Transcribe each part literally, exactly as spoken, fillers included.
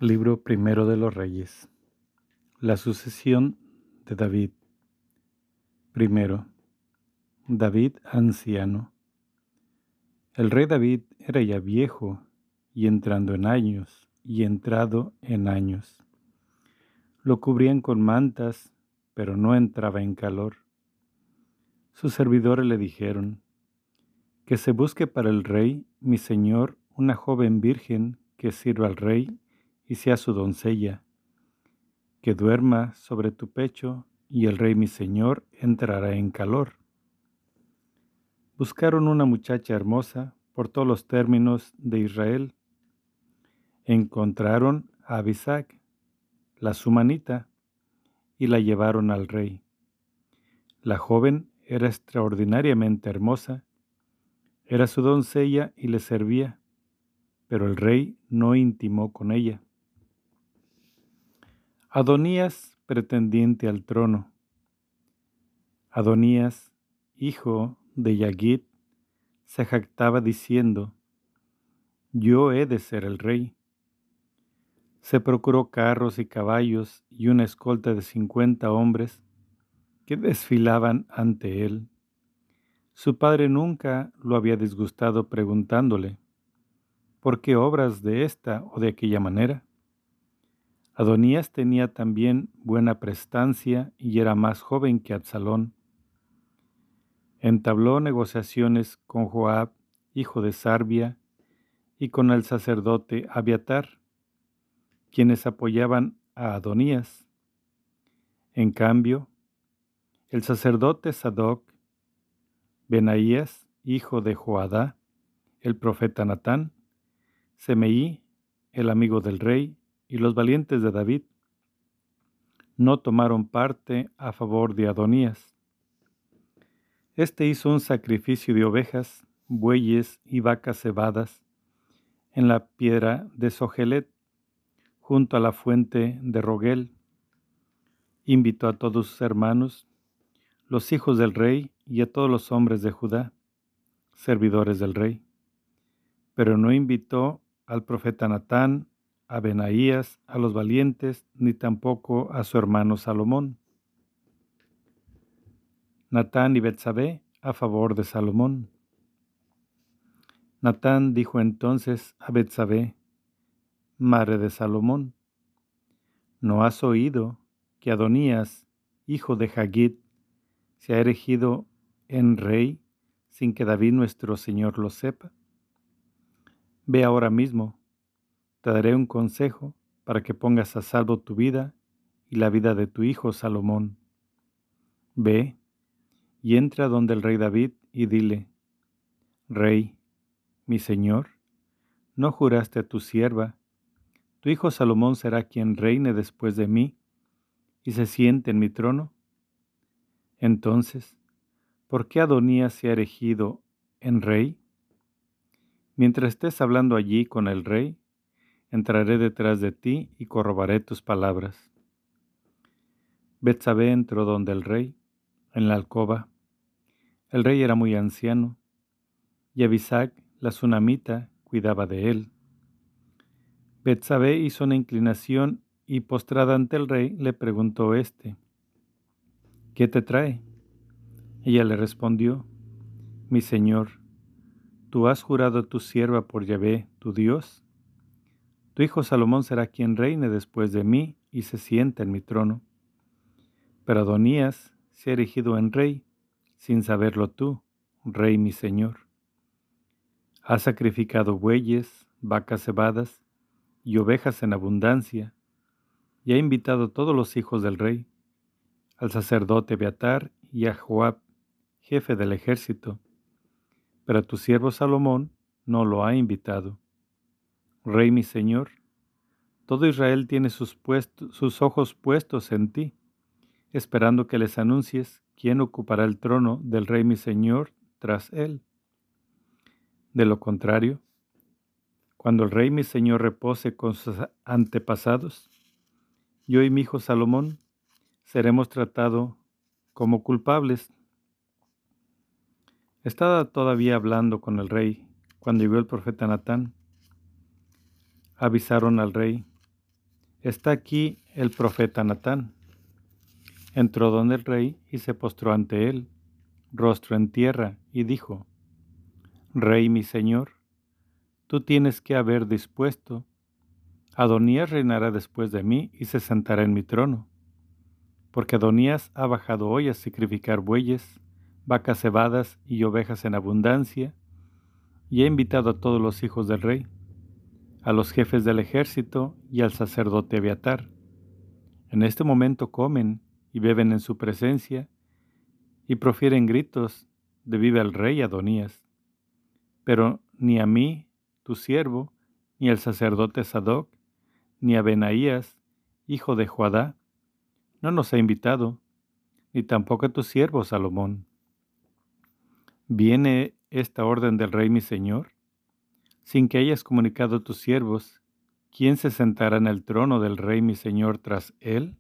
Libro primero de los Reyes. La sucesión de David. Primero, David anciano. El rey David era ya viejo, y entrando en años, y entrado en años. Lo cubrían con mantas, pero no entraba en calor. Sus servidores le dijeron, que se busque para el rey, mi señor, una joven virgen que sirva al rey y sea su doncella, que duerma sobre tu pecho, y el rey mi señor entrará en calor. Buscaron una muchacha hermosa por todos los términos de Israel. Encontraron a Abisac, la sumanita, y la llevaron al rey. La joven era extraordinariamente hermosa, era su doncella y le servía, pero el rey no intimó con ella. Adonías, pretendiente al trono. Adonías, hijo de Yagid, se jactaba diciendo, yo he de ser el rey. Se procuró carros y caballos y una escolta de cincuenta hombres que desfilaban ante él. Su padre nunca lo había disgustado preguntándole, ¿por qué obras de esta o de aquella manera? Adonías tenía también buena prestancia y era más joven que Absalón. Entabló negociaciones con Joab, hijo de Sarbia, y con el sacerdote Abiatar, quienes apoyaban a Adonías. En cambio, el sacerdote Sadoc, Benaías, hijo de Joadá, el profeta Natán, Semeí, el amigo del rey, y los valientes de David, no tomaron parte a favor de Adonías. Este hizo un sacrificio de ovejas, bueyes y vacas cebadas en la piedra de Sogelet, junto a la fuente de Rogel. Invitó a todos sus hermanos, los hijos del rey, y a todos los hombres de Judá, servidores del rey. Pero no invitó al profeta Natán, a Benaías, a los valientes, ni tampoco a su hermano Salomón. Natán y Betsabé a favor de Salomón. Natán dijo entonces a Betsabé, madre de Salomón, ¿no has oído que Adonías, hijo de Hagit, se ha erigido en rey sin que David nuestro señor lo sepa? Ve ahora mismo, te daré un consejo para que pongas a salvo tu vida y la vida de tu hijo Salomón. Ve y entra donde el rey David y dile, Rey, mi señor, ¿no juraste a tu sierva, tu hijo Salomón será quien reine después de mí y se siente en mi trono? Entonces, ¿por qué Adonías se ha erigido en rey? Mientras estés hablando allí con el rey, entraré detrás de ti y corroboraré tus palabras. Betsabé entró donde el rey, en la alcoba. El rey era muy anciano, y Abisac, la sunamita, cuidaba de él. Betsabé hizo una inclinación y, postrada ante el rey, le preguntó éste, ¿qué te trae? Ella le respondió, mi señor, ¿tú has jurado a tu sierva por Yahvé, tu Dios? Tu hijo Salomón será quien reine después de mí y se sienta en mi trono. Pero Adonías se ha erigido en rey, sin saberlo tú, rey mi señor. Ha sacrificado bueyes, vacas cebadas y ovejas en abundancia, y ha invitado a todos los hijos del rey, al sacerdote Abiatar y a Joab, jefe del ejército, pero a tu siervo Salomón no lo ha invitado. Rey mi señor, todo Israel tiene sus, puestos, sus ojos puestos en ti, esperando que les anuncies quién ocupará el trono del rey mi señor tras él. De lo contrario, cuando el rey mi señor repose con sus antepasados, yo y mi hijo Salomón seremos tratados como culpables. Estaba todavía hablando con el rey cuando llegó el profeta Natán. Avisaron al rey, está aquí el profeta Natán. Entró donde el rey y se postró ante él, rostro en tierra, y dijo: Rey mi señor, tú tienes que haber dispuesto. Adonías reinará después de mí y se sentará en mi trono. Porque Adonías ha bajado hoy a sacrificar bueyes, vacas cebadas y ovejas en abundancia, y ha invitado a todos los hijos del rey, a los jefes del ejército y al sacerdote Abiatar. En este momento comen y beben en su presencia y profieren gritos de viva el rey Adonías. Pero ni a mí, tu siervo, ni al sacerdote Sadoc, ni a Benaías, hijo de Joadá, no nos ha invitado, ni tampoco a tu siervo Salomón. ¿Viene esta orden del rey mi señor? Sin que hayas comunicado a tus siervos, ¿quién se sentará en el trono del rey mi señor tras él?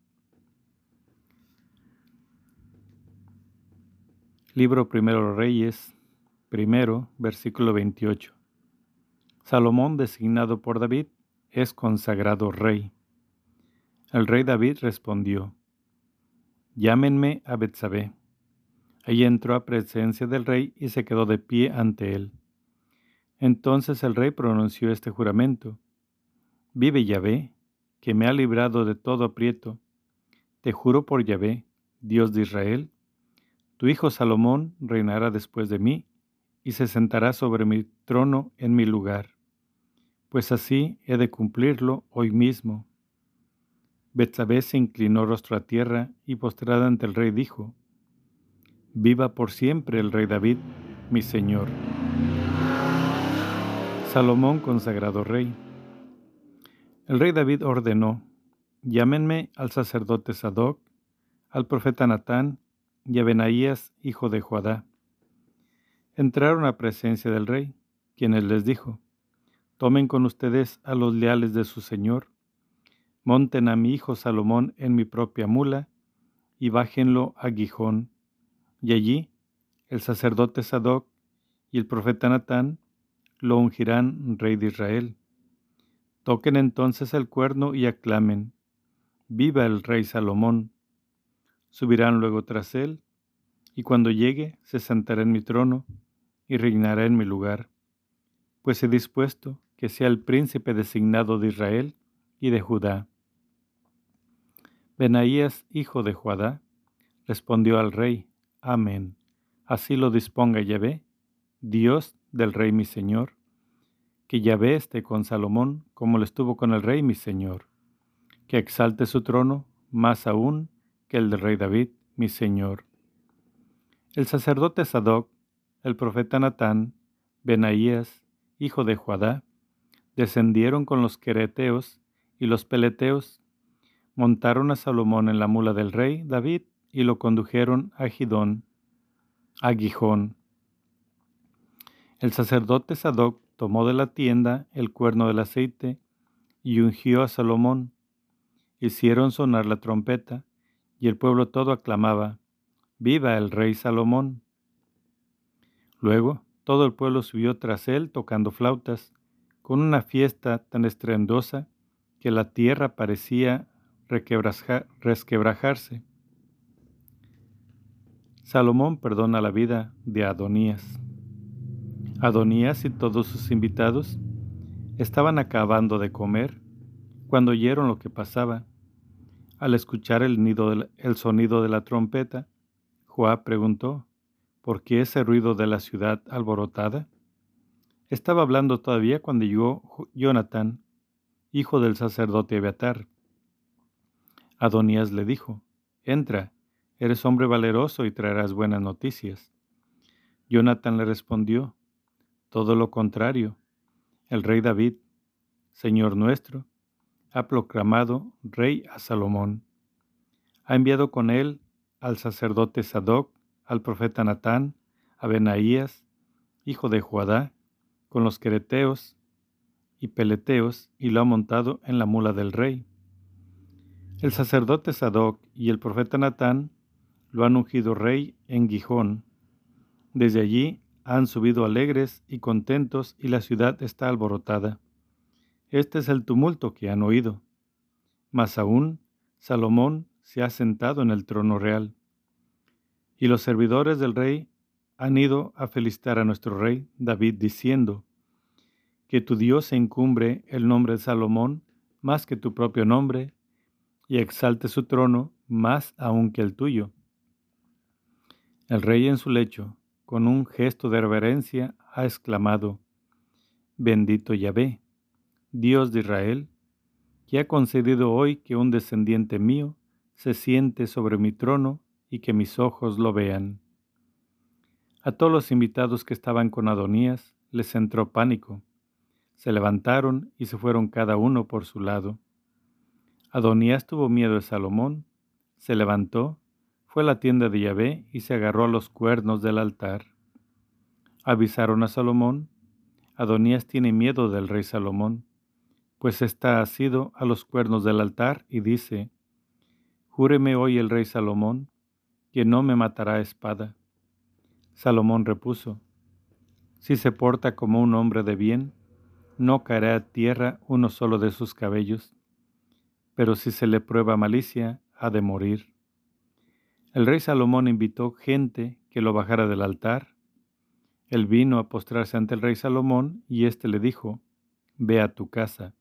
Libro Primero de los Reyes, primero, versículo veintiocho. Salomón, designado por David, es consagrado rey. El rey David respondió: Llámenme a Betsabé. Ella entró a presencia del rey y se quedó de pie ante él. Entonces el rey pronunció este juramento: Vive Yahvé, que me ha librado de todo aprieto. Te juro por Yahvé, Dios de Israel, tu hijo Salomón reinará después de mí y se sentará sobre mi trono en mi lugar, pues así he de cumplirlo hoy mismo. Betsabé se inclinó rostro a tierra y postrada ante el rey dijo: Viva por siempre el rey David, mi señor. Salomón consagrado rey. El rey David ordenó: Llámenme al sacerdote Sadoc, al profeta Natán y a Benaías, hijo de Joadá. Entraron a presencia del rey, quienes les dijo: Tomen con ustedes a los leales de su señor, monten a mi hijo Salomón en mi propia mula y bájenlo a Gijón, y allí el sacerdote Sadoc y el profeta Natán lo ungirán rey de Israel. Toquen entonces el cuerno y aclamen: Viva el rey Salomón. Subirán luego tras él, y cuando llegue se sentará en mi trono y reinará en mi lugar, pues he dispuesto que sea el príncipe designado de Israel y de Judá. Benaías, hijo de Joadá, respondió al rey: Amén. Así lo disponga Yahvé, Dios del rey mi señor, que Yahvé esté con Salomón como lo estuvo con el rey mi señor, que exalte su trono más aún que el del rey David mi señor. El sacerdote Sadoc, el profeta Natán, Benaías, hijo de Joadá, descendieron con los quereteos y los peleteos, montaron a Salomón en la mula del rey David y lo condujeron a Gidón, a Gijón. El sacerdote Sadoc tomó de la tienda el cuerno del aceite y ungió a Salomón. Hicieron sonar la trompeta y el pueblo todo aclamaba: ¡Viva el rey Salomón! Luego todo el pueblo subió tras él tocando flautas, con una fiesta tan estruendosa que la tierra parecía resquebrajarse. Salomón perdona la vida de Adonías. Adonías y todos sus invitados estaban acabando de comer cuando oyeron lo que pasaba. Al escuchar el, nido de la, el sonido de la trompeta, Joab preguntó: ¿por qué ese ruido de la ciudad alborotada? Estaba hablando todavía cuando llegó Jonatán, hijo del sacerdote Abiatar. Adonías le dijo: entra, eres hombre valeroso y traerás buenas noticias. Jonatán le respondió: todo lo contrario, el rey David, señor nuestro, ha proclamado rey a Salomón. Ha enviado con él al sacerdote Sadoc, al profeta Natán, a Benaías, hijo de Joadá, con los quereteos y peleteos, y lo ha montado en la mula del rey. El sacerdote Sadoc y el profeta Natán lo han ungido rey en Gijón. Desde allí han subido alegres y contentos, y la ciudad está alborotada. Este es el tumulto que han oído. Mas aún Salomón se ha sentado en el trono real. Y los servidores del rey han ido a felicitar a nuestro rey David diciendo, que tu Dios encumbre el nombre de Salomón más que tu propio nombre y exalte su trono más aún que el tuyo. El rey en su lecho, con un gesto de reverencia, ha exclamado, bendito Yahvé, Dios de Israel, que ha concedido hoy que un descendiente mío se siente sobre mi trono y que mis ojos lo vean. A todos los invitados que estaban con Adonías les entró pánico. Se levantaron y se fueron cada uno por su lado. Adonías tuvo miedo de Salomón, se levantó, fue a la tienda de Yahvé y se agarró a los cuernos del altar. Avisaron a Salomón, Adonías tiene miedo del rey Salomón, pues está asido a los cuernos del altar y dice, júreme hoy el rey Salomón, que no me matará a espada. Salomón repuso, si se porta como un hombre de bien, no caerá a tierra uno solo de sus cabellos, pero si se le prueba malicia, ha de morir. El rey Salomón invitó gente que lo bajara del altar. Él vino a postrarse ante el rey Salomón y éste le dijo, ve a tu casa.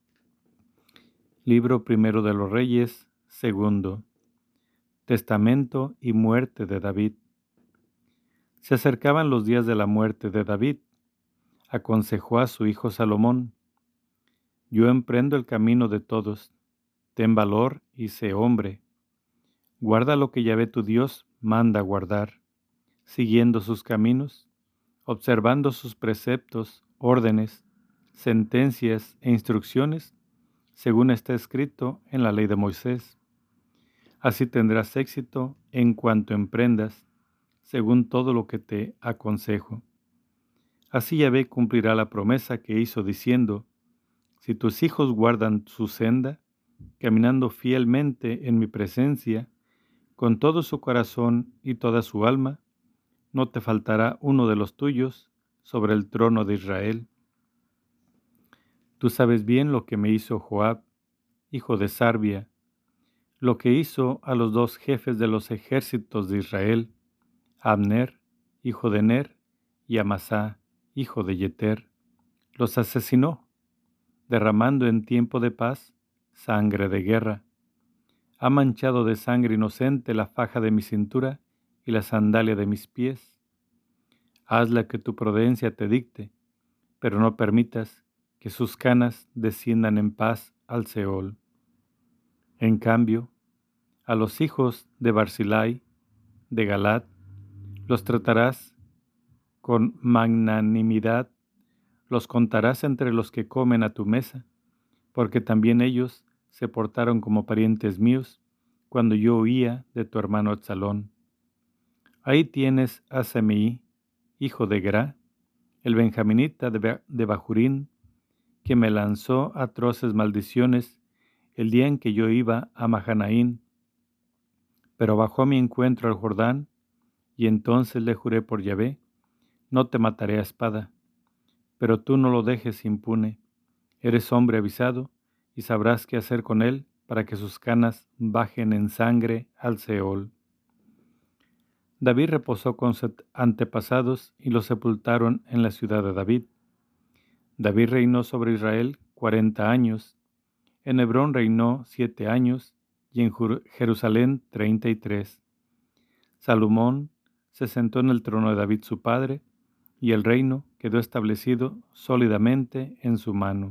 Libro primero de los Reyes, segundo. Testamento y muerte de David. Se acercaban los días de la muerte de David. Aconsejó a su hijo Salomón, yo emprendo el camino de todos, ten valor y sé hombre. Guarda lo que Yahvé tu Dios manda guardar, siguiendo sus caminos, observando sus preceptos, órdenes, sentencias e instrucciones, según está escrito en la ley de Moisés. Así tendrás éxito en cuanto emprendas, según todo lo que te aconsejo. Así Yahvé cumplirá la promesa que hizo diciendo, si tus hijos guardan su senda, caminando fielmente en mi presencia, con todo su corazón y toda su alma, no te faltará uno de los tuyos sobre el trono de Israel. Tú sabes bien lo que me hizo Joab, hijo de Sarvia, lo que hizo a los dos jefes de los ejércitos de Israel, Abner, hijo de Ner, y Amasá, hijo de Yeter. Los asesinó, derramando en tiempo de paz sangre de guerra. Ha manchado de sangre inocente la faja de mi cintura y la sandalia de mis pies. Hazla que tu prudencia te dicte, pero no permitas que sus canas desciendan en paz al Seol. En cambio, a los hijos de Barzillai, de Galaad, los tratarás con magnanimidad, los contarás entre los que comen a tu mesa, porque también ellos se portaron como parientes míos cuando yo huía de tu hermano Absalón. Ahí tienes a Semeí, hijo de Gerá, el benjaminita de Bahurín, que me lanzó atroces maldiciones el día en que yo iba a Mahanaín, pero bajó a mi encuentro al Jordán, y entonces le juré por Yahvé, no te mataré a espada, pero tú no lo dejes impune, eres hombre avisado, y sabrás qué hacer con él para que sus canas bajen en sangre al Seol. David reposó con sus antepasados y los sepultaron en la ciudad de David. David reinó sobre Israel cuarenta años, en Hebrón reinó siete años y en Jerusalén treinta y tres. Salomón se sentó en el trono de David su padre, y el reino quedó establecido sólidamente en su mano.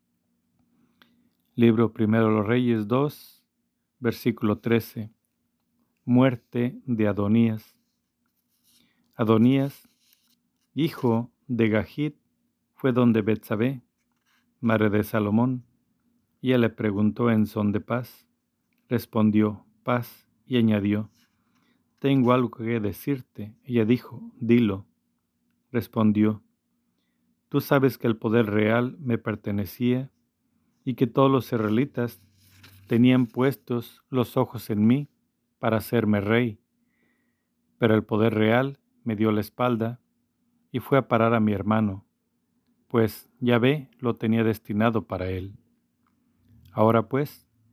Libro primero de los Reyes dos, versículo trece. Muerte de Adonías. Adonías, hijo de Gahit, fue donde Betsabé, madre de Salomón, y ella le preguntó en son de paz. Respondió, paz, y añadió, tengo algo que decirte. Ella dijo, dilo. Respondió, tú sabes que el poder real me pertenecía y que todos los israelitas tenían puestos los ojos en mí para hacerme rey, pero el poder real me dio la espalda y fue a parar a mi hermano, pues Yahvé lo tenía destinado para él. Ahora pues,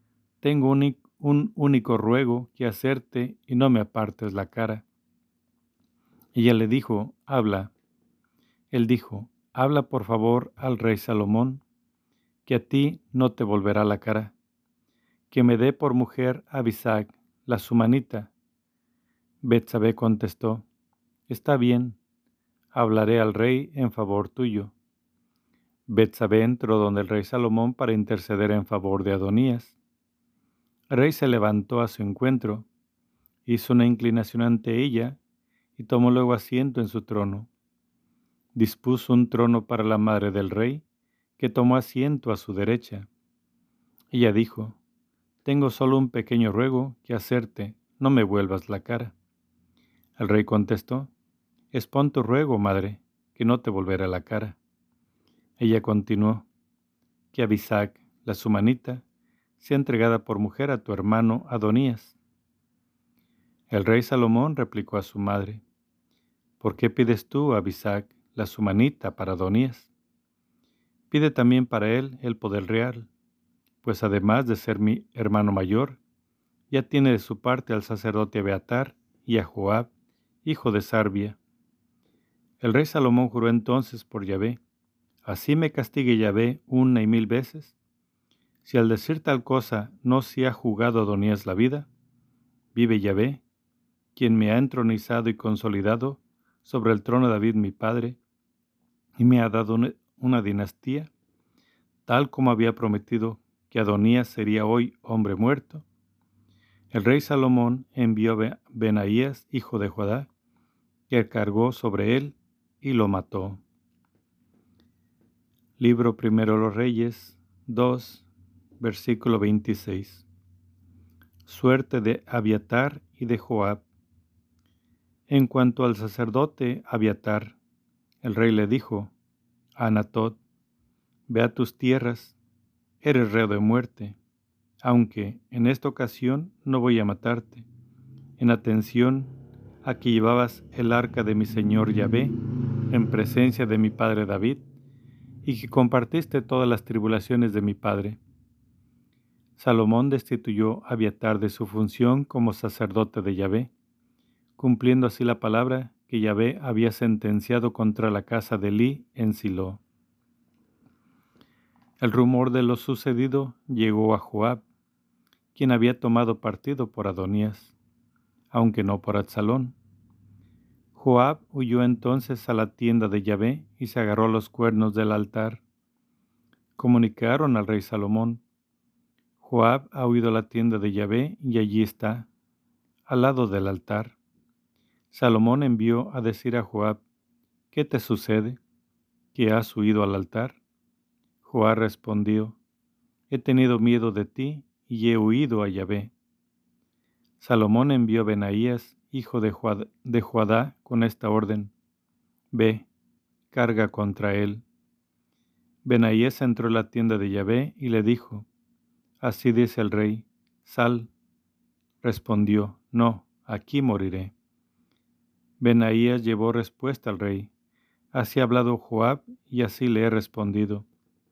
tengo un, un único ruego que hacerte y no me apartes la cara. Ella le dijo, habla. Él dijo, habla por favor al rey Salomón, que a ti no te volverá la cara, que me dé por mujer a Abisag, la sumanita. Betsabé contestó, está bien, hablaré al rey en favor tuyo. Betsabé entró donde el rey Salomón para interceder en favor de Adonías. El rey se levantó a su encuentro, hizo una inclinación ante ella y tomó luego asiento en su trono. Dispuso un trono para la madre del rey, que tomó asiento a su derecha. Ella dijo, tengo solo un pequeño ruego que hacerte, no me vuelvas la cara. El rey contestó, expón tu ruego, madre, que no te volverá la cara. Ella continuó, que Abisag, la sumanita, sea entregada por mujer a tu hermano Adonías. El rey Salomón replicó a su madre, ¿por qué pides tú a Abisag, la sumanita, para Adonías? Pide también para él el poder real, pues además de ser mi hermano mayor, ya tiene de su parte al sacerdote Abiatar y a Joab, hijo de Sarbia. El rey Salomón juró entonces por Yahvé, así me castigue Yahvé una y mil veces, si al decir tal cosa no se ha jugado Adonías la vida, vive Yahvé, quien me ha entronizado y consolidado sobre el trono de David mi padre, y me ha dado una, una dinastía, tal como había prometido que Adonías sería hoy hombre muerto. El rey Salomón envió a Benaías, hijo de Joiada, que cargó sobre él y lo mató. Libro primero de los Reyes, dos, versículo veintiséis. Suerte de Abiatar y de Joab. En cuanto al sacerdote Abiatar, el rey le dijo a Anatot, ve a tus tierras, eres reo de muerte, aunque en esta ocasión no voy a matarte, en atención a que llevabas el arca de mi señor Yahvé en presencia de mi padre David, y que compartiste todas las tribulaciones de mi padre. Salomón destituyó a Abiatar de su función como sacerdote de Yahvé, cumpliendo así la palabra que Yahvé había sentenciado contra la casa de Elí en Silo. El rumor de lo sucedido llegó a Joab, quien había tomado partido por Adonías, aunque no por Absalón. Joab huyó entonces a la tienda de Yahvé y se agarró a los cuernos del altar. Comunicaron al rey Salomón, Joab ha huido a la tienda de Yahvé y allí está, al lado del altar. Salomón envió a decir a Joab, ¿qué te sucede? ¿Que has huido al altar? Joab respondió, he tenido miedo de ti y he huido a Yahvé. Salomón envió a Benaías, hijo de Joiada, con esta orden, ve, carga contra él. Benaías entró en la tienda de Yahvé y le dijo, así dice el rey, sal. Respondió, no, aquí moriré. Benaías llevó respuesta al rey, así ha hablado Joab y así le he respondido.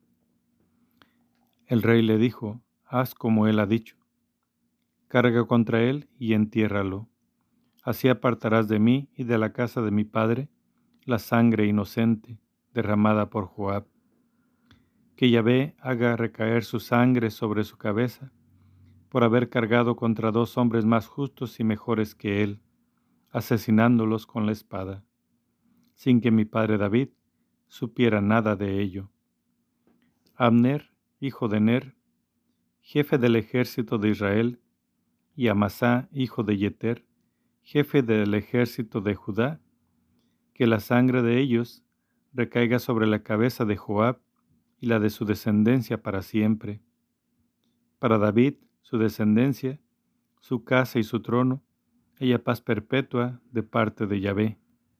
El rey le dijo, haz como él ha dicho. Carga contra él y entiérralo. Así apartarás de mí y de la casa de mi padre la sangre inocente derramada por Joab. Que Yahvé haga recaer su sangre sobre su cabeza por haber cargado contra dos hombres más justos y mejores que él, asesinándolos con la espada, sin que mi padre David supiera nada de ello. Abner, hijo de Ner, jefe del ejército de Israel, y Amasá, hijo de Yeter, jefe del ejército de Judá, que la sangre de ellos recaiga sobre la cabeza de Joab y la de su descendencia para siempre. Para David, su descendencia, su casa y su trono, haya paz perpetua de parte de Yahvé.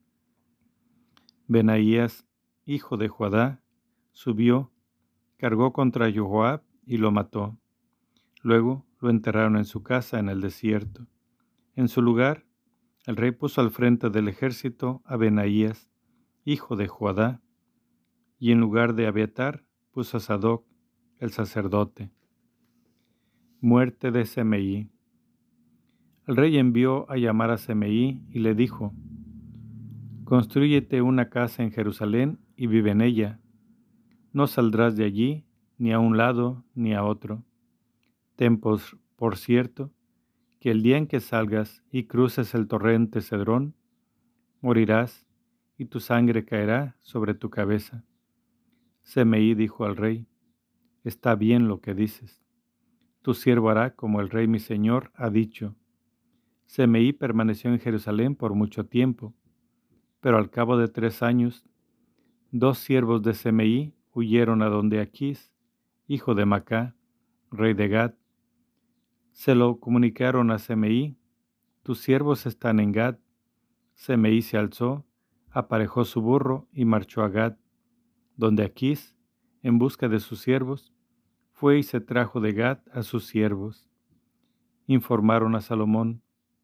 Benaías, hijo de Joiada, subió, cargó contra Joab y lo mató. Luego lo enterraron en su casa en el desierto. En su lugar, el rey puso al frente del ejército a Benaías, hijo de Joiada, y en lugar de Abiatar puso a Sadoc, el sacerdote. Muerte de Semeí. El rey envió a llamar a Semeí y le dijo: Constrúyete una casa en Jerusalén y vive en ella. No saldrás de allí ni a un lado ni a otro. Ten por, por cierto que el día en que salgas y cruces el torrente Cedrón, morirás y tu sangre caerá sobre tu cabeza. Semeí dijo al rey: Está bien lo que dices. Tu siervo hará como el rey mi señor ha dicho. Semeí permaneció en Jerusalén por mucho tiempo, pero al cabo de tres años, dos siervos de Semeí huyeron a donde Aquís, hijo de Macá, rey de Gad. Se lo comunicaron a Semeí: Tus siervos están en Gad. Semeí se alzó, aparejó su burro y marchó a Gad, donde Aquís, en busca de sus siervos, fue y se trajo de Gad a sus siervos. Informaron a Salomón: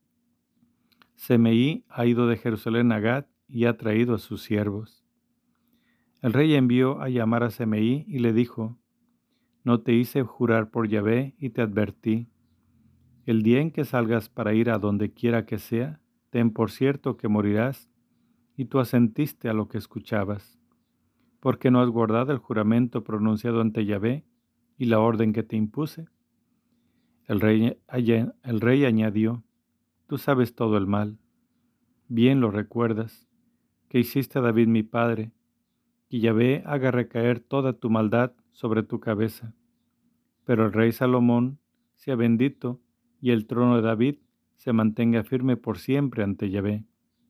Semeí ha ido de Jerusalén a Gad y ha traído a sus siervos. El rey envió a llamar a Semeí y le dijo: No te hice jurar por Yahvé y te advertí. El día en que salgas para ir a donde quiera que sea, ten por cierto que morirás, y tú asentiste a lo que escuchabas. ¿Por qué no has guardado el juramento pronunciado ante Yahvé y la orden que te impuse? El rey, el rey añadió: Tú sabes todo el mal. Bien lo recuerdas, que hiciste a David mi padre, que Yahvé haga recaer toda tu maldad sobre tu cabeza. Pero el rey Salomón sea bendito, y el trono de David se mantenga firme por siempre ante Yahvé.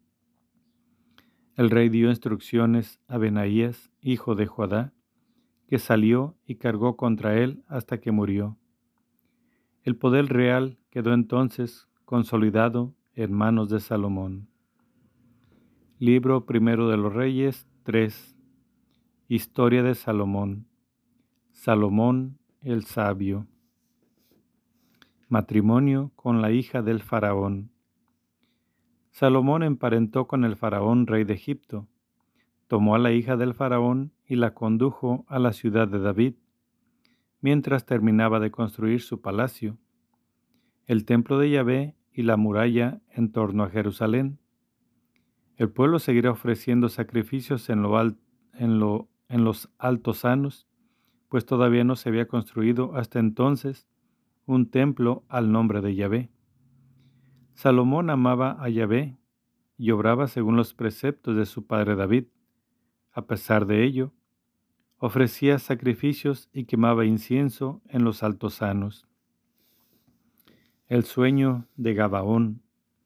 El rey dio instrucciones a Benaías, hijo de Joadá, que salió y cargó contra él hasta que murió. El poder real quedó entonces consolidado en manos de Salomón. Libro primero de los Reyes tres. Historia de Salomón. Salomón el sabio. Matrimonio con la hija del faraón. Salomón emparentó con el faraón rey de Egipto. Tomó a la hija del faraón y la condujo a la ciudad de David, mientras terminaba de construir su palacio, el templo de Yahvé y la muralla en torno a Jerusalén. El pueblo seguirá ofreciendo sacrificios en, lo al, en, lo, en los altosanos, pues todavía no se había construido hasta entonces un templo al nombre de Yahvé. Salomón amaba a Yahvé y obraba según los preceptos de su padre David. A pesar de ello, ofrecía sacrificios y quemaba incienso en los altosanos. El sueño de Gabaón.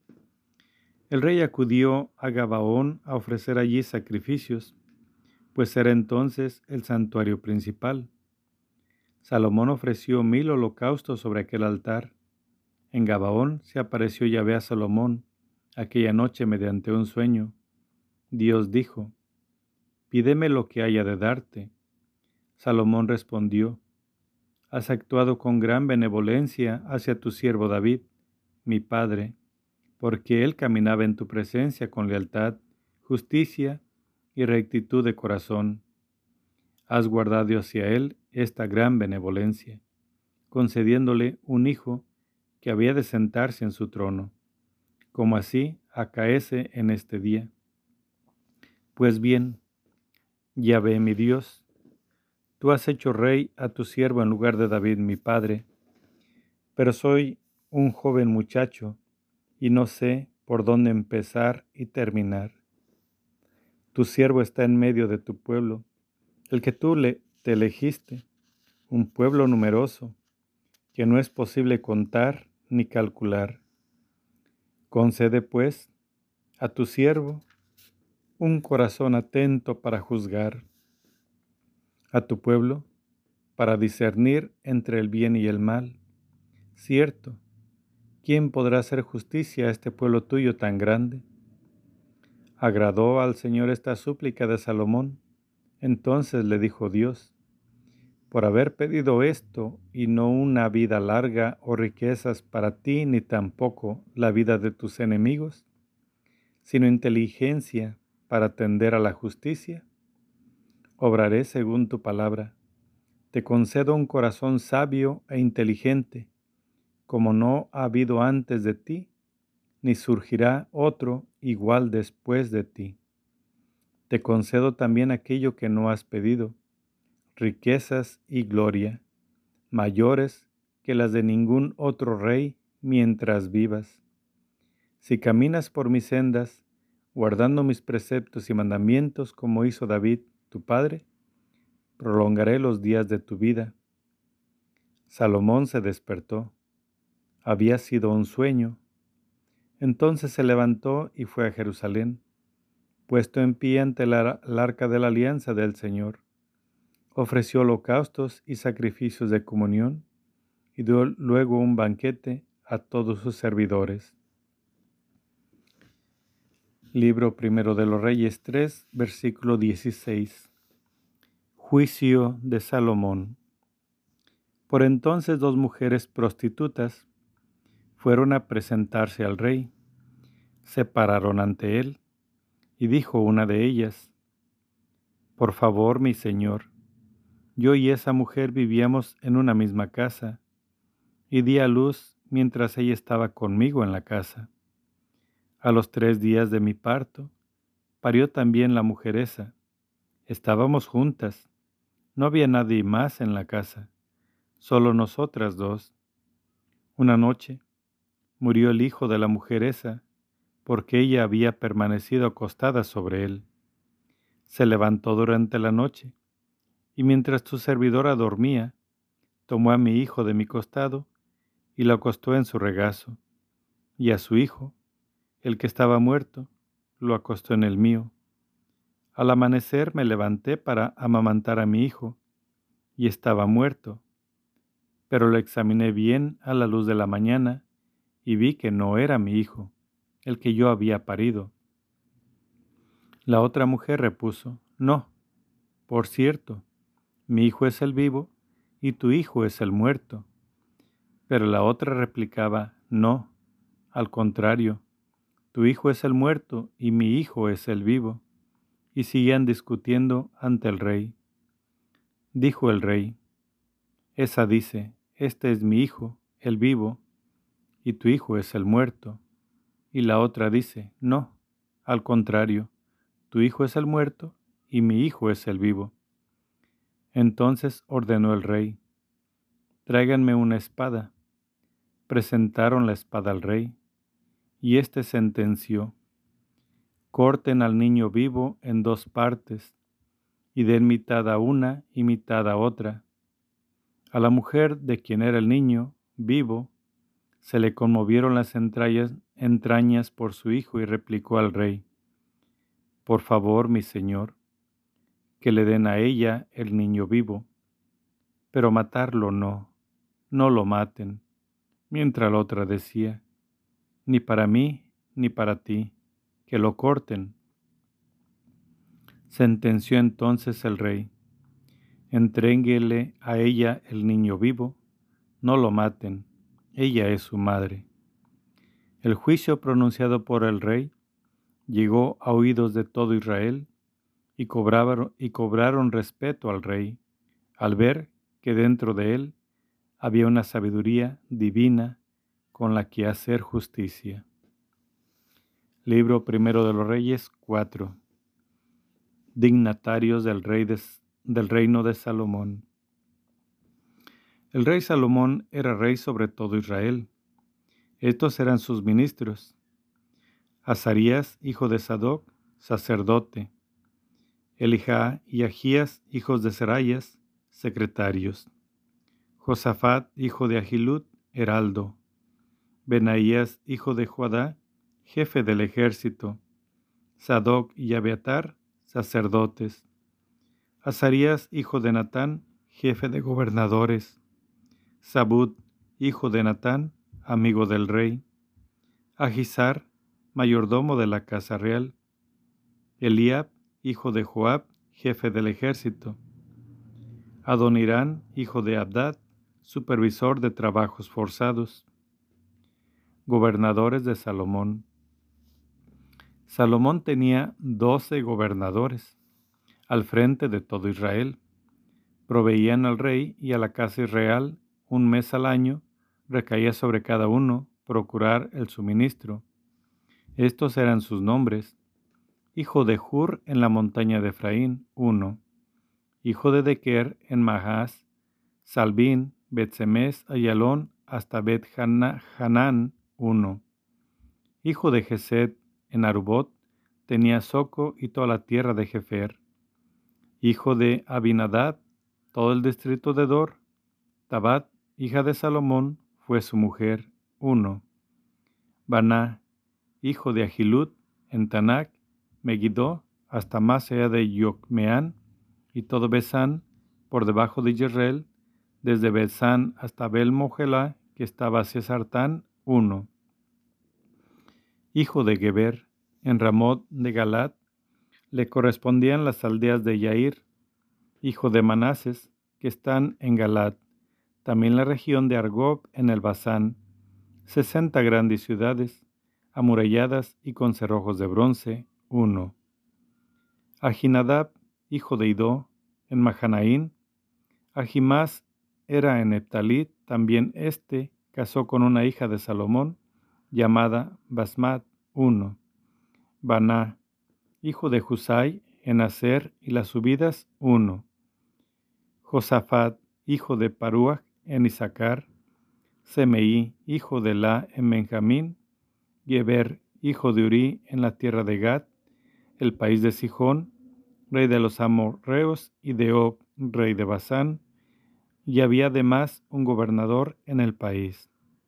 El rey acudió a Gabaón a ofrecer allí sacrificios, pues era entonces el santuario principal. Salomón ofreció mil holocaustos sobre aquel altar. En Gabaón se apareció Yahvé a Salomón aquella noche mediante un sueño. Dios dijo: Pídeme lo que haya de darte. Salomón respondió: Has actuado con gran benevolencia hacia tu siervo David, mi padre, porque él caminaba en tu presencia con lealtad, justicia y rectitud de corazón. Has guardado hacia él esta gran benevolencia, concediéndole un hijo que había de sentarse en su trono, como así acaece en este día. Pues bien, Yahvé mi Dios, tú has hecho rey a tu siervo en lugar de David mi padre, pero soy un joven muchacho y no sé por dónde empezar y terminar. Tu siervo está en medio de tu pueblo, el que tú le, te elegiste, un pueblo numeroso, que no es posible contar ni calcular. Concede, pues, a tu siervo un corazón atento para juzgar, a tu pueblo para discernir entre el bien y el mal. Cierto, ¿quién podrá hacer justicia a este pueblo tuyo tan grande? Agradó al Señor esta súplica de Salomón. Entonces le dijo Dios: Por haber pedido esto y no una vida larga o riquezas para ti, ni tampoco la vida de tus enemigos, sino inteligencia para atender a la justicia, obraré según tu palabra. Te concedo un corazón sabio e inteligente, como no ha habido antes de ti, ni surgirá otro igual después de ti. Te concedo también aquello que no has pedido, riquezas y gloria, mayores que las de ningún otro rey mientras vivas. Si caminas por mis sendas, guardando mis preceptos y mandamientos como hizo David, tu padre, prolongaré los días de tu vida. Salomón se despertó. Había sido un sueño. Entonces se levantó y fue a Jerusalén, puesto en pie ante el arca de la alianza del Señor. Ofreció holocaustos y sacrificios de comunión, y dio luego un banquete a todos sus servidores. Libro primero de los Reyes tres, versículo dieciséis. Juicio de Salomón. Por entonces dos mujeres prostitutas fueron a presentarse al rey. Se pararon ante él, y dijo una de ellas: Por favor, mi señor, yo y esa mujer vivíamos en una misma casa, y di a luz mientras ella estaba conmigo en la casa. A los tres días de mi parto, parió también la mujer esa. Estábamos juntas, no había nadie más en la casa, solo nosotras dos. Una noche murió el hijo de la mujer esa, porque ella había permanecido acostada sobre él. Se levantó durante la noche, y mientras tu servidora dormía, tomó a mi hijo de mi costado y lo acostó en su regazo, y a su hijo, el que estaba muerto, lo acostó en el mío. Al amanecer me levanté para amamantar a mi hijo, y estaba muerto, pero lo examiné bien a la luz de la mañana, y vi que no era mi hijo, el que yo había parido. La otra mujer repuso: No, por cierto, mi hijo es el vivo, y tu hijo es el muerto. Pero la otra replicaba: No, al contrario, tu hijo es el muerto y mi hijo es el vivo. Y seguían discutiendo ante el rey. Dijo el rey: Esa dice: Este es mi hijo, el vivo, y tu hijo es el muerto. Y la otra dice: No, al contrario, tu hijo es el muerto y mi hijo es el vivo. Entonces ordenó el rey: Tráiganme una espada. Presentaron la espada al rey, y éste sentenció: Corten al niño vivo en dos partes, y den mitad a una y mitad a otra. A la mujer de quien era el niño vivo se le conmovieron las entrañas, entrañas por su hijo, y replicó al rey: Por favor, mi señor, que le den a ella el niño vivo, pero matarlo no, no lo maten. Mientras la otra decía: Ni para mí ni para ti, que lo corten. Sentenció entonces el rey: Entréguele a ella el niño vivo, no lo maten, ella es su madre. El juicio pronunciado por el rey llegó a oídos de todo Israel, y cobraron, y cobraron respeto al rey, al ver que dentro de él había una sabiduría divina con la que hacer justicia. Libro primero de los Reyes cuatro. Dignatarios del, rey de, del reino de Salomón. El rey Salomón era rey sobre todo Israel. Estos eran sus ministros: Azarías, hijo de Sadoc, sacerdote; Elijah y Ahías, hijos de Serayas, secretarios; Josafat, hijo de Ahilud, heraldo; Benaías, hijo de Joadá, jefe del ejército; Sadoc y Abiatar, sacerdotes; Azarías, hijo de Natán, jefe de gobernadores; Zabud, hijo de Natán, amigo del rey; Ahisar, mayordomo de la casa real; Eliab, hijo de Joab, jefe del ejército; Adonirán, hijo de Abdad, supervisor de trabajos forzados. Gobernadores de Salomón. Salomón tenía doce gobernadores al frente de todo Israel. Proveían al rey y a la casa real un mes al año recaía sobre cada uno procurar el suministro. Estos eran sus nombres: hijo de Hur en la montaña de Efraín, uno; hijo de Dequer en Mahás, Salbín, Bet-Semes, Ayalón, hasta Bet-Hanán, uno; hijo de Gesed en Arubot, tenía Soco y toda la tierra de Jefer; hijo de Abinadab, todo el distrito de Dor; Tabat, hija de Salomón, fue su mujer, uno; Baná, hijo de Ahilud, en Tanac, Megiddo, hasta más allá de Yocmeán, y todo Besán, por debajo de Jezreel, desde Besán hasta Bel-Mojelá, que estaba hacia Sartán, uno; hijo de Geber, en Ramot de Galat, le correspondían las aldeas de Yair, hijo de Manases, que están en Galat, también la región de Argob en el Basán, sesenta grandes ciudades, amuralladas y con cerrojos de bronce, uno; Ahinadab, hijo de Idó, en Mahanaín; Ahimás era en Neptalit, también éste casó con una hija de Salomón, llamada Basmat, uno; Baná, hijo de Husai, en Aser y las subidas, uno; Josafat, hijo de Paruach, en Isaacar; Semeí, hijo de La, en Benjamín; Geber, hijo de Uri, en la tierra de Gad, el país de Sihón, rey de los amorreos, y de Og, rey de Basán, y había además un gobernador en el país.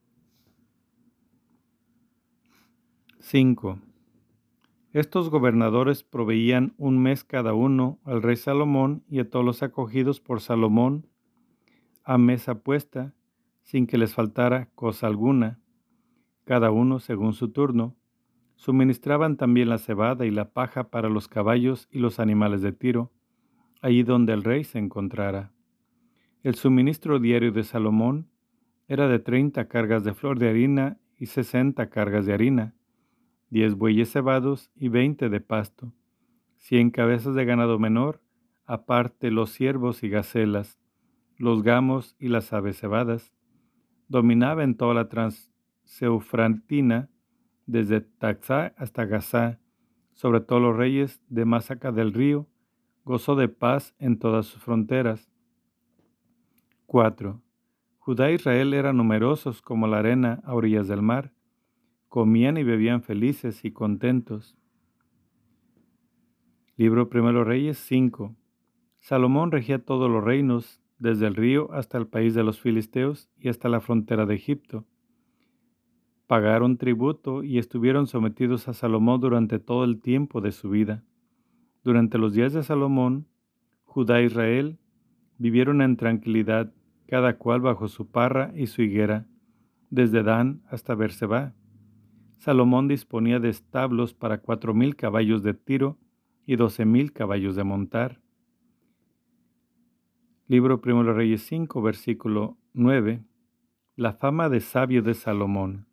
cinco. Estos gobernadores proveían un mes cada uno al rey Salomón y a todos los acogidos por Salomón a mesa puesta, sin que les faltara cosa alguna, cada uno según su turno. Suministraban también la cebada y la paja para los caballos y los animales de tiro, allí donde el rey se encontrara. El suministro diario de Salomón era de treinta cargas de flor de harina y sesenta cargas de harina, diez bueyes cebados y veinte de pasto, cien cabezas de ganado menor, aparte los ciervos y gacelas, los gamos y las aves cebadas. Dominaba en toda la Transeufratina, desde Taxá hasta Gazá, sobre todos los reyes de más acá del río, gozó de paz en todas sus fronteras. cuatro. Judá e Israel eran numerosos como la arena a orillas del mar, comían y bebían felices y contentos. Libro Primero Reyes cinco. Salomón regía todos los reinos, desde el río hasta el país de los filisteos y hasta la frontera de Egipto. Pagaron tributo y estuvieron sometidos a Salomón durante todo el tiempo de su vida. Durante los días de Salomón, Judá e Israel vivieron en tranquilidad, cada cual bajo su parra y su higuera, desde Dan hasta Berseba. Salomón disponía de establos para cuatro mil caballos de tiro y doce mil caballos de montar. Libro Primero Reyes cinco, versículo nueve. La fama de sabio de Salomón.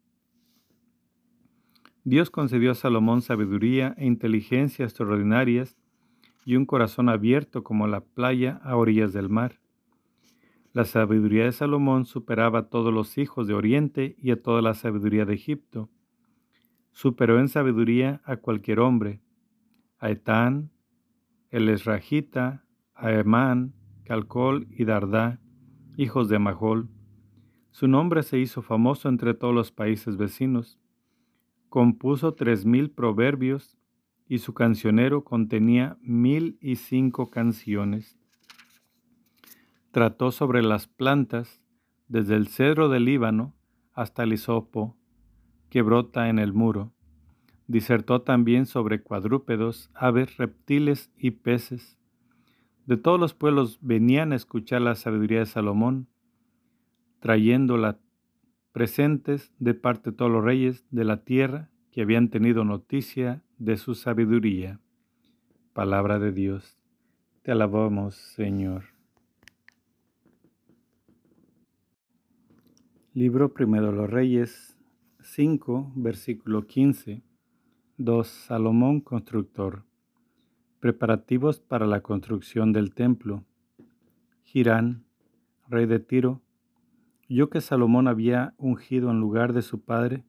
Dios concedió a Salomón sabiduría e inteligencia extraordinarias y un corazón abierto como la playa a orillas del mar. La sabiduría de Salomón superaba a todos los hijos de Oriente y a toda la sabiduría de Egipto. Superó en sabiduría a cualquier hombre, a Etán, el Esrahita, a Emán, Calcol y Dardá, hijos de Mahol. Su nombre se hizo famoso entre todos los países vecinos. Compuso tres mil proverbios y su cancionero contenía mil y cinco canciones. Trató sobre las plantas, desde el cedro del Líbano hasta el hisopo, que brota en el muro. Disertó también sobre cuadrúpedos, aves, reptiles y peces. De todos los pueblos venían a escuchar la sabiduría de Salomón, trayéndola presentes de parte de todos los reyes de la tierra que habían tenido noticia de su sabiduría. Palabra de Dios. Te alabamos, Señor. Libro Primero de los Reyes cinco, versículo quince. dos. Salomón constructor. Preparativos para la construcción del templo. Hirán, rey de Tiro, Oyó que Salomón había ungido en lugar de su padre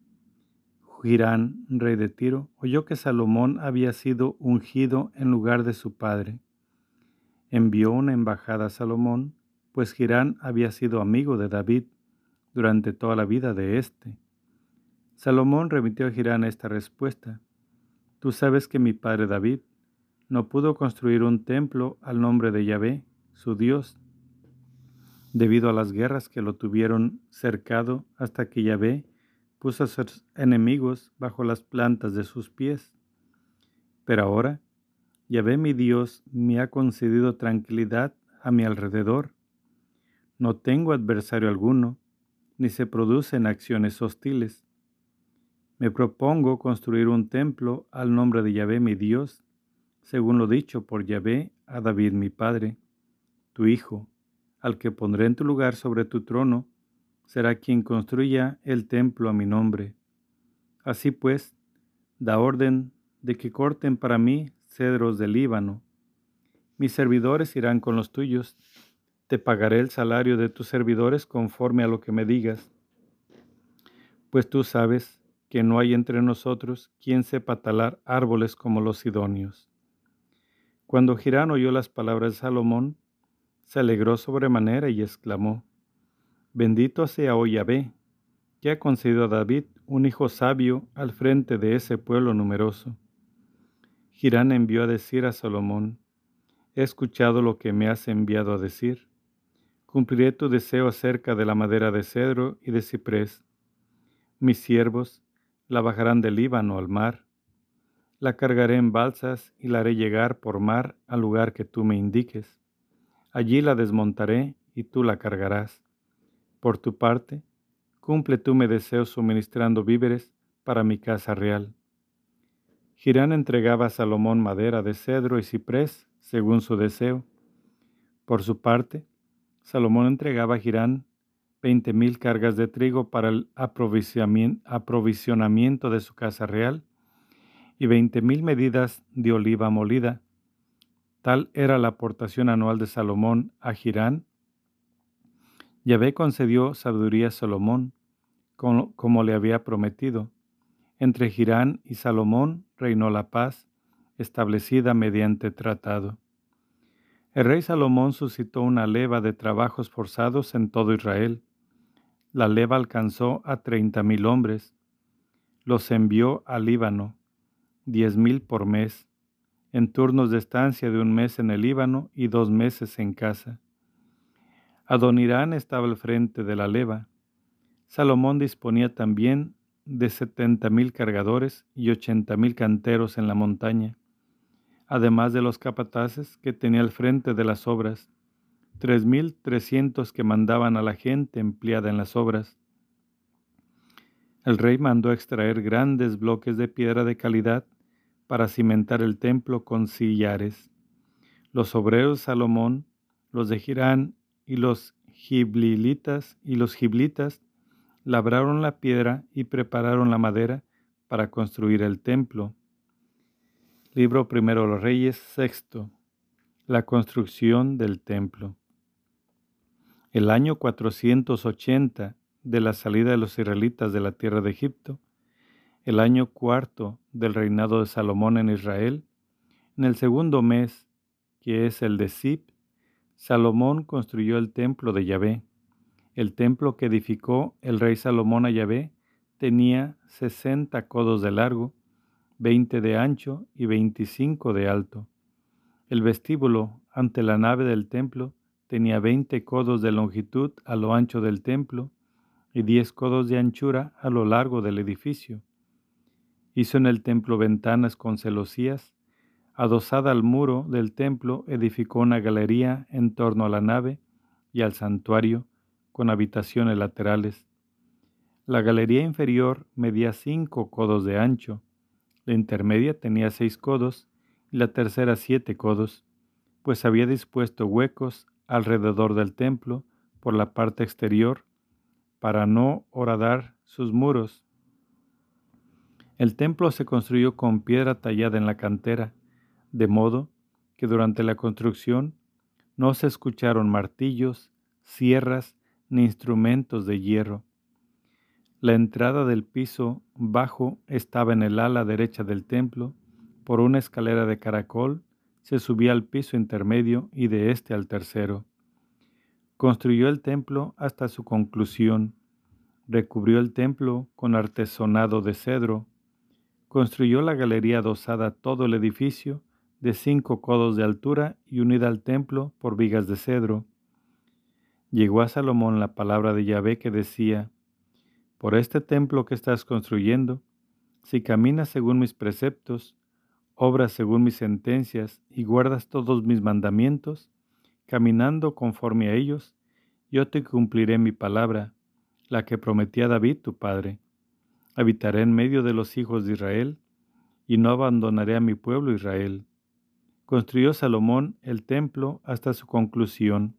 Hirán, rey de Tiro, oyó que Salomón había sido ungido en lugar de su padre. Envió una embajada a Salomón, pues Hirán había sido amigo de David durante toda la vida de éste. Salomón remitió a Hirán esta respuesta: Tú sabes que mi padre David no pudo construir un templo al nombre de Yahvé, su Dios, debido a las guerras que lo tuvieron cercado hasta que Yahvé puso a sus enemigos bajo las plantas de sus pies. Pero ahora, Yahvé mi Dios me ha concedido tranquilidad a mi alrededor. No tengo adversario alguno, ni se producen acciones hostiles. Me propongo construir un templo al nombre de Yahvé mi Dios, según lo dicho por Yahvé a David mi padre. Tu hijo, al que pondré en tu lugar sobre tu trono, será quien construya el templo a mi nombre. Así pues, da orden de que corten para mí cedros del Líbano. Mis servidores irán con los tuyos. Te pagaré el salario de tus servidores conforme a lo que me digas. Pues tú sabes que no hay entre nosotros quien sepa talar árboles como los sidonios. Cuando Hirán oyó las palabras de Salomón, se alegró sobremanera y exclamó: Bendito sea hoy Yahvé, que ha concedido a David un hijo sabio al frente de ese pueblo numeroso. Hirán envió a decir a Salomón: He escuchado lo que me has enviado a decir. Cumpliré tu deseo acerca de la madera de cedro y de ciprés. Mis siervos la bajarán del Líbano al mar. La cargaré en balsas y la haré llegar por mar al lugar que tú me indiques. Allí la desmontaré y tú la cargarás. Por tu parte, cumple tú mi deseo suministrando víveres para mi casa real. Hirán entregaba a Salomón madera de cedro y ciprés según su deseo. Por su parte, Salomón entregaba a Hirán veinte mil cargas de trigo para el aprovisionamiento de su casa real y veinte mil medidas de oliva molida. Tal era la aportación anual de Salomón a Hirán. Yahvé concedió sabiduría a Salomón, como, como le había prometido. Entre Hirán y Salomón reinó la paz, establecida mediante tratado. El rey Salomón suscitó una leva de trabajos forzados en todo Israel. La leva alcanzó a treinta mil hombres. Los envió al Líbano, diez mil por mes, en turnos de estancia de un mes en el Líbano y dos meses en casa. Adonirán estaba al frente de la leva. Salomón disponía también de setenta mil cargadores y ochenta mil canteros en la montaña, además de los capataces que tenía al frente de las obras, tres mil trescientos que mandaban a la gente empleada en las obras. El rey mandó extraer grandes bloques de piedra de calidad para cimentar el templo con sillares. Los obreros de Salomón, los de Hirán y los giblitas y los giblitas labraron la piedra y prepararon la madera para construir el templo. Libro Primero de los Reyes, sexto. La construcción del templo. El año cuatrocientos ochenta de la salida de los israelitas de la tierra de Egipto, el año cuarto del reinado de Salomón en Israel, en el segundo mes, que es el de Sib, Salomón construyó el templo de Yahvé. El templo que edificó el rey Salomón a Yahvé tenía sesenta codos de largo, veinte de ancho y veinticinco de alto. El vestíbulo ante la nave del templo tenía veinte codos de longitud a lo ancho del templo y diez codos de anchura a lo largo del edificio. Hizo en el templo ventanas con celosías. Adosada al muro del templo, edificó una galería en torno a la nave y al santuario, con habitaciones laterales. La galería inferior medía cinco codos de ancho, la intermedia tenía seis codos y la tercera siete codos, pues había dispuesto huecos alrededor del templo por la parte exterior para no horadar sus muros. El templo se construyó con piedra tallada en la cantera, de modo que durante la construcción no se escucharon martillos, sierras ni instrumentos de hierro. La entrada del piso bajo estaba en el ala derecha del templo. Por una escalera de caracol se subía al piso intermedio y de este al tercero. Construyó el templo hasta su conclusión. Recubrió el templo con artesonado de cedro. Construyó la galería adosada a todo el edificio, de cinco codos de altura y unida al templo por vigas de cedro. Llegó a Salomón la palabra de Yahvé que decía: por este templo que estás construyendo, si caminas según mis preceptos, obras según mis sentencias y guardas todos mis mandamientos, caminando conforme a ellos, yo te cumpliré mi palabra, la que prometí a David tu padre. Habitaré en medio de los hijos de Israel, y no abandonaré a mi pueblo Israel. Construyó Salomón el templo hasta su conclusión.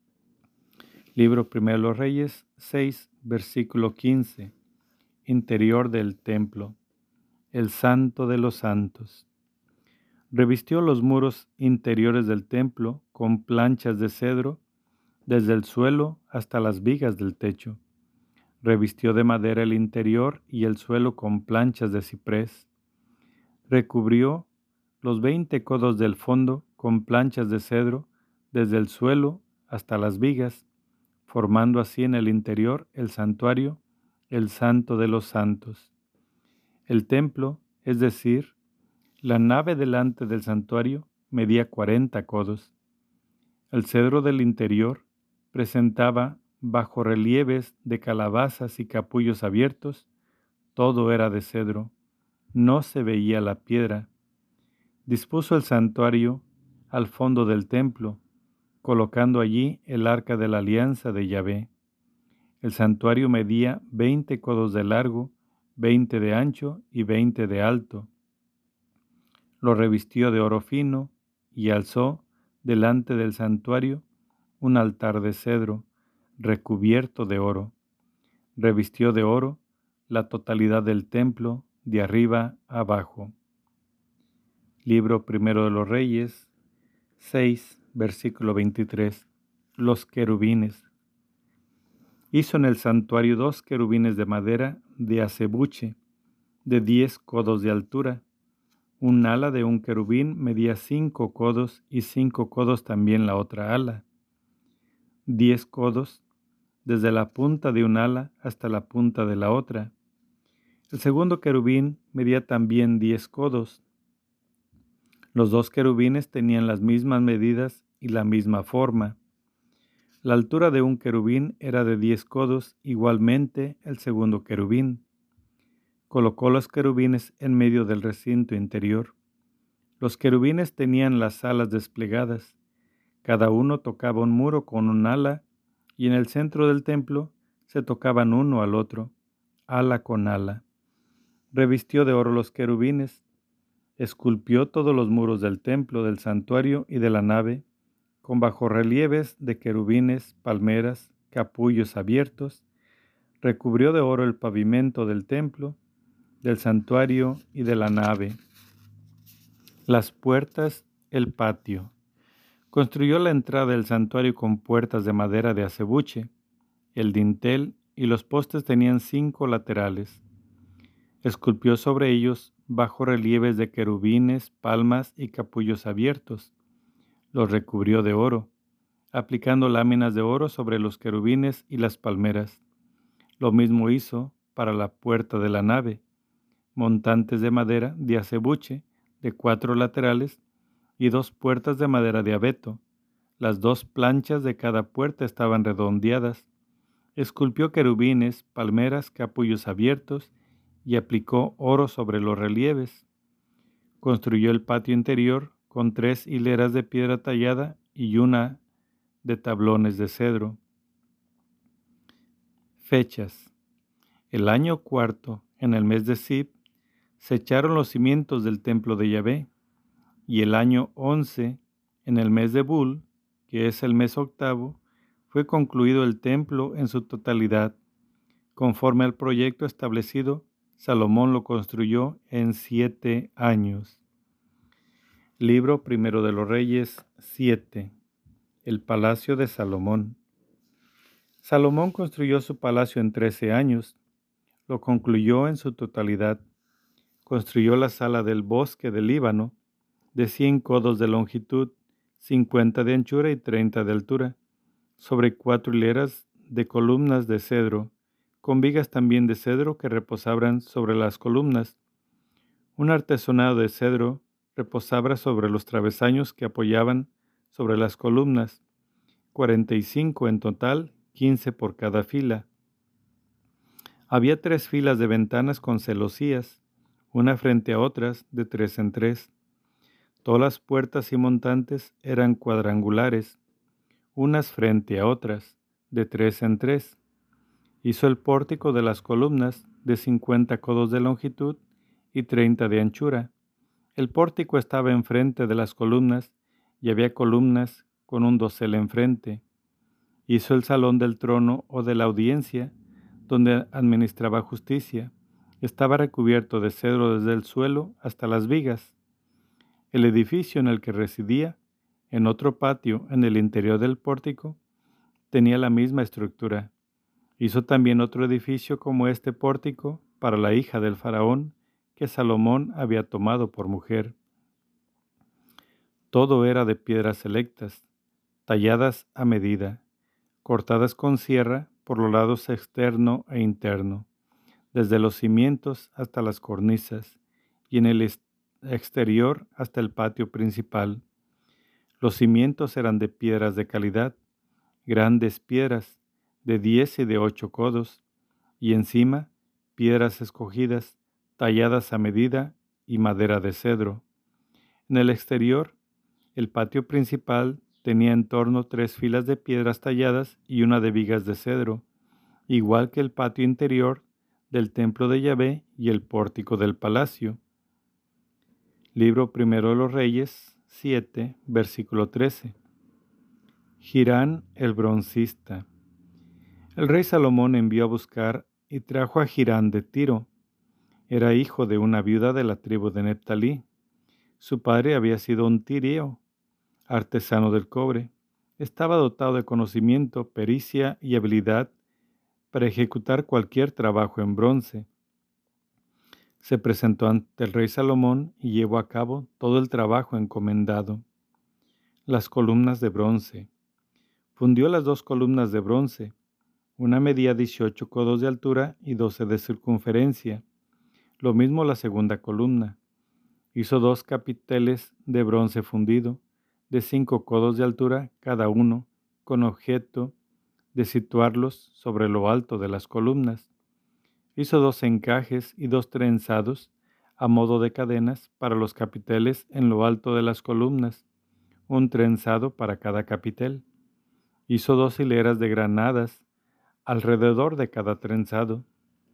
Libro Primero de los Reyes seis, versículo quince. Interior del templo. El Santo de los Santos. Revistió los muros interiores del templo con planchas de cedro, desde el suelo hasta las vigas del techo. Revistió de madera el interior y el suelo con planchas de ciprés. Recubrió los veinte codos del fondo con planchas de cedro, desde el suelo hasta las vigas, formando así en el interior el santuario, el Santo de los Santos. El templo, es decir, la nave delante del santuario, medía cuarenta codos. El cedro del interior presentaba bajorrelieves de calabazas y capullos abiertos. Todo era de cedro, no se veía la piedra. Dispuso el santuario al fondo del templo, colocando allí el arca de la alianza de Yahvé. El santuario medía veinte codos de largo, veinte de ancho y veinte de alto. Lo revistió de oro fino y alzó delante del santuario un altar de cedro recubierto de oro. Revistió de oro la totalidad del templo de arriba a abajo. Libro Primero de los Reyes seis, versículo veintitrés. Los querubines. Hizo en el santuario dos querubines de madera de acebuche, de diez codos de altura. Un ala de un querubín medía cinco codos y cinco codos también la otra ala. Diez codos desde la punta de un ala hasta la punta de la otra. El segundo querubín medía también diez codos. Los dos querubines tenían las mismas medidas y la misma forma. La altura de un querubín era de diez codos, igualmente el segundo querubín. Colocó los querubines en medio del recinto interior. Los querubines tenían las alas desplegadas. Cada uno tocaba un muro con un ala, y en el centro del templo se tocaban uno al otro, ala con ala. Revistió de oro los querubines. Esculpió todos los muros del templo, del santuario y de la nave, con bajorrelieves de querubines, palmeras, capullos abiertos. Recubrió de oro el pavimento del templo, del santuario y de la nave. Las puertas, el patio. Construyó la entrada del santuario con puertas de madera de acebuche. El dintel y los postes tenían cinco laterales. Esculpió sobre ellos bajorrelieves de querubines, palmas y capullos abiertos. Los recubrió de oro, aplicando láminas de oro sobre los querubines y las palmeras. Lo mismo hizo para la puerta de la nave, montantes de madera de acebuche de cuatro laterales y dos puertas de madera de abeto. Las dos planchas de cada puerta estaban redondeadas. Esculpió querubines, palmeras, capullos abiertos y aplicó oro sobre los relieves. Construyó el patio interior con tres hileras de piedra tallada y una de tablones de cedro. Fechas. El año cuarto, en el mes de Sib, se echaron los cimientos del templo de Yahvé, y el año once, en el mes de Bul, que es el mes octavo, fue concluido el templo en su totalidad. Conforme al proyecto establecido, Salomón lo construyó en siete años. Libro Primero de los Reyes siete. El palacio de Salomón. Salomón construyó su palacio en trece años, lo concluyó en su totalidad. Construyó la sala del bosque del Líbano, de cien codos de longitud, cincuenta de anchura y treinta de altura, sobre cuatro hileras de columnas de cedro, con vigas también de cedro que reposaban sobre las columnas. Un artesonado de cedro reposaba sobre los travesaños que apoyaban sobre las columnas, cuarenta y cinco en total, quince por cada fila. Había tres filas de ventanas con celosías, una frente a otras, de tres en tres. Todas las puertas y montantes eran cuadrangulares, unas frente a otras, de tres en tres. Hizo el pórtico de las columnas de cincuenta codos de longitud y treinta de anchura. El pórtico estaba enfrente de las columnas y había columnas con un dosel enfrente. Hizo el salón del trono o de la audiencia, donde administraba justicia. Estaba recubierto de cedro desde el suelo hasta las vigas. El edificio en el que residía, en otro patio en el interior del pórtico, tenía la misma estructura. Hizo también otro edificio como este pórtico para la hija del faraón que Salomón había tomado por mujer. Todo era de piedras selectas, talladas a medida, cortadas con sierra por los lados externo e interno, desde los cimientos hasta las cornisas, y en el exterior hasta el patio principal. Los cimientos eran de piedras de calidad, grandes piedras, de diez y de ocho codos, y encima piedras escogidas, talladas a medida y madera de cedro. En el exterior, el patio principal tenía en torno tres filas de piedras talladas y una de vigas de cedro, igual que el patio interior del templo de Yahvé y el pórtico del palacio. Libro Primero de los Reyes, siete, versículo trece. Hirán el broncista. El rey Salomón envió a buscar y trajo a Hirán de Tiro. Era hijo de una viuda de la tribu de Neptalí. Su padre había sido un tirio, artesano del cobre. Estaba dotado de conocimiento, pericia y habilidad para ejecutar cualquier trabajo en bronce. Se presentó ante el rey Salomón y llevó a cabo todo el trabajo encomendado. Las columnas de bronce. Fundió las dos columnas de bronce. Una medía dieciocho codos de altura y doce de circunferencia. Lo mismo la segunda columna. Hizo dos capiteles de bronce fundido, de cinco codos de altura cada uno, con objeto de situarlos sobre lo alto de las columnas. Hizo dos encajes y dos trenzados a modo de cadenas para los capiteles en lo alto de las columnas, un trenzado para cada capitel. Hizo dos hileras de granadas alrededor de cada trenzado.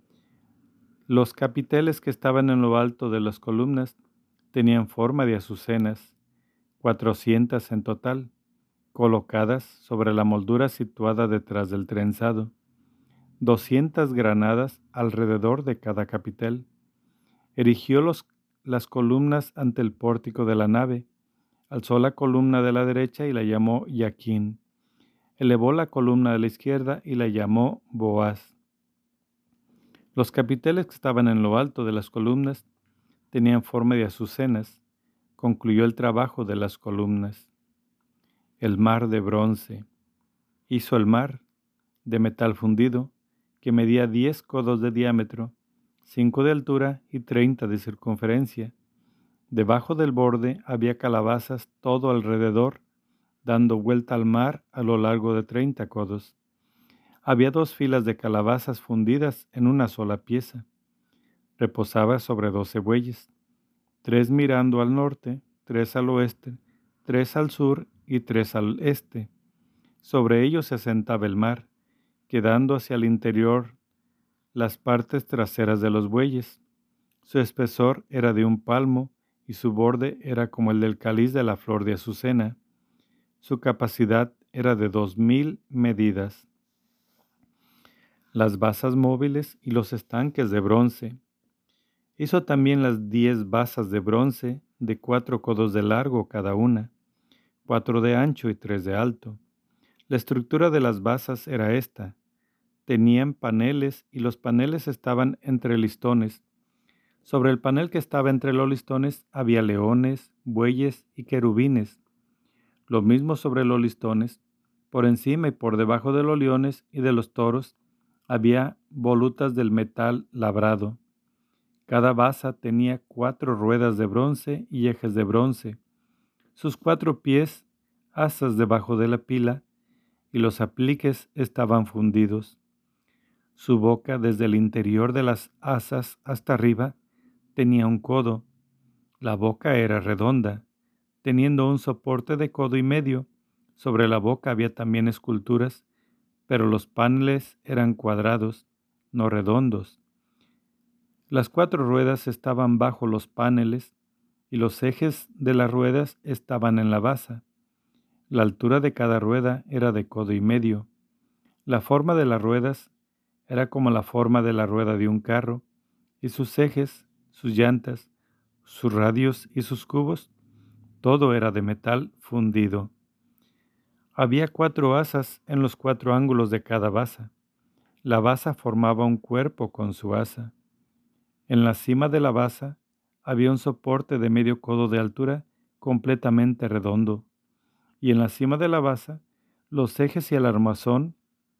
Los capiteles que estaban en lo alto de las columnas tenían forma de azucenas, cuatrocientas en total, colocadas sobre la moldura situada detrás del trenzado. Doscientas granadas alrededor de cada capitel. Erigió los, las columnas ante el pórtico de la nave. Alzó la columna de la derecha y la llamó Yaquín. Elevó la columna de la izquierda y la llamó Boaz. Los capiteles que estaban en lo alto de las columnas tenían forma de azucenas. Concluyó el trabajo de las columnas. El mar de bronce. Hizo el mar de metal fundido, que medía diez codos de diámetro, cinco de altura y treinta de circunferencia. Debajo del borde había calabazas todo alrededor, dando vuelta al mar a lo largo de treinta codos. Había dos filas de calabazas fundidas en una sola pieza. Reposaba sobre doce bueyes, tres mirando al norte, tres al oeste, tres al sur y tres al este. Sobre ellos se asentaba el mar, quedando hacia el interior las partes traseras de los bueyes. Su espesor era de un palmo y su borde era como el del cáliz de la flor de azucena. Su capacidad era de dos mil medidas. Las basas móviles y los estanques de bronce. Hizo también las diez basas de bronce de cuatro codos de largo cada una, cuatro de ancho y tres de alto. La estructura de las basas era esta: tenían paneles y los paneles estaban entre listones. Sobre el panel que estaba entre los listones había leones, bueyes y querubines. Lo mismo sobre los listones. Por encima y por debajo de los leones y de los toros había volutas del metal labrado. Cada basa tenía cuatro ruedas de bronce y ejes de bronce. Sus cuatro pies, asas debajo de la pila, y los apliques estaban fundidos. Su boca, desde el interior de las asas hasta arriba, tenía un codo. La boca era redonda, teniendo un soporte de codo y medio. Sobre la boca había también esculturas, pero los paneles eran cuadrados, no redondos. Las cuatro ruedas estaban bajo los paneles y los ejes de las ruedas estaban en la basa. La altura de cada rueda era de codo y medio. La forma de las ruedas era como la forma de la rueda de un carro, y sus ejes, sus llantas, sus radios y sus cubos, todo era de metal fundido. Había cuatro asas en los cuatro ángulos de cada basa. La basa formaba un cuerpo con su asa. En la cima de la basa había un soporte de medio codo de altura completamente redondo, y en la cima de la basa los ejes y el armazón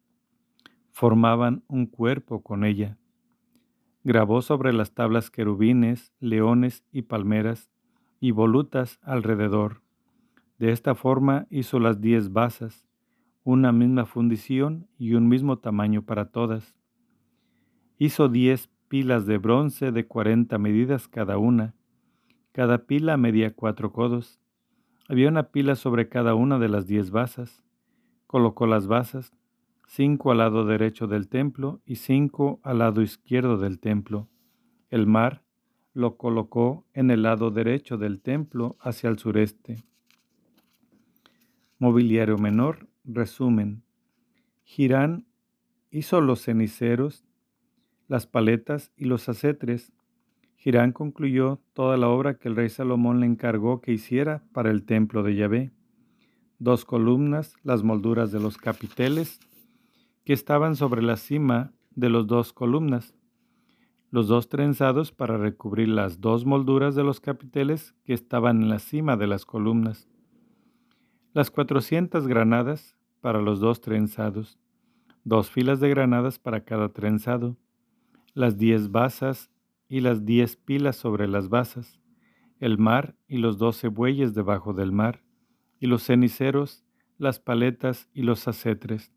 formaban un cuerpo con ella. Grabó sobre las tablas querubines, leones y palmeras, y volutas alrededor. De esta forma hizo las diez basas, una misma fundición y un mismo tamaño para todas. Hizo diez pilas de bronce de cuarenta medidas cada una. Cada pila medía cuatro codos. Había una pila sobre cada una de las diez basas. Colocó las basas, cinco al lado derecho del templo y cinco al lado izquierdo del templo. El mar lo colocó en el lado derecho del templo hacia el sureste. Mobiliario menor, resumen. Hirán hizo los ceniceros, las paletas y los acetres. Hirán concluyó toda la obra que el rey Salomón le encargó que hiciera para el templo de Yahvé. Dos columnas, las molduras de los capiteles, que estaban sobre la cima de las dos columnas. Los dos trenzados para recubrir las dos molduras de los capiteles que estaban en la cima de las columnas. Las cuatrocientas granadas para los dos trenzados. Dos filas de granadas para cada trenzado. Las diez basas y las diez pilas sobre las basas. El mar y los doce bueyes debajo del mar. Y los ceniceros, las paletas y los acetres.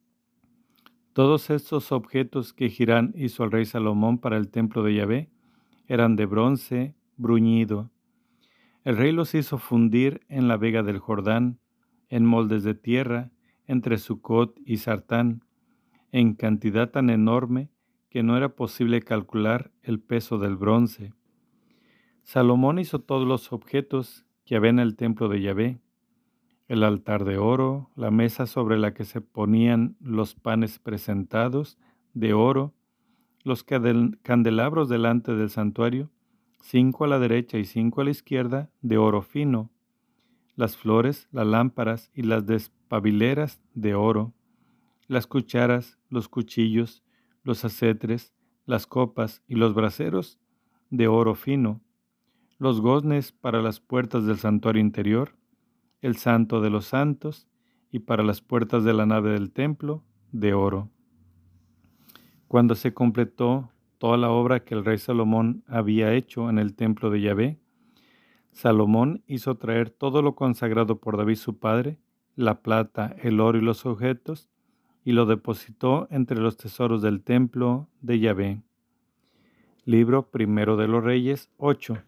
Todos estos objetos que Hirán hizo al rey Salomón para el templo de Yahvé eran de bronce bruñido. El rey los hizo fundir en la vega del Jordán, en moldes de tierra, entre Sucot y Sartán, en cantidad tan enorme que no era posible calcular el peso del bronce. Salomón hizo todos los objetos que había en el templo de Yahvé: el altar de oro, la mesa sobre la que se ponían los panes presentados, de oro, los candelabros delante del santuario, cinco a la derecha y cinco a la izquierda, de oro fino, las flores, las lámparas y las despabileras de oro, las cucharas, los cuchillos, los acetres, las copas y los braseros, de oro fino, los goznes para las puertas del santuario interior, el santo de los santos, y para las puertas de la nave del templo, de oro. Cuando se completó toda la obra que el rey Salomón había hecho en el templo de Yahvé, Salomón hizo traer todo lo consagrado por David su padre, la plata, el oro y los objetos, y lo depositó entre los tesoros del templo de Yahvé. Libro primero de los Reyes, ocho.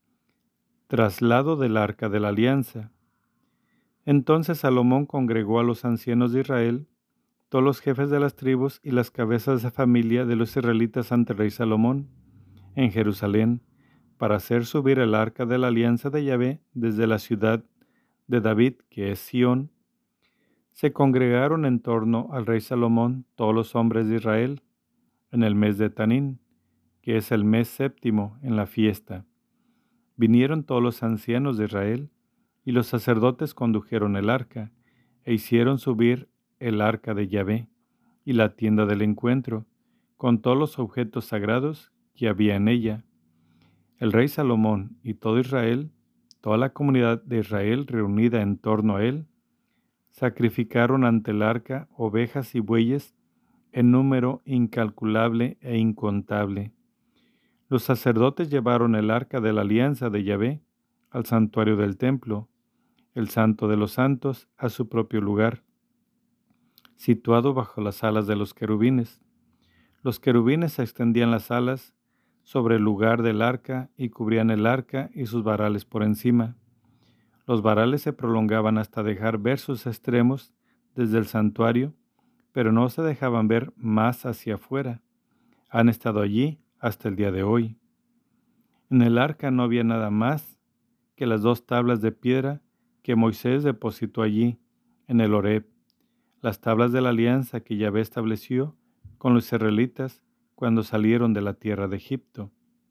Traslado del Arca de la Alianza. Entonces Salomón congregó a los ancianos de Israel, todos los jefes de las tribus y las cabezas de familia de los israelitas ante el rey Salomón, en Jerusalén, para hacer subir el arca de la alianza de Yahvé desde la ciudad de David, que es Sión. Se congregaron en torno al rey Salomón todos los hombres de Israel, en el mes de Tanín, que es el mes séptimo en la fiesta. Vinieron todos los ancianos de Israel, y los sacerdotes condujeron el arca, e hicieron subir el arca de Yahvé, y la tienda del encuentro, con todos los objetos sagrados que había en ella. El rey Salomón y todo Israel, toda la comunidad de Israel reunida en torno a él, sacrificaron ante el arca ovejas y bueyes en número incalculable e incontable. Los sacerdotes llevaron el arca de la alianza de Yahvé al santuario del templo, el santo de los santos a su propio lugar, situado bajo las alas de los querubines. Los querubines extendían las alas sobre el lugar del arca y cubrían el arca y sus varales por encima. Los varales se prolongaban hasta dejar ver sus extremos desde el santuario, pero no se dejaban ver más hacia afuera. Han estado allí hasta el día de hoy. En el arca no había nada más que las dos tablas de piedra que Moisés depositó allí, en el Horeb, las tablas de la alianza que Yahvé estableció con los israelitas cuando salieron de la tierra de Egipto.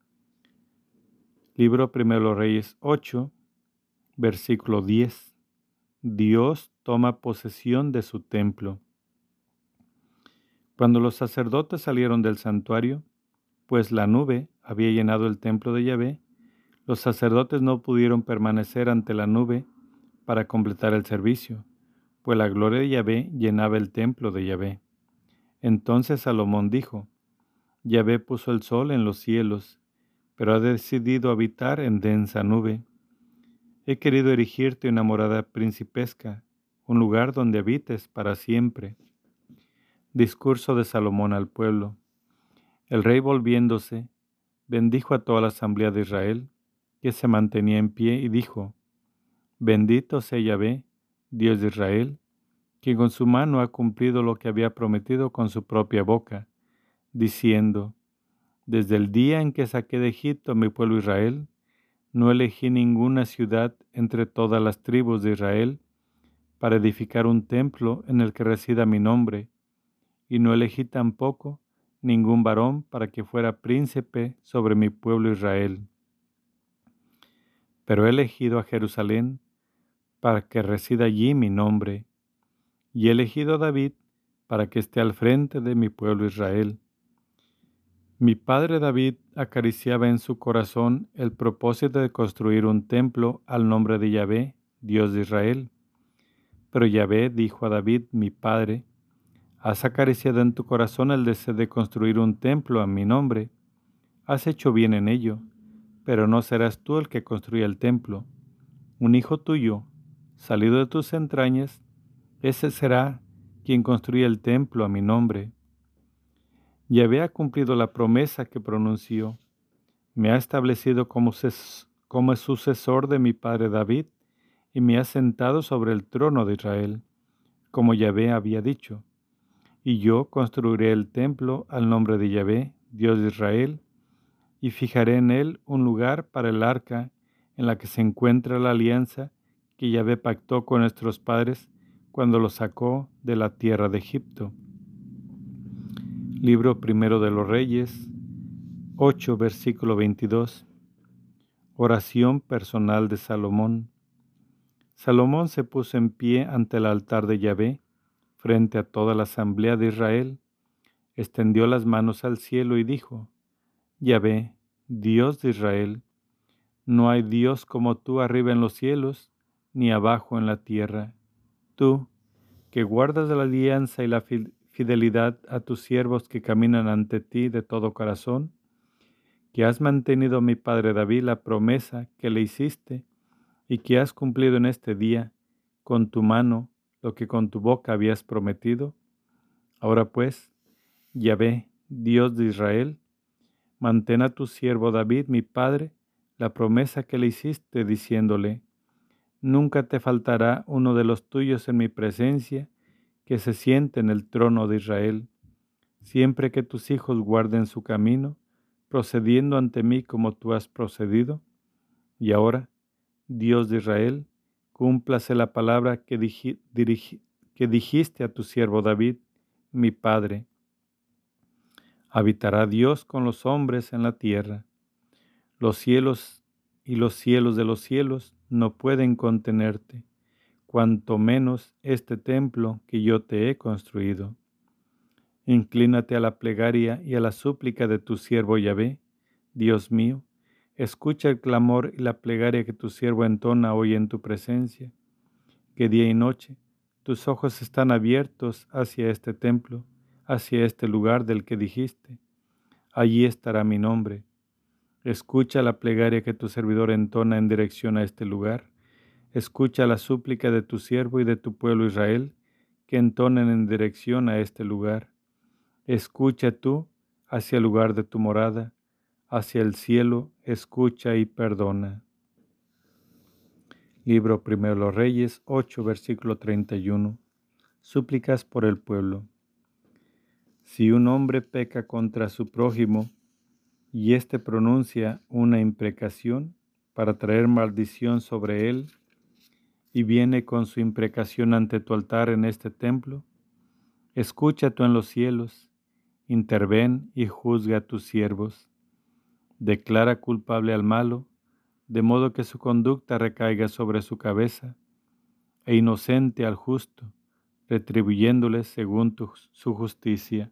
Libro Primero de los Reyes ocho, versículo diez. Dios toma posesión de su templo. Cuando los sacerdotes salieron del santuario, pues la nube había llenado el templo de Yahvé, los sacerdotes no pudieron permanecer ante la nube para completar el servicio, pues la gloria de Yahvé llenaba el templo de Yahvé. Entonces Salomón dijo: Yahvé puso el sol en los cielos, pero ha decidido habitar en densa nube. He querido erigirte una morada principesca, un lugar donde habites para siempre. Discurso de Salomón al pueblo. El rey, volviéndose, bendijo a toda la asamblea de Israel, que se mantenía en pie, y dijo: Bendito sea Yahvé, Dios de Israel, quien con su mano ha cumplido lo que había prometido con su propia boca, diciendo: Desde el día en que saqué de Egipto a mi pueblo Israel, no elegí ninguna ciudad entre todas las tribus de Israel para edificar un templo en el que resida mi nombre, y no elegí tampoco ningún varón para que fuera príncipe sobre mi pueblo Israel. Pero he elegido a Jerusalén para que resida allí mi nombre, y he elegido a David para que esté al frente de mi pueblo Israel. Mi padre David acariciaba en su corazón el propósito de construir un templo al nombre de Yahvé, Dios de Israel. Pero Yahvé dijo a David, mi padre: Has acariciado en tu corazón el deseo de construir un templo a mi nombre. Has hecho bien en ello, pero no serás tú el que construya el templo. Un hijo tuyo, salido de tus entrañas, ese será quien construya el templo a mi nombre. Yahvé ha cumplido la promesa que pronunció. Me ha establecido como, ses- como sucesor de mi padre David y me ha sentado sobre el trono de Israel, como Yahvé había dicho. Y yo construiré el templo al nombre de Yahvé, Dios de Israel, y fijaré en él un lugar para el arca en la que se encuentra la alianza que Yahvé pactó con nuestros padres cuando los sacó de la tierra de Egipto. Libro Primero de los Reyes ocho, versículo veintidós. Oración personal de Salomón. Salomón se puso en pie ante el altar de Yahvé, frente a toda la asamblea de Israel, extendió las manos al cielo y dijo: Yahvé, Dios de Israel, no hay Dios como tú arriba en los cielos, ni abajo en la tierra. Tú, que guardas la alianza y la fidelidad a tus siervos que caminan ante ti de todo corazón, que has mantenido a mi padre David la promesa que le hiciste, y que has cumplido en este día con tu mano lo que con tu boca habías prometido. Ahora pues, Yahvé, Dios de Israel, mantén a tu siervo David, mi padre, la promesa que le hiciste, diciéndole: Nunca te faltará uno de los tuyos en mi presencia que se siente en el trono de Israel, siempre que tus hijos guarden su camino, procediendo ante mí como tú has procedido. Y ahora, Dios de Israel, cúmplase la palabra que, dij, dirigi, que dijiste a tu siervo David, mi padre. Habitará Dios con los hombres en la tierra. Los cielos y los cielos de los cielos no pueden contenerte, cuanto menos este templo que yo te he construido. Inclínate a la plegaria y a la súplica de tu siervo Yahvé, Dios mío. Escucha el clamor y la plegaria que tu siervo entona hoy en tu presencia, que día y noche tus ojos están abiertos hacia este templo, hacia este lugar del que dijiste: allí estará mi nombre. Escucha la plegaria que tu servidor entona en dirección a este lugar. Escucha la súplica de tu siervo y de tu pueblo Israel, que entonan en dirección a este lugar. Escucha tú hacia el lugar de tu morada, hacia el cielo, escucha y perdona. Libro Primero de los Reyes, ocho, versículo treinta y uno. Súplicas por el pueblo. Si un hombre peca contra su prójimo y éste pronuncia una imprecación para traer maldición sobre él, y viene con su imprecación ante tu altar en este templo, escucha tú en los cielos, interven y juzga a tus siervos. Declara culpable al malo, de modo que su conducta recaiga sobre su cabeza, e inocente al justo, retribuyéndole según tu, su justicia.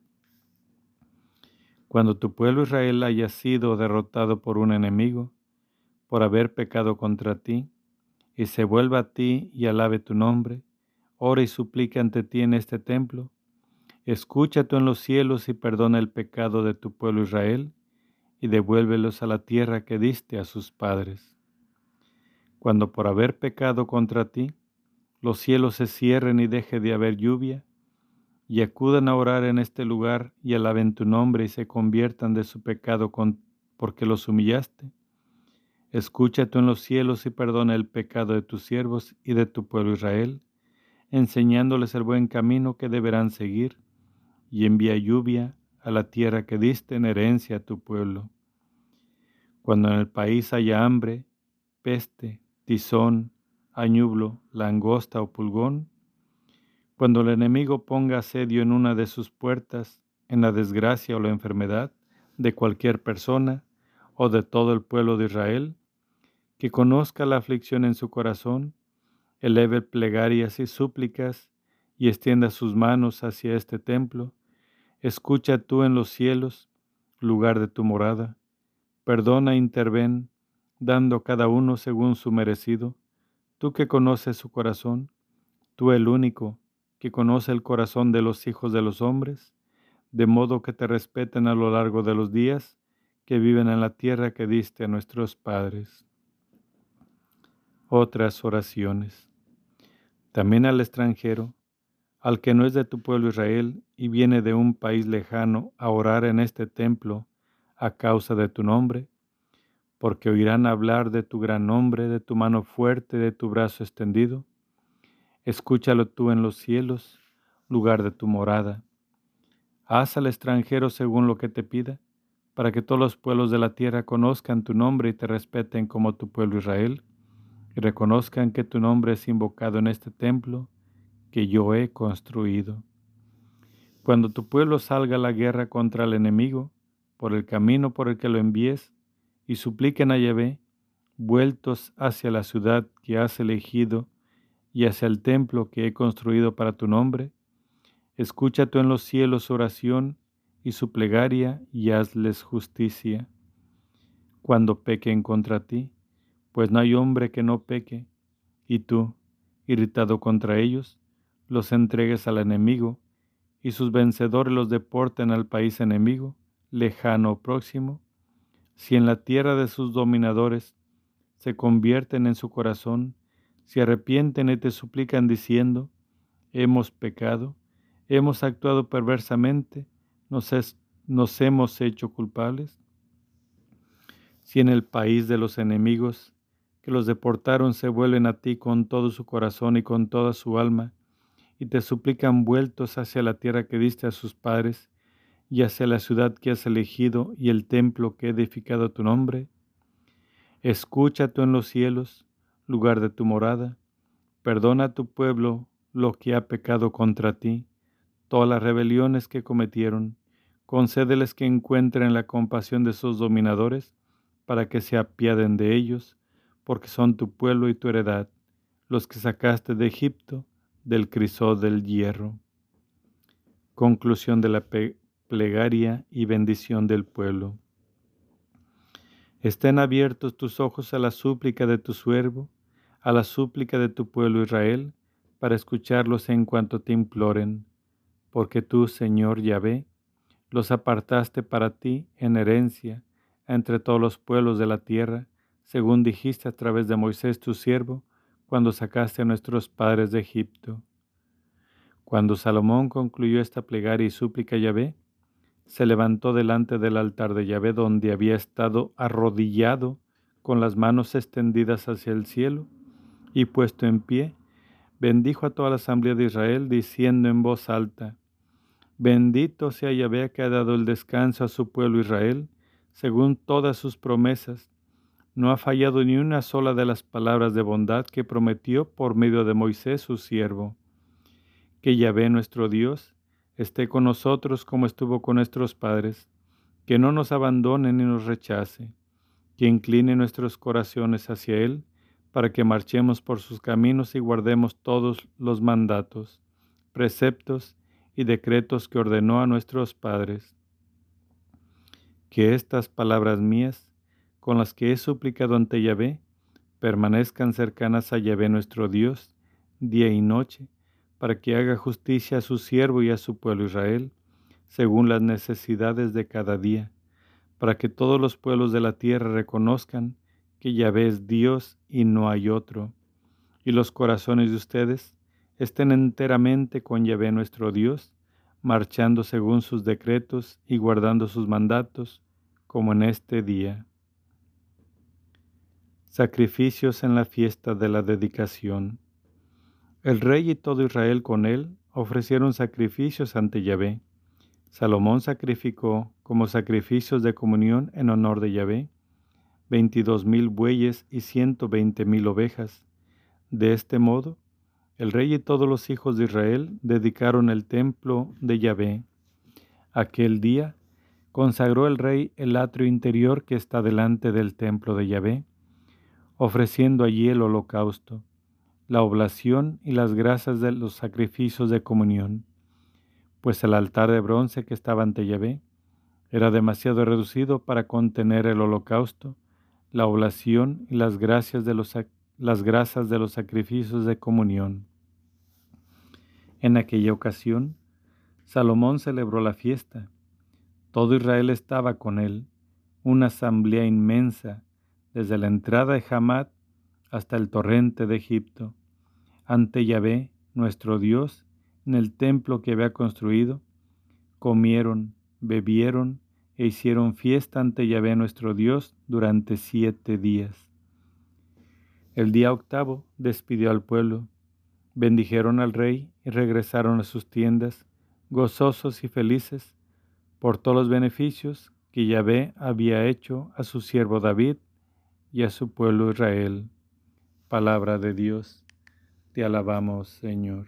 Cuando tu pueblo Israel haya sido derrotado por un enemigo, por haber pecado contra ti, y se vuelva a ti y alabe tu nombre, ora y suplica ante ti en este templo, escucha tú en los cielos y perdona el pecado de tu pueblo Israel, y devuélvelos a la tierra que diste a sus padres. Cuando por haber pecado contra ti, los cielos se cierren y deje de haber lluvia, y acudan a orar en este lugar y alaben tu nombre y se conviertan de su pecado con, porque los humillaste, escucha tú en los cielos y perdona el pecado de tus siervos y de tu pueblo Israel, enseñándoles el buen camino que deberán seguir, y envía lluvia a la tierra que diste en herencia a tu pueblo. Cuando en el país haya hambre, peste, tizón, añublo, langosta o pulgón, cuando el enemigo ponga asedio en una de sus puertas, en la desgracia o la enfermedad de cualquier persona o de todo el pueblo de Israel, que conozca la aflicción en su corazón, eleve plegarias y súplicas y extienda sus manos hacia este templo, escucha tú en los cielos, lugar de tu morada, perdona e interven, dando cada uno según su merecido, tú que conoces su corazón, tú el único que conoce el corazón de los hijos de los hombres, de modo que te respeten a lo largo de los días que viven en la tierra que diste a nuestros padres. Otras oraciones. También al extranjero, al que no es de tu pueblo Israel y viene de un país lejano a orar en este templo a causa de tu nombre, porque oirán hablar de tu gran nombre, de tu mano fuerte, de tu brazo extendido. Escúchalo tú en los cielos, lugar de tu morada. Haz al extranjero según lo que te pida, para que todos los pueblos de la tierra conozcan tu nombre y te respeten como tu pueblo Israel, y reconozcan que tu nombre es invocado en este templo que yo he construido. Cuando tu pueblo salga a la guerra contra el enemigo, por el camino por el que lo envíes, y supliquen a Yahvé, vueltos hacia la ciudad que has elegido y hacia el templo que he construido para tu nombre, escucha tú en los cielos su oración y su plegaria y hazles justicia. Cuando pequen contra ti, pues no hay hombre que no peque, y tú, irritado contra ellos, los entregues al enemigo, y sus vencedores los deporten al país enemigo, lejano o próximo, si en la tierra de sus dominadores se convierten en su corazón, se arrepienten y te suplican diciendo: hemos pecado, hemos actuado perversamente, nos, es, nos hemos hecho culpables. Si en el país de los enemigos que los deportaron se vuelven a ti con todo su corazón y con toda su alma, y te suplican vueltos hacia la tierra que diste a sus padres, y hacia la ciudad que has elegido y el templo que he edificado a tu nombre, escucha tú en los cielos, lugar de tu morada, perdona a tu pueblo lo que ha pecado contra ti, todas las rebeliones que cometieron, concédeles que encuentren la compasión de sus dominadores, para que se apiaden de ellos, porque son tu pueblo y tu heredad, los que sacaste de Egipto, del crisol del hierro. Conclusión de la plegaria y bendición del pueblo. Estén abiertos tus ojos a la súplica de tu siervo, a la súplica de tu pueblo Israel, para escucharlos en cuanto te imploren, porque tú, Señor Yahvé, los apartaste para ti en herencia entre todos los pueblos de la tierra, según dijiste a través de Moisés tu siervo, cuando sacaste a nuestros padres de Egipto. Cuando Salomón concluyó esta plegaria y súplica a Yahvé, se levantó delante del altar de Yahvé, donde había estado arrodillado con las manos extendidas hacia el cielo, y puesto en pie, bendijo a toda la asamblea de Israel, diciendo en voz alta: Bendito sea Yahvé, que ha dado el descanso a su pueblo Israel, según todas sus promesas. No ha fallado ni una sola de las palabras de bondad que prometió por medio de Moisés su siervo. Que Yahvé nuestro Dios esté con nosotros como estuvo con nuestros padres, que no nos abandone ni nos rechace, que incline nuestros corazones hacia Él, para que marchemos por sus caminos y guardemos todos los mandatos, preceptos y decretos que ordenó a nuestros padres. Que estas palabras mías, con las que he suplicado ante Yahvé, permanezcan cercanas a Yahvé nuestro Dios, día y noche, para que haga justicia a su siervo y a su pueblo Israel, según las necesidades de cada día, para que todos los pueblos de la tierra reconozcan que Yahvé es Dios y no hay otro, y los corazones de ustedes estén enteramente con Yahvé nuestro Dios, marchando según sus decretos y guardando sus mandatos, como en este día. Sacrificios en la fiesta de la dedicación. El rey y todo Israel con él ofrecieron sacrificios ante Yahvé. Salomón sacrificó como sacrificios de comunión en honor de Yahvé veintidós mil bueyes y ciento veinte mil ovejas. De este modo, el rey y todos los hijos de Israel dedicaron el templo de Yahvé. Aquel día consagró el rey el atrio interior que está delante del templo de Yahvé, ofreciendo allí el holocausto, la oblación y las grasas de los sacrificios de comunión, pues el altar de bronce que estaba ante Yahvé era demasiado reducido para contener el holocausto, la oblación y las, gracias de los, las grasas de los sacrificios de comunión. En aquella ocasión, Salomón celebró la fiesta. Todo Israel estaba con él, una asamblea inmensa, desde la entrada de Hamat hasta el torrente de Egipto, ante Yahvé, nuestro Dios, en el templo que había construido. Comieron, bebieron e hicieron fiesta ante Yahvé nuestro Dios durante siete días. El día octavo despidió al pueblo, bendijeron al rey y regresaron a sus tiendas, gozosos y felices, por todos los beneficios que Yahvé había hecho a su siervo David y a su pueblo Israel. Palabra de Dios. Te alabamos, Señor.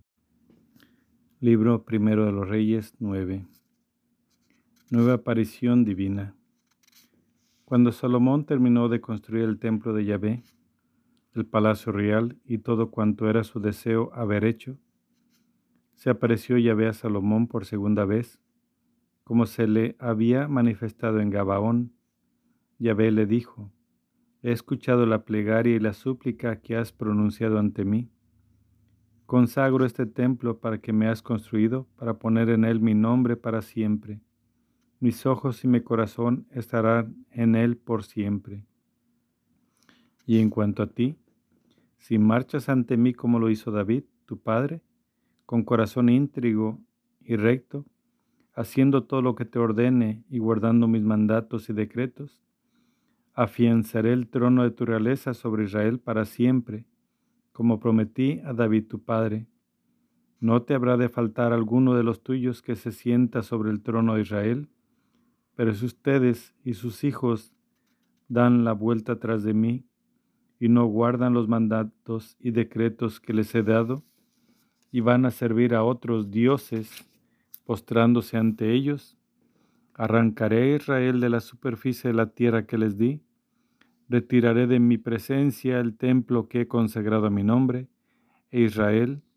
Libro primero de los Reyes nueve. Nueva aparición divina. Cuando Salomón terminó de construir el templo de Yahvé, el palacio real y todo cuanto era su deseo haber hecho, se apareció Yahvé a Salomón por segunda vez, como se le había manifestado en Gabaón. Yahvé le dijo: He escuchado la plegaria y la súplica que has pronunciado ante mí. Consagro este templo para que me has construido, para poner en él mi nombre para siempre. Mis ojos y mi corazón estarán en él por siempre. Y en cuanto a ti, si marchas ante mí como lo hizo David, tu padre, con corazón íntegro y recto, haciendo todo lo que te ordene y guardando mis mandatos y decretos, afianzaré el trono de tu realeza sobre Israel para siempre, como prometí a David tu padre. No te habrá de faltar alguno de los tuyos que se sienta sobre el trono de Israel, pero si ustedes y sus hijos dan la vuelta tras de mí y no guardan los mandatos y decretos que les he dado, y van a servir a otros dioses, postrándose ante ellos, arrancaré a Israel de la superficie de la tierra que les di, retiraré de mi presencia el templo que he consagrado a mi nombre, e Israel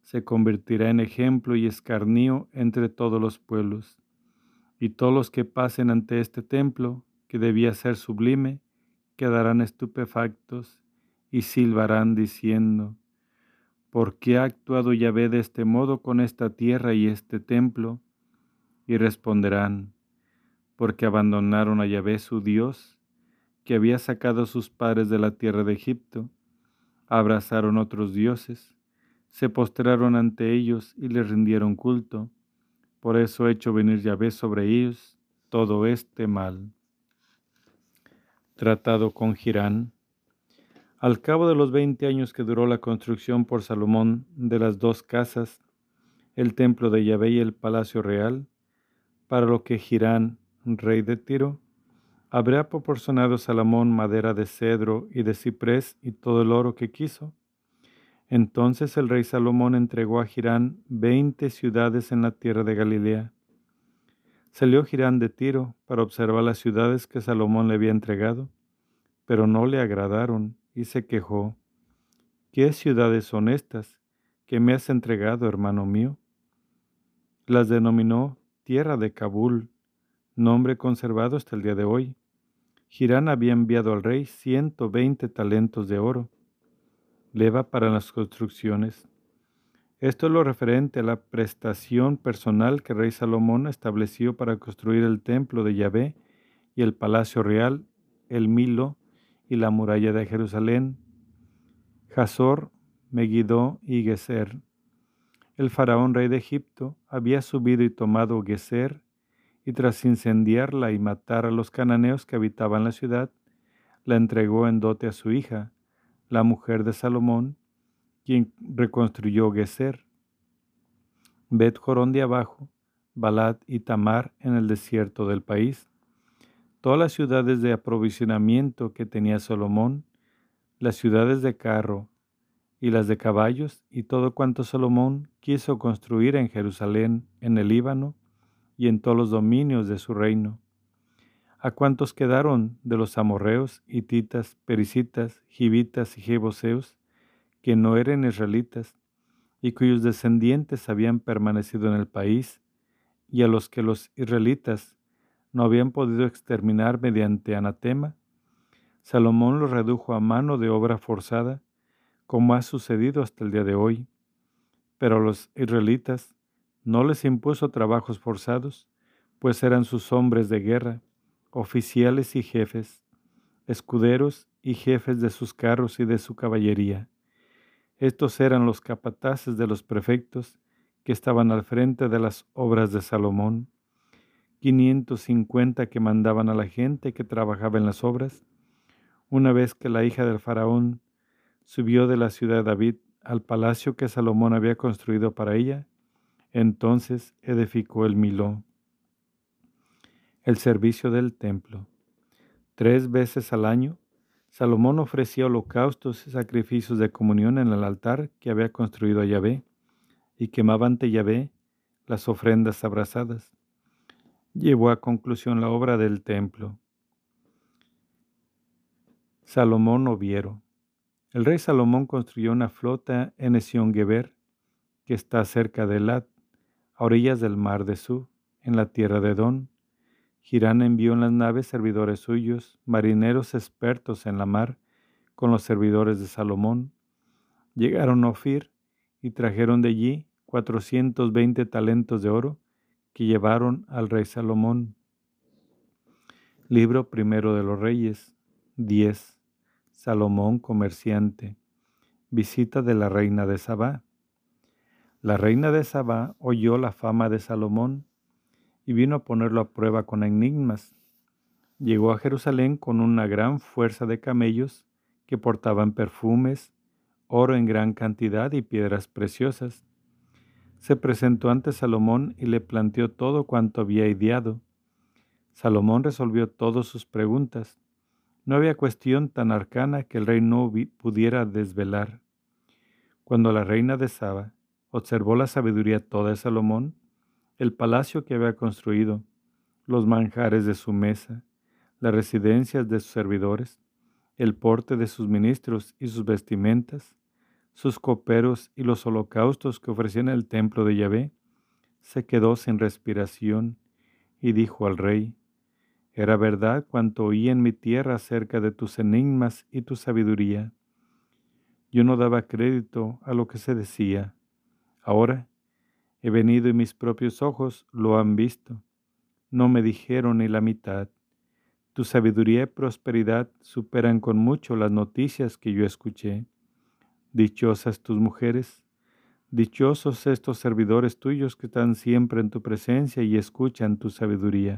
se convertirá en ejemplo y escarnio entre todos los pueblos. Y todos los que pasen ante este templo, que debía ser sublime, quedarán estupefactos y silbarán diciendo: ¿por qué ha actuado Yahvé de este modo con esta tierra y este templo? Y responderán: porque abandonaron a Yahvé su Dios, que había sacado a sus padres de la tierra de Egipto, abrazaron otros dioses, se postraron ante ellos y les rindieron culto. Por eso ha hecho venir Yahvé sobre ellos todo este mal. Tratado con Hirán. Al cabo de los veinte años que duró la construcción por Salomón de las dos casas, el templo de Yahvé y el palacio real, para lo que Hirán, rey de Tiro, habría proporcionado a Salomón madera de cedro y de ciprés y todo el oro que quiso. Entonces el rey Salomón entregó a Hirán veinte ciudades en la tierra de Galilea. Salió Hirán de Tiro para observar las ciudades que Salomón le había entregado, pero no le agradaron y se quejó: ¿qué ciudades son estas que me has entregado, hermano mío? Las denominó tierra de Kabul, nombre conservado hasta el día de hoy. Hirán había enviado al rey ciento veinte talentos de oro, leva para las construcciones. Esto es lo referente a la prestación personal que el rey Salomón estableció para construir el templo de Yahvé y el palacio real, el Milo y la muralla de Jerusalén, Hazor, Megiddo y Geser. El faraón rey de Egipto había subido y tomado Geser, y tras incendiarla y matar a los cananeos que habitaban la ciudad, la entregó en dote a su hija, la mujer de Salomón, quien reconstruyó Geser, Bet Jorón de abajo, Balat y Tamar en el desierto del país. Todas las ciudades de aprovisionamiento que tenía Salomón, las ciudades de carro y las de caballos, y todo cuanto Salomón quiso construir en Jerusalén, en el Líbano y en todos los dominios de su reino. ¿A cuántos quedaron de los amorreos, hititas, pericitas, givitas y jebuseos, que no eran israelitas, y cuyos descendientes habían permanecido en el país, y a los que los israelitas no habían podido exterminar mediante anatema? Salomón los redujo a mano de obra forzada, como ha sucedido hasta el día de hoy. Pero a los israelitas no les impuso trabajos forzados, pues eran sus hombres de guerra, oficiales y jefes, escuderos y jefes de sus carros y de su caballería. Estos eran los capataces de los prefectos que estaban al frente de las obras de Salomón, quinientos cincuenta que mandaban a la gente que trabajaba en las obras. Una vez que la hija del faraón subió de la ciudad de David al palacio que Salomón había construido para ella, entonces edificó el Miló. El servicio del templo. Tres veces al año, Salomón ofrecía holocaustos y sacrificios de comunión en el altar que había construido a Yahvé, y quemaba ante Yahvé las ofrendas abrazadas. Llevó a conclusión la obra del templo. Salomón Oviero. El rey Salomón construyó una flota en Esión-Geber, que está cerca de Elat, a orillas del mar de Suf, en la tierra de Edom. Hirán envió en las naves servidores suyos, marineros expertos en la mar, con los servidores de Salomón. Llegaron a Ofir y trajeron de allí cuatrocientos veinte talentos de oro que llevaron al rey Salomón. Libro primero de los Reyes. diez. Salomón comerciante. Visita de la reina de Sabá. La reina de Sabá oyó la fama de Salomón y vino a ponerlo a prueba con enigmas. Llegó a Jerusalén con una gran fuerza de camellos que portaban perfumes, oro en gran cantidad y piedras preciosas. Se presentó ante Salomón y le planteó todo cuanto había ideado. Salomón resolvió todas sus preguntas. No había cuestión tan arcana que el rey no pudiera desvelar. Cuando la reina de Saba observó la sabiduría toda de Salomón, el palacio que había construido, los manjares de su mesa, las residencias de sus servidores, el porte de sus ministros y sus vestimentas, sus coperos y los holocaustos que ofrecían en el templo de Yahvé, se quedó sin respiración y dijo al rey: Era verdad cuanto oí en mi tierra acerca de tus enigmas y tu sabiduría. Yo no daba crédito a lo que se decía. Ahora he venido y mis propios ojos lo han visto. No me dijeron ni la mitad. Tu sabiduría y prosperidad superan con mucho las noticias que yo escuché. Dichosas tus mujeres, dichosos estos servidores tuyos que están siempre en tu presencia y escuchan tu sabiduría.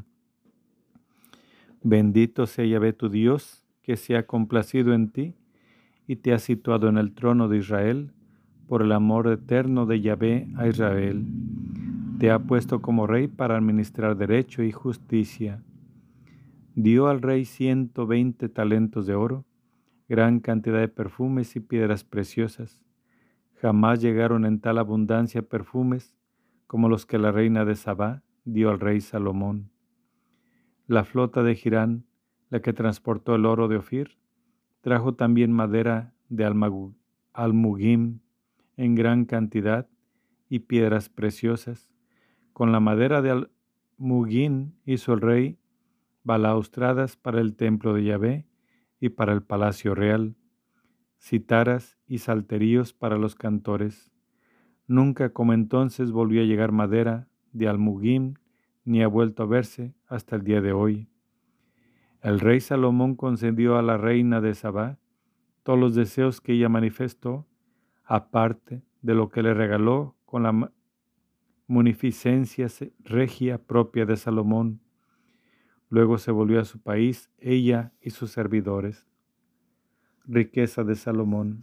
Bendito sea Yahvé tu Dios, que se ha complacido en ti y te ha situado en el trono de Israel, por el amor eterno de Yahvé a Israel. Te ha puesto como rey para administrar derecho y justicia. Dio al rey ciento veinte talentos de oro, gran cantidad de perfumes y piedras preciosas. Jamás llegaron en tal abundancia perfumes como los que la reina de Sabá dio al rey Salomón. La flota de Hirán, la que transportó el oro de Ofir, trajo también madera de almugim en gran cantidad y piedras preciosas. Con la madera de almugim hizo el rey balaustradas para el templo de Yahvé y para el palacio real, citaras y salterios para los cantores. Nunca como entonces volvió a llegar madera de almugim, ni ha vuelto a verse hasta el día de hoy. El rey Salomón concedió a la reina de Sabá todos los deseos que ella manifestó, aparte de lo que le regaló con la munificencia regia propia de Salomón. Luego se volvió a su país, ella y sus servidores. Riqueza de Salomón.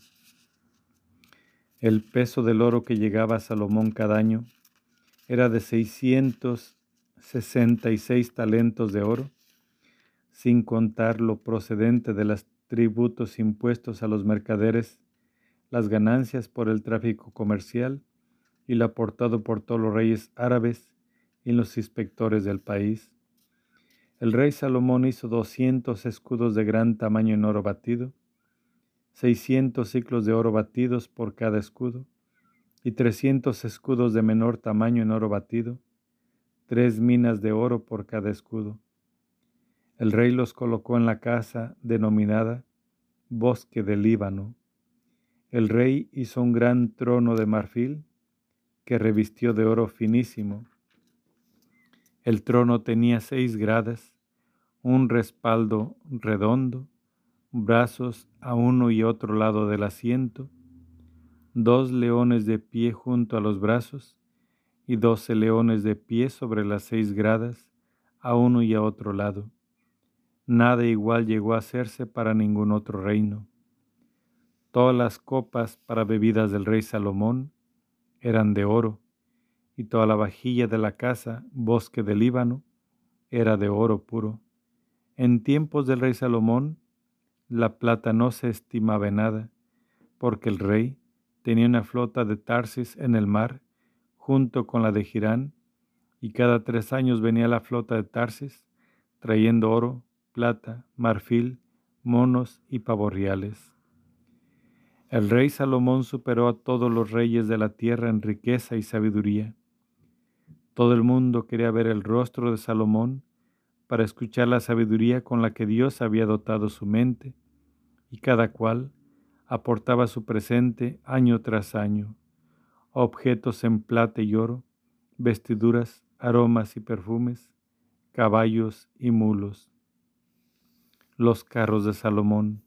El peso del oro que llegaba a Salomón cada año era de seiscientos sesenta y seis talentos de oro, sin contar lo procedente de los tributos impuestos a los mercaderes, las ganancias por el tráfico comercial y lo aportado por todos los reyes árabes y los inspectores del país. El rey Salomón hizo doscientos escudos de gran tamaño en oro batido, seiscientos ciclos de oro batidos por cada escudo, y trescientos escudos de menor tamaño en oro batido, tres minas de oro por cada escudo. El rey los colocó en la casa denominada Bosque del Líbano. El rey hizo un gran trono de marfil que revistió de oro finísimo. El trono tenía seis gradas, un respaldo redondo, brazos a uno y otro lado del asiento, dos leones de pie junto a los brazos y doce leones de pie sobre las seis gradas, a uno y a otro lado. Nada igual llegó a hacerse para ningún otro reino. Todas las copas para bebidas del rey Salomón eran de oro, y toda la vajilla de la casa, Bosque del Líbano, era de oro puro. En tiempos del rey Salomón, la plata no se estimaba en nada, porque el rey tenía una flota de Tarsis en el mar, junto con la de Hirán, y cada tres años venía la flota de Tarsis, trayendo oro, plata, marfil, monos y pavos reales. El rey Salomón superó a todos los reyes de la tierra en riqueza y sabiduría. Todo el mundo quería ver el rostro de Salomón para escuchar la sabiduría con la que Dios había dotado su mente, y cada cual aportaba su presente año tras año, objetos en plata y oro, vestiduras, aromas y perfumes, caballos y mulos. Los carros de Salomón.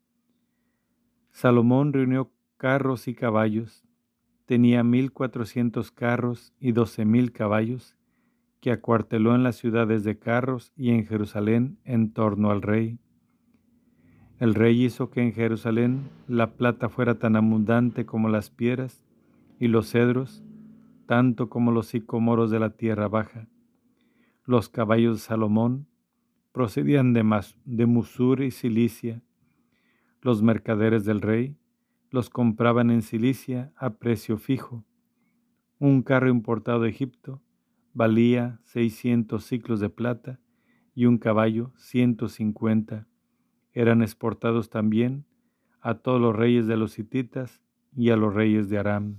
Salomón reunió carros y caballos. Tenía mil cuatrocientos carros y doce mil caballos, que acuarteló en las ciudades de carros y en Jerusalén en torno al rey. El rey hizo que en Jerusalén la plata fuera tan abundante como las piedras, y los cedros, tanto como los sicomoros de la tierra baja. Los caballos de Salomón procedían de, Mas, de Musur y Cilicia. Los mercaderes del rey los compraban en Cilicia a precio fijo. Un carro importado de Egipto valía seiscientos siclos de plata y un caballo ciento cincuenta. Eran exportados también a todos los reyes de los hititas y a los reyes de Aram.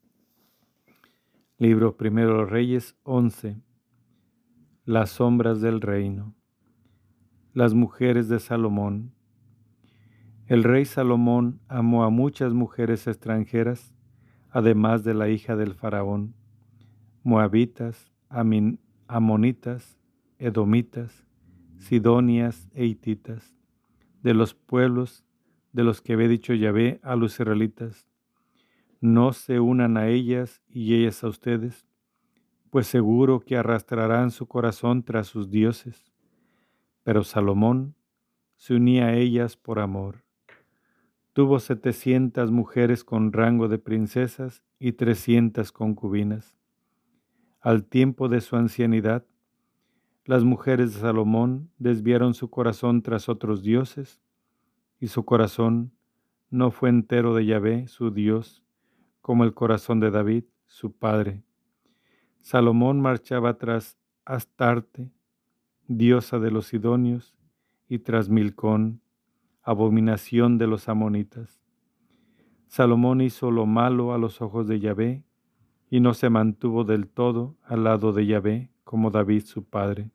Libro primero de los Reyes once. Las sombras del reino. Las mujeres de Salomón. El rey Salomón amó a muchas mujeres extranjeras, además de la hija del faraón, moabitas, amin, amonitas, edomitas, sidonias e hititas, de los pueblos de los que había dicho Yahvé a los israelitas: no se unan a ellas y ellas a ustedes, pues seguro que arrastrarán su corazón tras sus dioses. Pero Salomón se unía a ellas por amor. Tuvo setecientas mujeres con rango de princesas y trescientas concubinas. Al tiempo de su ancianidad, las mujeres de Salomón desviaron su corazón tras otros dioses, y su corazón no fue entero de Yahvé, su Dios, como el corazón de David, su padre. Salomón marchaba tras Astarte, diosa de los sidonios, y tras Milcón, abominación de los amonitas. Salomón hizo lo malo a los ojos de Yahvé, y no se mantuvo del todo al lado de Yahvé, como David su padre.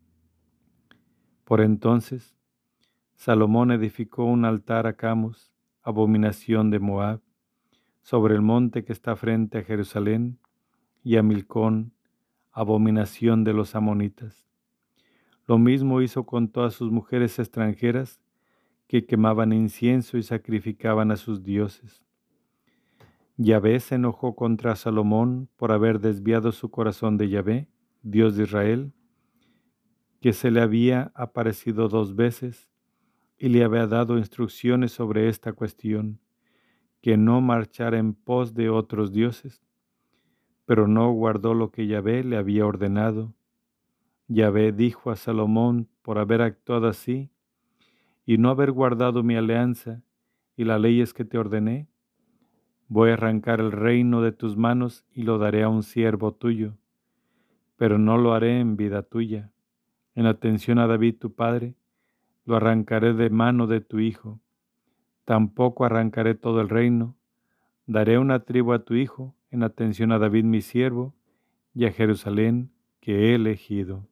Por entonces, Salomón edificó un altar a Camus, abominación de Moab, sobre el monte que está frente a Jerusalén, y a Milcón, abominación de los amonitas. Lo mismo hizo con todas sus mujeres extranjeras, que quemaban incienso y sacrificaban a sus dioses. Yahvé se enojó contra Salomón por haber desviado su corazón de Yahvé, Dios de Israel, que se le había aparecido dos veces y le había dado instrucciones sobre esta cuestión, que no marchara en pos de otros dioses, pero no guardó lo que Yahvé le había ordenado. Yahvé dijo a Salomón por haber actuado así y no haber guardado mi alianza y las leyes que te ordené: voy a arrancar el reino de tus manos y lo daré a un siervo tuyo, pero no lo haré en vida tuya. En atención a David tu padre, lo arrancaré de mano de tu hijo. Tampoco arrancaré todo el reino. Daré una tribu a tu hijo, en atención a David mi siervo, y a Jerusalén que he elegido.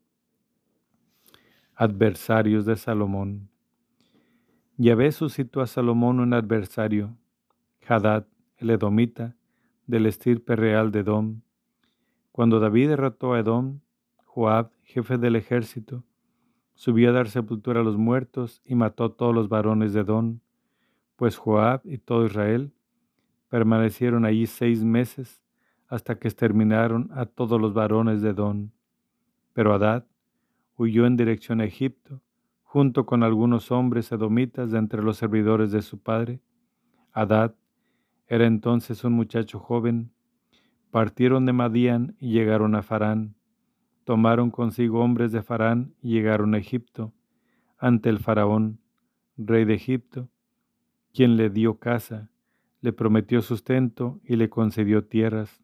Adversarios de Salomón. Yahvé suscitó a Salomón un adversario, Hadad, el edomita, del estirpe real de Edom. Cuando David derrotó a Edom, Joab, jefe del ejército, subió a dar sepultura a los muertos y mató a todos los varones de Edom, pues Joab y todo Israel permanecieron allí seis meses hasta que exterminaron a todos los varones de Edom. Pero Hadad huyó en dirección a Egipto, junto con algunos hombres edomitas de entre los servidores de su padre. Hadad era entonces un muchacho joven. Partieron de Madián y llegaron a Farán. Tomaron consigo hombres de Farán y llegaron a Egipto, ante el faraón, rey de Egipto, quien le dio casa, le prometió sustento y le concedió tierras.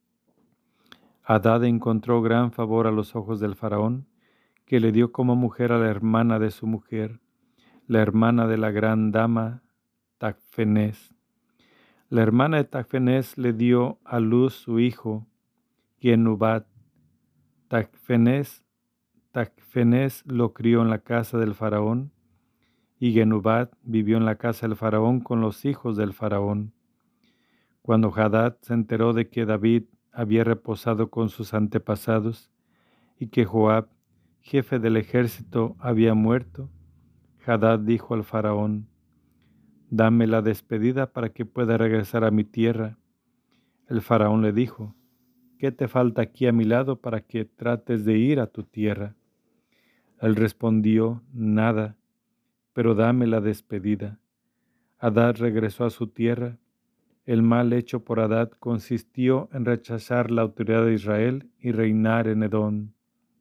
Hadad encontró gran favor a los ojos del faraón, que le dio como mujer a la hermana de su mujer, la hermana de la gran dama Tacfenés. La hermana de Tacfenés le dio a luz su hijo, Genubat. Tacfenés, Tacfenés lo crió en la casa del faraón, y Genubat vivió en la casa del faraón con los hijos del faraón. Cuando Hadad se enteró de que David había reposado con sus antepasados y que Joab, jefe del ejército, había muerto, Hadad dijo al faraón: dame la despedida para que pueda regresar a mi tierra. El faraón le dijo: ¿qué te falta aquí a mi lado para que trates de ir a tu tierra? Él respondió: nada, pero dame la despedida. Hadad regresó a su tierra. El mal hecho por Hadad consistió en rechazar la autoridad de Israel y reinar en Edom.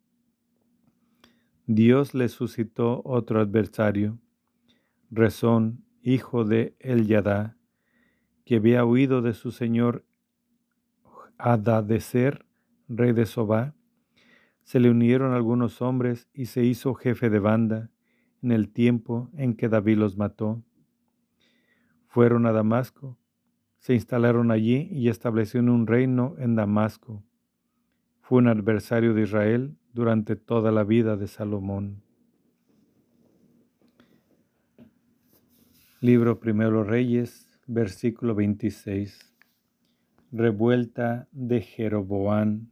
Dios le suscitó otro adversario, Rezón, hijo de Elyadá, que había huido de su señor Hadadezer, rey de Sobá. Se le unieron algunos hombres y se hizo jefe de banda en el tiempo en que David los mató. Fueron a Damasco, Se instalaron allí y establecieron un reino en Damasco. Fue un adversario de Israel durante toda la vida de Salomón. Libro Primero de los Reyes, versículo veintiséis. Revuelta de Jeroboam.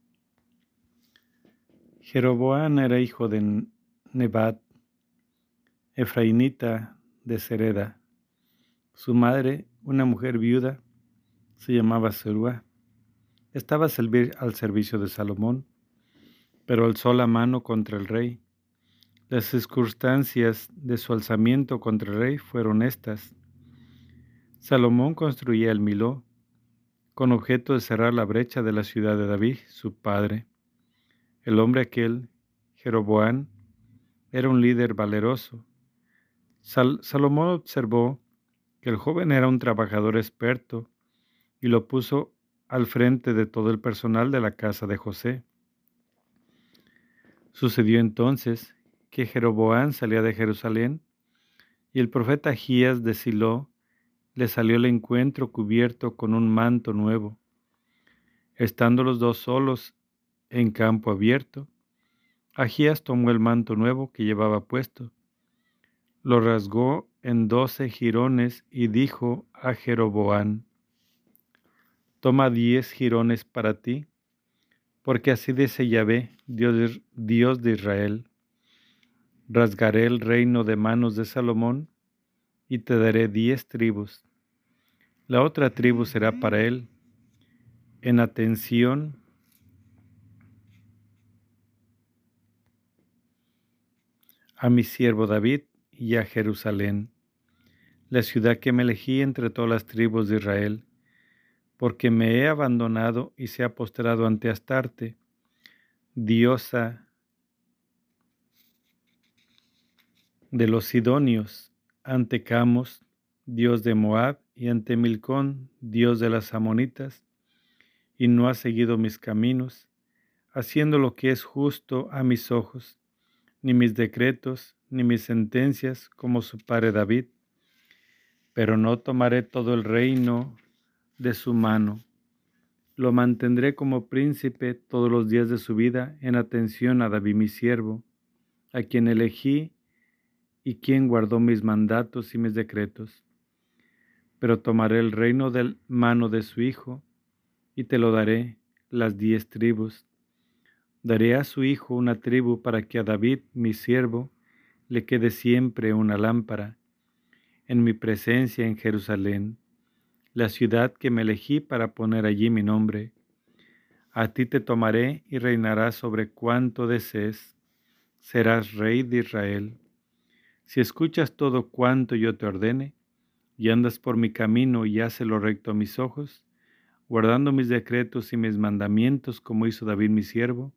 Jeroboam era hijo de Nebat, efraínita de Sereda. Su madre, una mujer viuda, se llamaba Serúa. Estaba al servicio de Salomón, pero alzó la mano contra el rey. Las circunstancias de su alzamiento contra el rey fueron estas. Salomón construía el Miló, con objeto de cerrar la brecha de la ciudad de David, su padre. El hombre aquel, Jeroboam, era un líder valeroso. Sal- Salomón observó que el joven era un trabajador experto y lo puso al frente de todo el personal de la casa de José. Sucedió entonces que Jeroboam salía de Jerusalén y el profeta Ahías de Silo le salió al encuentro cubierto con un manto nuevo. Estando los dos solos en campo abierto, Ahías tomó el manto nuevo que llevaba puesto, lo rasgó en doce jirones y dijo a Jeroboam: toma diez jirones para ti, porque así dice Yahvé, Dios de, Dios de Israel: rasgaré el reino de manos de Salomón y te daré diez tribus. La otra tribu será para él, en atención a mi siervo David y a Jerusalén, la ciudad que me elegí entre todas las tribus de Israel, porque me he abandonado y se ha postrado ante Astarte, diosa de los sidonios, ante Camos, dios de Moab, y ante Milcón, dios de las amonitas, y no ha seguido mis caminos, haciendo lo que es justo a mis ojos, ni mis decretos, ni mis sentencias, como su padre David. Pero no tomaré todo el reino de su mano. Lo mantendré como príncipe todos los días de su vida en atención a David mi siervo, a quien elegí y quien guardó mis mandatos y mis decretos. Pero tomaré el reino de mano de su hijo y te lo daré, las diez tribus. Daré a su hijo una tribu para que a David mi siervo le quede siempre una lámpara en mi presencia en Jerusalén, la ciudad que me elegí para poner allí mi nombre. A ti te tomaré y reinarás sobre cuanto desees. Serás rey de Israel. Si escuchas todo cuanto yo te ordene, y andas por mi camino y haces lo recto a mis ojos, guardando mis decretos y mis mandamientos como hizo David mi siervo,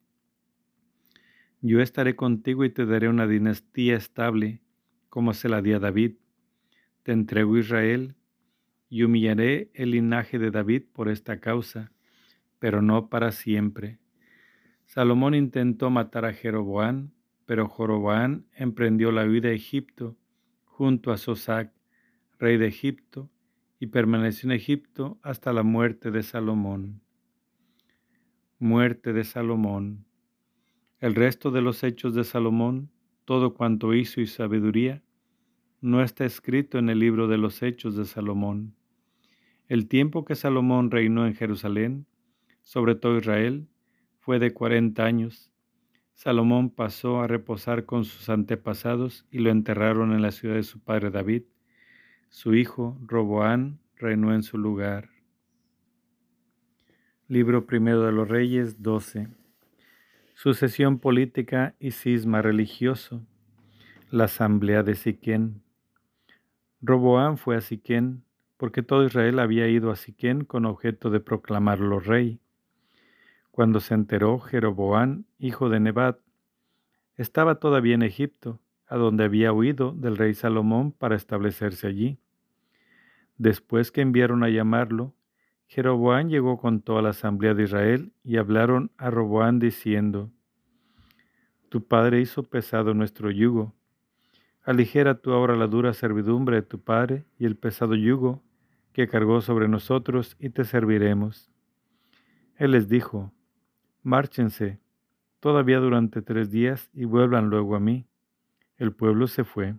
yo estaré contigo y te daré una dinastía estable, como se la di a David. Te entrego Israel y humillaré el linaje de David por esta causa, pero no para siempre. Salomón intentó matar a Jeroboam, pero Jeroboam emprendió la huida a Egipto junto a Sosac, rey de Egipto, y permaneció en Egipto hasta la muerte de Salomón. Muerte de Salomón. El resto de los hechos de Salomón, todo cuanto hizo y sabiduría, no está escrito en el libro de los hechos de Salomón. El tiempo que Salomón reinó en Jerusalén, sobre todo Israel, fue de cuarenta años. Salomón pasó a reposar con sus antepasados y lo enterraron en la ciudad de su padre David. Su hijo Roboam reinó en su lugar. Libro Primero de los Reyes doce. Sucesión política y cisma religioso. La asamblea de Siquén. Roboam fue a Siquén, porque todo Israel había ido a Siquén con objeto de proclamarlo rey. Cuando se enteró Jeroboam, hijo de Nebat, estaba todavía en Egipto, a donde había huido del rey Salomón para establecerse allí. Después que enviaron a llamarlo, Jeroboam llegó con toda la asamblea de Israel y hablaron a Roboam diciendo: Tu padre hizo pesado nuestro yugo. Aligera tú ahora la dura servidumbre de tu padre y el pesado yugo que cargó sobre nosotros, y te serviremos. Él les dijo: Márchense todavía durante tres días y vuelvan luego a mí. El pueblo se fue.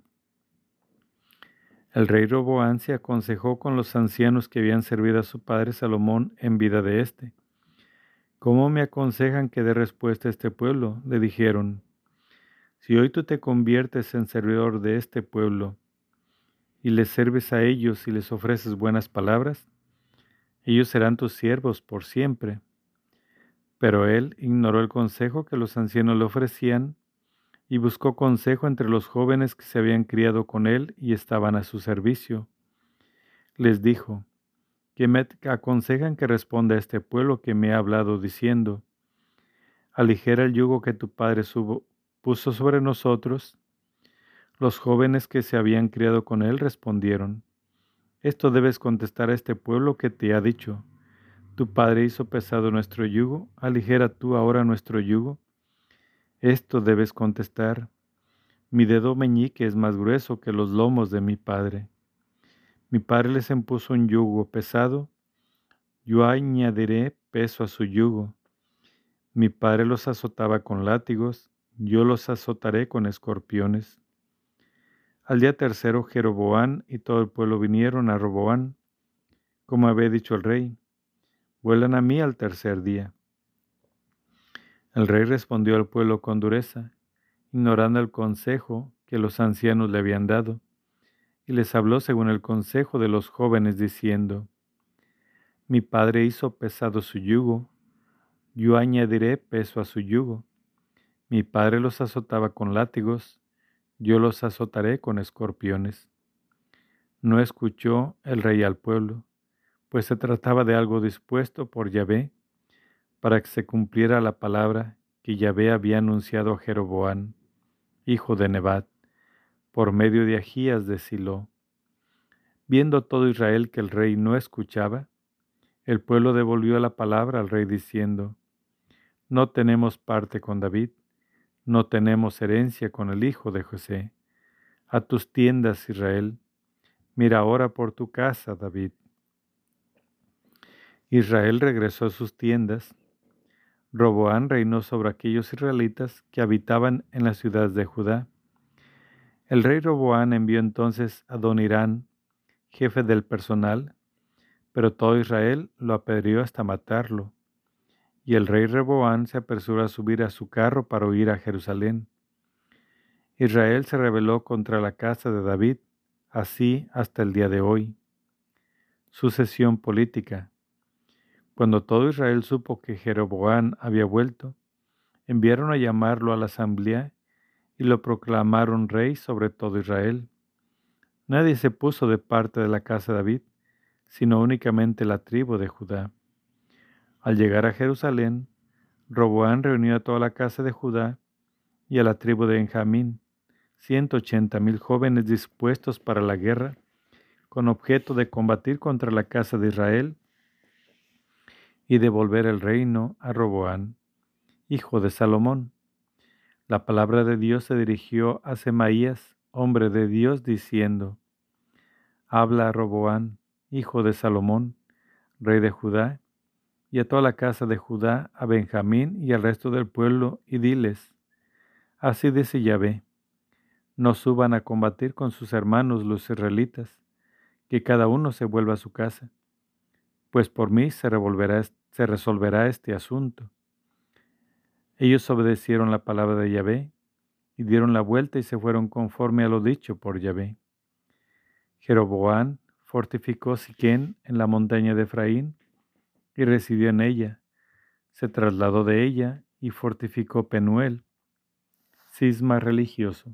El rey Roboán se aconsejó con los ancianos que habían servido a su padre Salomón en vida de éste. ¿Cómo me aconsejan que dé respuesta a este pueblo?, le dijeron. Si hoy tú te conviertes en servidor de este pueblo y les sirves a ellos y les ofreces buenas palabras, ellos serán tus siervos por siempre. Pero él ignoró el consejo que los ancianos le ofrecían y buscó consejo entre los jóvenes que se habían criado con él y estaban a su servicio. Les dijo: ¿Qué me aconsejan que responda a este pueblo que me ha hablado diciendo: Aligera el yugo que tu padre subo, puso sobre nosotros? Los jóvenes que se habían criado con él respondieron: Esto debes contestar a este pueblo que te ha dicho: Tu padre hizo pesado nuestro yugo, aligera tú ahora nuestro yugo. Esto debes contestar: Mi dedo meñique es más grueso que los lomos de mi padre. Mi padre les impuso un yugo pesado, yo añadiré peso a su yugo. Mi padre los azotaba con látigos, yo los azotaré con escorpiones. Al día tercero, Jeroboán y todo el pueblo vinieron a Roboán, como había dicho el rey: Vuelan a mí al tercer día. El rey respondió al pueblo con dureza, ignorando el consejo que los ancianos le habían dado, y les habló según el consejo de los jóvenes, diciendo: Mi padre hizo pesado su yugo, yo añadiré peso a su yugo. Mi padre los azotaba con látigos, yo los azotaré con escorpiones. No escuchó el rey al pueblo, pues se trataba de algo dispuesto por Yahvé, para que se cumpliera la palabra que Yahvé había anunciado a Jeroboán, hijo de Nebat, por medio de Ahías de Silo. Viendo todo Israel que el rey no escuchaba, el pueblo devolvió la palabra al rey diciendo: No tenemos parte con David, no tenemos herencia con el hijo de José. A tus tiendas, Israel, mira ahora por tu casa, David. Israel regresó a sus tiendas. Roboán reinó sobre aquellos israelitas que habitaban en las ciudades de Judá. El rey Roboán envió entonces a Adonirán, jefe del personal, pero todo Israel lo apedreó hasta matarlo. Y el rey Roboán se apresuró a subir a su carro para huir a Jerusalén. Israel se rebeló contra la casa de David, así hasta el día de hoy. Sucesión política. Cuando todo Israel supo que Jeroboán había vuelto, enviaron a llamarlo a la asamblea y lo proclamaron rey sobre todo Israel. Nadie se puso de parte de la casa de David, sino únicamente la tribu de Judá. Al llegar a Jerusalén, Roboán reunió a toda la casa de Judá y a la tribu de Benjamín, ciento ochenta mil jóvenes dispuestos para la guerra, con objeto de combatir contra la casa de Israel y devolver el reino a Roboán, hijo de Salomón. La palabra de Dios se dirigió a Semaías, hombre de Dios, diciendo: Habla a Roboán, hijo de Salomón, rey de Judá, y a toda la casa de Judá, a Benjamín y al resto del pueblo, y diles: Así dice Yahvé: No suban a combatir con sus hermanos los israelitas, que cada uno se vuelva a su casa, pues por mí se, revolverá, se resolverá este asunto. Ellos obedecieron la palabra de Yahvé, y dieron la vuelta y se fueron conforme a lo dicho por Yahvé. Jeroboán fortificó Siquén en la montaña de Efraín, y residió en ella. Se trasladó de ella y fortificó Penuel, cisma religioso.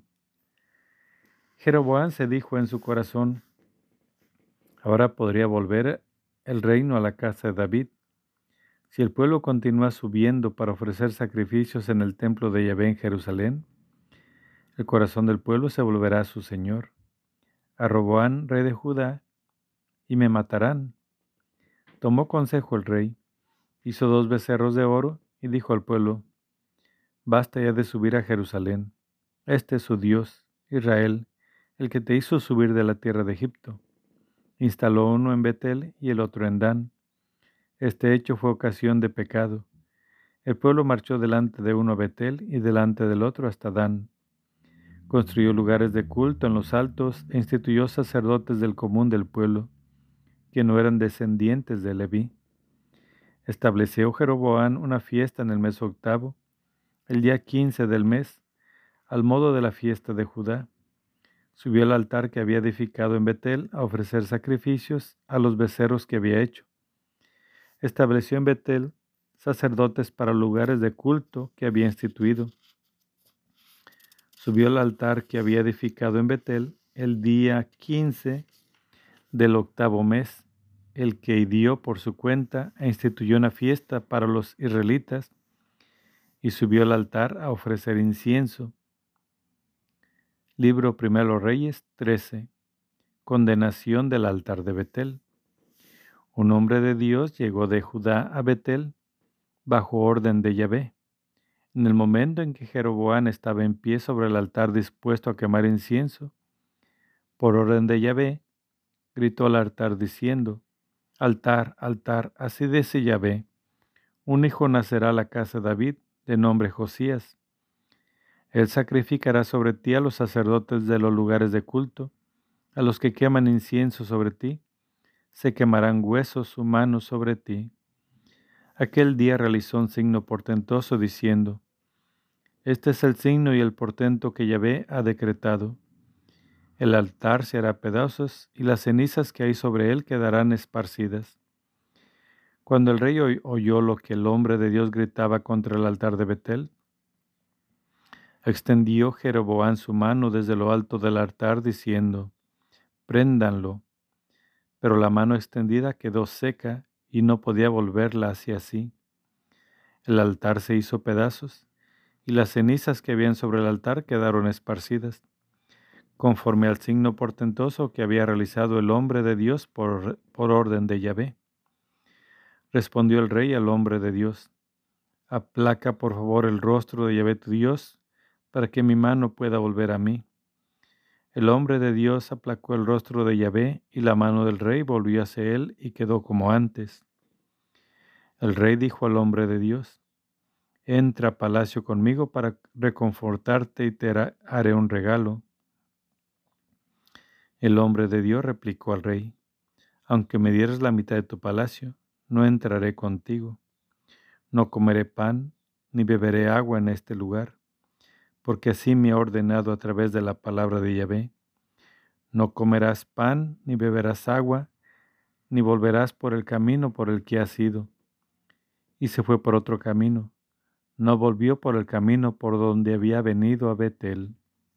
Jeroboán se dijo en su corazón: Ahora podría volver el reino a la casa de David. Si el pueblo continúa subiendo para ofrecer sacrificios en el templo de Yahvé en Jerusalén, el corazón del pueblo se volverá a su señor, a Roboán, rey de Judá, y me matarán. Tomó consejo el rey, hizo dos becerros de oro y dijo al pueblo: Basta ya de subir a Jerusalén. Este es su Dios, Israel, el que te hizo subir de la tierra de Egipto. Instaló uno en Betel y el otro en Dan. Este hecho fue ocasión de pecado. El pueblo marchó delante de uno a Betel y delante del otro hasta Dan. Construyó lugares de culto en los altos e instituyó sacerdotes del común del pueblo, que no eran descendientes de Leví. Estableció Jeroboam una fiesta en el mes octavo, el día quince del mes, al modo de la fiesta de Judá. Subió al altar que había edificado en Betel a ofrecer sacrificios a los becerros que había hecho. Estableció en Betel sacerdotes para lugares de culto que había instituido. Subió al altar que había edificado en Betel el día quince del octavo mes, el que hirió por su cuenta e instituyó una fiesta para los israelitas, y subió al altar a ofrecer incienso. Libro Primero de los Reyes trece. Condenación del altar de Betel. Un hombre de Dios llegó de Judá a Betel bajo orden de Yahvé. En el momento en que Jeroboam estaba en pie sobre el altar dispuesto a quemar incienso, por orden de Yahvé, gritó al altar diciendo: Altar, altar, así dice Yahvé, un hijo nacerá a la casa de David, de nombre Josías. Él sacrificará sobre ti a los sacerdotes de los lugares de culto, a los que queman incienso sobre ti, se quemarán huesos humanos sobre ti. Aquel día realizó un signo portentoso diciendo: Este es el signo y el portento que Yahvé ha decretado. El altar se hará pedazos y las cenizas que hay sobre él quedarán esparcidas. Cuando el rey oyó lo que el hombre de Dios gritaba contra el altar de Betel, extendió Jeroboam su mano desde lo alto del altar diciendo: Préndanlo. Pero la mano extendida quedó seca y no podía volverla hacia sí. El altar se hizo pedazos y las cenizas que habían sobre el altar quedaron esparcidas, conforme al signo portentoso que había realizado el hombre de Dios por, por orden de Yahvé. Respondió el rey al hombre de Dios: Aplaca por favor el rostro de Yahvé tu Dios, para que mi mano pueda volver a mí. El hombre de Dios aplacó el rostro de Yahvé, y la mano del rey volvió hacia él y quedó como antes. El rey dijo al hombre de Dios: Entra a palacio conmigo para reconfortarte y te haré un regalo. El hombre de Dios replicó al rey: Aunque me dieras la mitad de tu palacio, no entraré contigo. No comeré pan, ni beberé agua en este lugar, porque así me ha ordenado a través de la palabra de Yahvé. No comerás pan, ni beberás agua, ni volverás por el camino por el que has ido. Y se fue por otro camino. No volvió por el camino por donde había venido a Betel.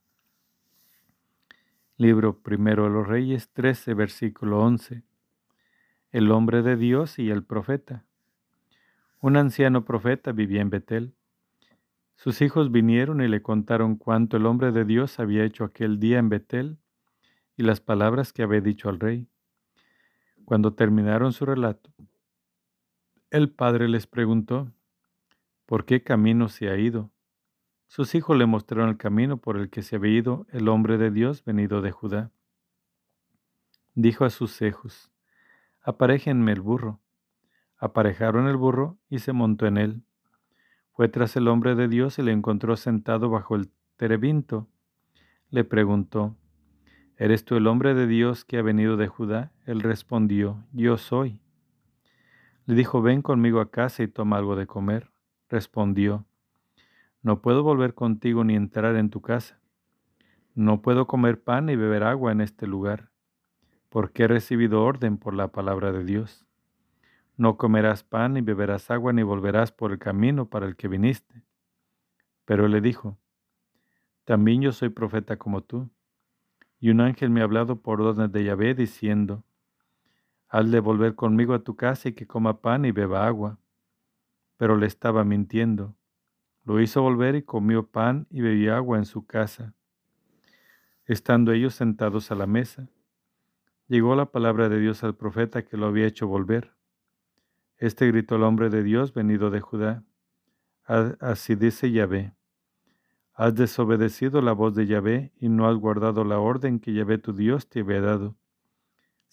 Libro Primero de los Reyes trece, versículo once. El hombre de Dios y el profeta. Un anciano profeta vivía en Betel. Sus hijos vinieron y le contaron cuánto el hombre de Dios había hecho aquel día en Betel y las palabras que había dicho al rey. Cuando terminaron su relato, el padre les preguntó: ¿Por qué camino se ha ido? Sus hijos le mostraron el camino por el que se había ido el hombre de Dios venido de Judá. Dijo a sus hijos: Aparéjenme el burro. Aparejaron el burro y se montó en él. Fue tras el hombre de Dios y le encontró sentado bajo el terebinto. Le preguntó: ¿Eres tú el hombre de Dios que ha venido de Judá? Él respondió: Yo soy. Le dijo: Ven conmigo a casa y toma algo de comer. Respondió: No puedo volver contigo ni entrar en tu casa. No puedo comer pan ni beber agua en este lugar, porque he recibido orden por la palabra de Dios. No comerás pan ni beberás agua ni volverás por el camino para el que viniste. Pero él le dijo: También yo soy profeta como tú. Y un ángel me ha hablado por orden de Yahvé diciendo: Haz de volver conmigo a tu casa y que coma pan y beba agua. Pero le estaba mintiendo. Lo hizo volver y comió pan y bebió agua en su casa. Estando ellos sentados a la mesa, llegó la palabra de Dios al profeta que lo había hecho volver. Este gritó al hombre de Dios venido de Judá: Así dice Yahvé: Has desobedecido la voz de Yahvé y no has guardado la orden que Yahvé tu Dios te había dado.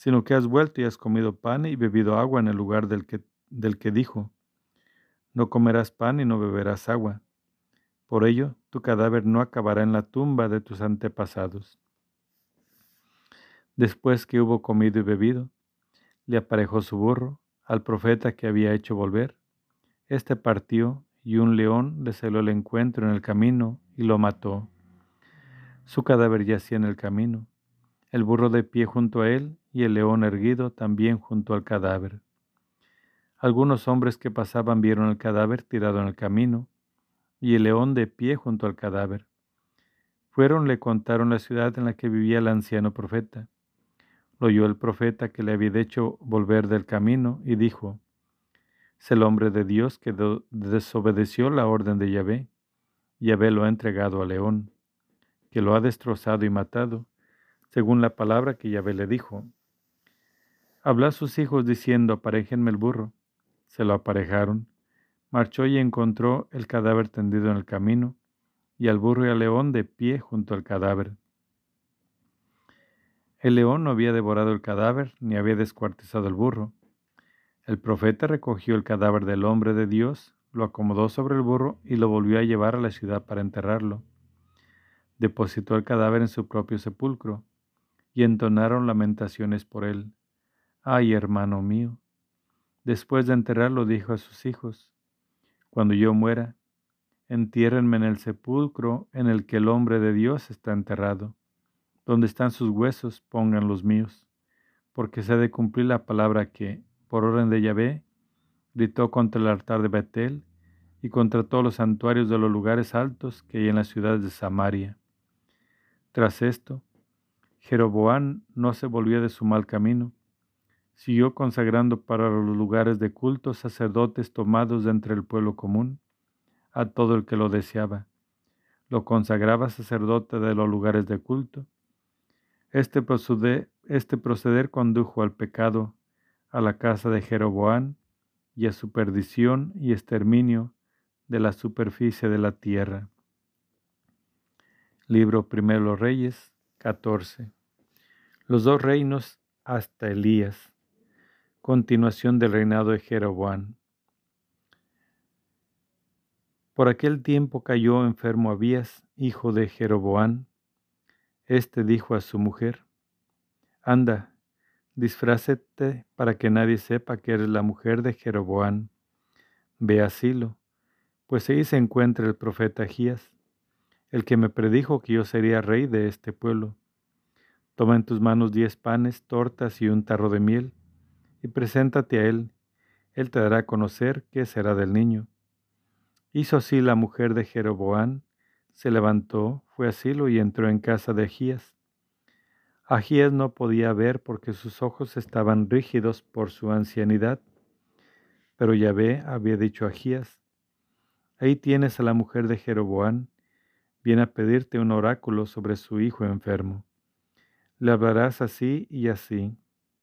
sino que has vuelto y has comido pan y bebido agua en el lugar del que, del que dijo, no comerás pan y no beberás agua. Por ello, tu cadáver no acabará en la tumba de tus antepasados. Después que hubo comido y bebido, le aparejó su burro al profeta que había hecho volver. Este partió y un león le salió al encuentro en el camino y lo mató. Su cadáver yacía en el camino, el burro de pie junto a él y el león erguido también junto al cadáver. Algunos hombres que pasaban vieron el cadáver tirado en el camino y el león de pie junto al cadáver. Fueron, le contaron la ciudad en la que vivía el anciano profeta. Lo oyó el profeta que le había hecho volver del camino y dijo, es el hombre de Dios que desobedeció la orden de Yahvé. Yahvé lo ha entregado al león, que lo ha destrozado y matado, según la palabra que Yahvé le dijo. Habló a sus hijos diciendo, aparéjenme el burro. Se lo aparejaron. Marchó y encontró el cadáver tendido en el camino, y al burro y al león de pie junto al cadáver. El león no había devorado el cadáver, ni había descuartizado el burro. El profeta recogió el cadáver del hombre de Dios, lo acomodó sobre el burro y lo volvió a llevar a la ciudad para enterrarlo. Depositó el cadáver en su propio sepulcro, y entonaron lamentaciones por él. ¡Ay, hermano mío! Después de enterrarlo dijo a sus hijos, cuando yo muera, entiérrenme en el sepulcro en el que el hombre de Dios está enterrado. Donde están sus huesos, pongan los míos, porque se ha de cumplir la palabra que, por orden de Yahvé, gritó contra el altar de Betel y contra todos los santuarios de los lugares altos que hay en las ciudades de Samaria. Tras esto, Jeroboam no se volvió de su mal camino, siguió consagrando para los lugares de culto sacerdotes tomados de entre el pueblo común, a todo el que lo deseaba. Lo consagraba sacerdote de los lugares de culto. Este proceder, este proceder condujo al pecado, a la casa de Jeroboam, y a su perdición y exterminio de la superficie de la tierra. Libro Primero de los Reyes, catorce. Los dos reinos hasta Elías. Continuación del reinado de Jeroboam. Por aquel tiempo cayó enfermo Abías, hijo de Jeroboam. Este dijo a su mujer, anda, disfrácete para que nadie sepa que eres la mujer de Jeroboam. Ve a Silo, pues ahí se encuentra el profeta Ahías, el que me predijo que yo sería rey de este pueblo. Toma en tus manos diez panes, tortas y un tarro de miel, y preséntate a él. Él te dará a conocer qué será del niño. Hizo así la mujer de Jeroboam, se levantó, fue a Silo y entró en casa de Ahías. Ahías no podía ver porque sus ojos estaban rígidos por su ancianidad, pero Yahvé había dicho a Ahías, ahí tienes a la mujer de Jeroboam, viene a pedirte un oráculo sobre su hijo enfermo. Le hablarás así y así.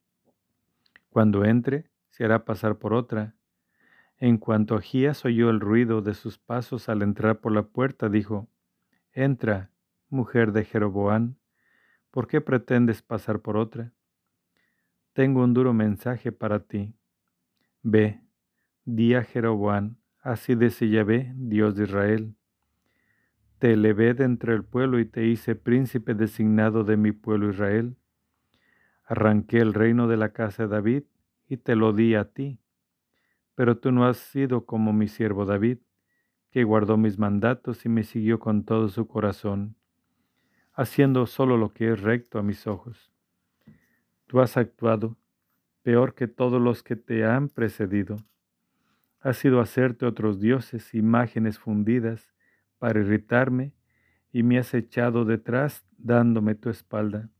Cuando entre, se hará pasar por otra. En cuanto Ahías oyó el ruido de sus pasos al entrar por la puerta, dijo, entra, mujer de Jeroboam, ¿por qué pretendes pasar por otra? Tengo un duro mensaje para ti. Ve, di a Jeroboam, así dice Yahvé, Dios de Israel. Te elevé de entre el pueblo y te hice príncipe designado de mi pueblo Israel. Arranqué el reino de la casa de David y te lo di a ti. Pero tú no has sido como mi siervo David, que guardó mis mandatos y me siguió con todo su corazón, haciendo solo lo que es recto a mis ojos. Tú has actuado peor que todos los que te han precedido. Has ido a hacerte otros dioses, imágenes fundidas, para irritarme, y me has echado detrás dándome tu espalda.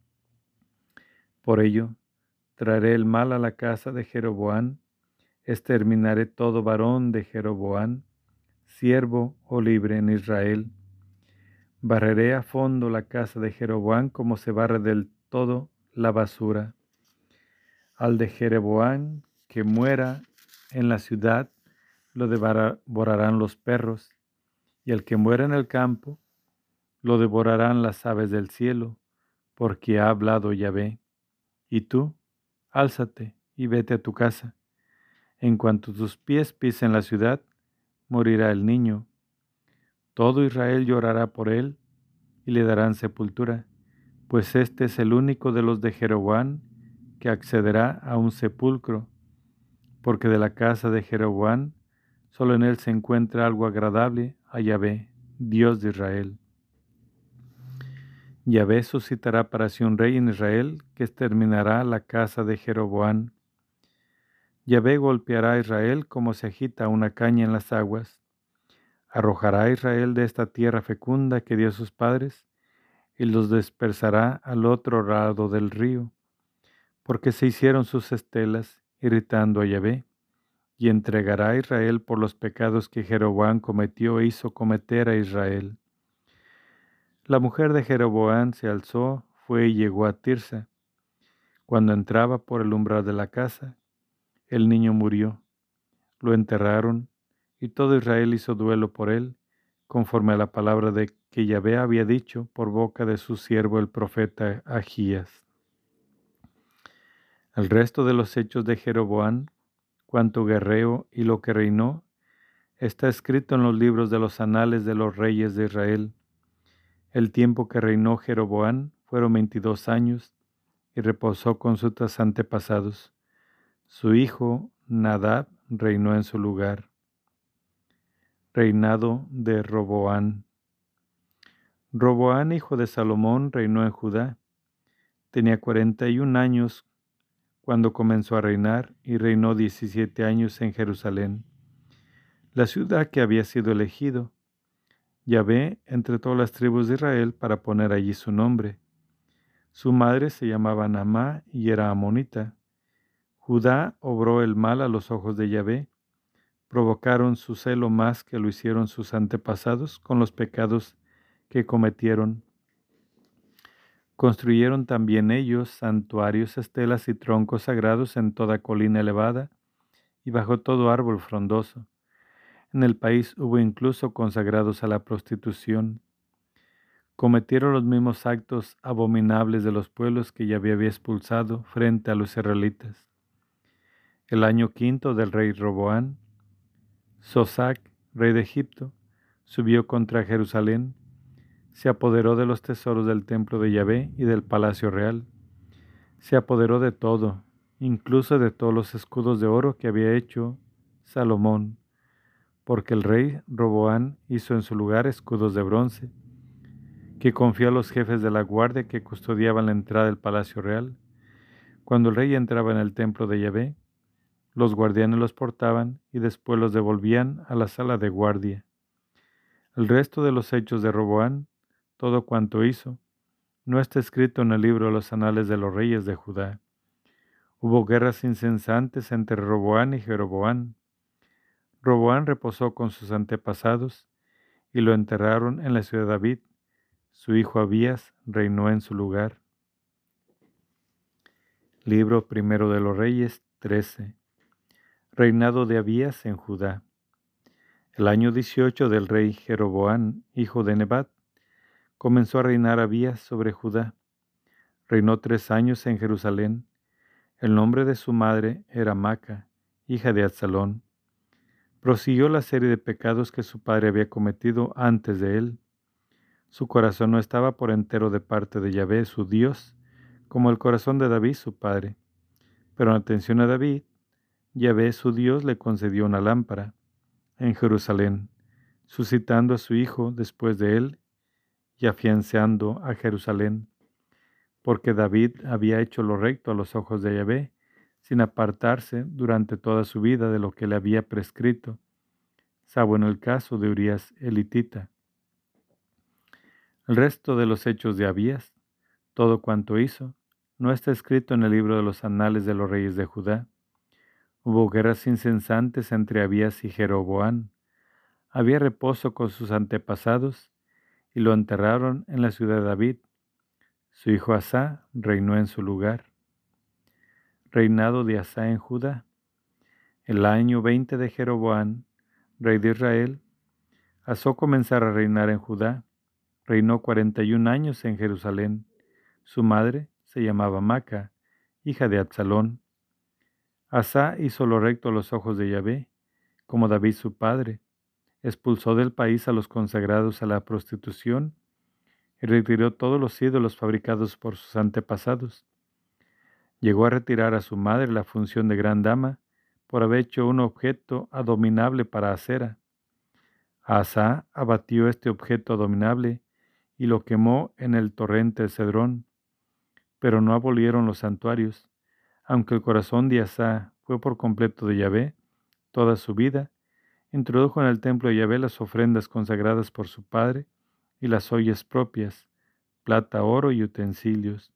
Por ello, traeré el mal a la casa de Jeroboam, exterminaré todo varón de Jeroboam, siervo o libre en Israel. Barreré a fondo la casa de Jeroboam como se barre del todo la basura. Al de Jeroboam que muera en la ciudad, lo devorarán los perros, y al que muera en el campo, lo devorarán las aves del cielo, porque ha hablado Yahvé, Y tú, álzate y vete a tu casa. En cuanto tus pies pisen la ciudad, morirá el niño. Todo Israel llorará por él y le darán sepultura, pues este es el único de los de Jeroboam que accederá a un sepulcro, porque de la casa de Jeroboam solo en él se encuentra algo agradable a Yahvé, Dios de Israel. Yahvé suscitará para sí un rey en Israel que exterminará la casa de Jeroboam. Yahvé golpeará a Israel como se agita una caña en las aguas. Arrojará a Israel de esta tierra fecunda que dio a sus padres y los dispersará al otro lado del río, porque se hicieron sus estelas, irritando a Yahvé, y entregará a Israel por los pecados que Jeroboam cometió e hizo cometer a Israel. La mujer de Jeroboam se alzó, fue y llegó a Tirsa. Cuando entraba por el umbral de la casa, el niño murió. Lo enterraron, y todo Israel hizo duelo por él, conforme a la palabra de que Yahvé había dicho por boca de su siervo el profeta Ahías. El resto de los hechos de Jeroboam, cuanto guerreo y lo que reinó, está escrito en los libros de los anales de los reyes de Israel. El tiempo que reinó Jeroboam fueron veintidós años, y reposó con sus antepasados. Su hijo Nadab reinó en su lugar. Reinado de Roboam. Roboam, hijo de Salomón, reinó en Judá. Tenía cuarenta y un años cuando comenzó a reinar y reinó diecisiete años en Jerusalén, la ciudad que había sido elegido Yahvé entre todas las tribus de Israel para poner allí su nombre. Su madre se llamaba Naamá y era amonita. Judá obró el mal a los ojos de Yahvé. Provocaron su celo más que lo hicieron sus antepasados con los pecados que cometieron. Construyeron también ellos santuarios, estelas y troncos sagrados en toda colina elevada y bajo todo árbol frondoso. En el país hubo incluso consagrados a la prostitución. Cometieron los mismos actos abominables de los pueblos que Yahvé había expulsado frente a los israelitas. El año quinto del rey Roboam, Sosac, rey de Egipto, subió contra Jerusalén, se apoderó de los tesoros del templo de Yahvé y del palacio real. Se apoderó de todo, incluso de todos los escudos de oro que había hecho Salomón, porque el rey Roboam hizo en su lugar escudos de bronce, que confió a los jefes de la guardia que custodiaban la entrada del palacio real. Cuando el rey entraba en el templo de Yahvé, los guardianes los portaban y después los devolvían a la sala de guardia. El resto de los hechos de Roboam, todo cuanto hizo, no está escrito en el libro de los anales de los reyes de Judá. Hubo guerras incesantes entre Roboam y Jeroboam. Roboam reposó con sus antepasados y lo enterraron en la ciudad de David. Su hijo Abías reinó en su lugar. Libro primero de los Reyes trece. Reinado de Abías en Judá. El año dieciocho del rey Jeroboam, hijo de Nebat, comenzó a reinar Abías sobre Judá. Reinó tres años en Jerusalén. El nombre de su madre era Maca, hija de Absalón. Prosiguió la serie de pecados que su padre había cometido antes de él. Su corazón no estaba por entero de parte de Yahvé, su Dios, como el corazón de David, su padre. Pero en atención a David, Yahvé, su Dios, le concedió una lámpara en Jerusalén, suscitando a su hijo después de él y afianzando a Jerusalén, porque David había hecho lo recto a los ojos de Yahvé, sin apartarse durante toda su vida de lo que le había prescrito, salvo en el caso de Urías elitita. El resto de los hechos de Abías, todo cuanto hizo, no está escrito en el libro de los anales de los reyes de Judá. Hubo guerras incesantes entre Abías y Jeroboam. Había reposo con sus antepasados y lo enterraron en la ciudad de David. Su hijo Asá reinó en su lugar. Reinado de Asá en Judá. El año veinte de Jeroboam, rey de Israel, Asó comenzar a reinar en Judá. Reinó cuarenta y un años en Jerusalén. Su madre se llamaba Maca, hija de Absalón. Asa hizo lo recto a los ojos de Yahvé, como David su padre. Expulsó del país a los consagrados a la prostitución y retiró todos los ídolos fabricados por sus antepasados. Llegó a retirar a su madre la función de gran dama por haber hecho un objeto abominable para Acera. Asa abatió este objeto abominable y lo quemó en el torrente de Cedrón, pero no abolieron los santuarios, aunque el corazón de Asa fue por completo de Yahvé toda su vida. Introdujo en el templo de Yahvé las ofrendas consagradas por su padre y las ollas propias, plata, oro y utensilios.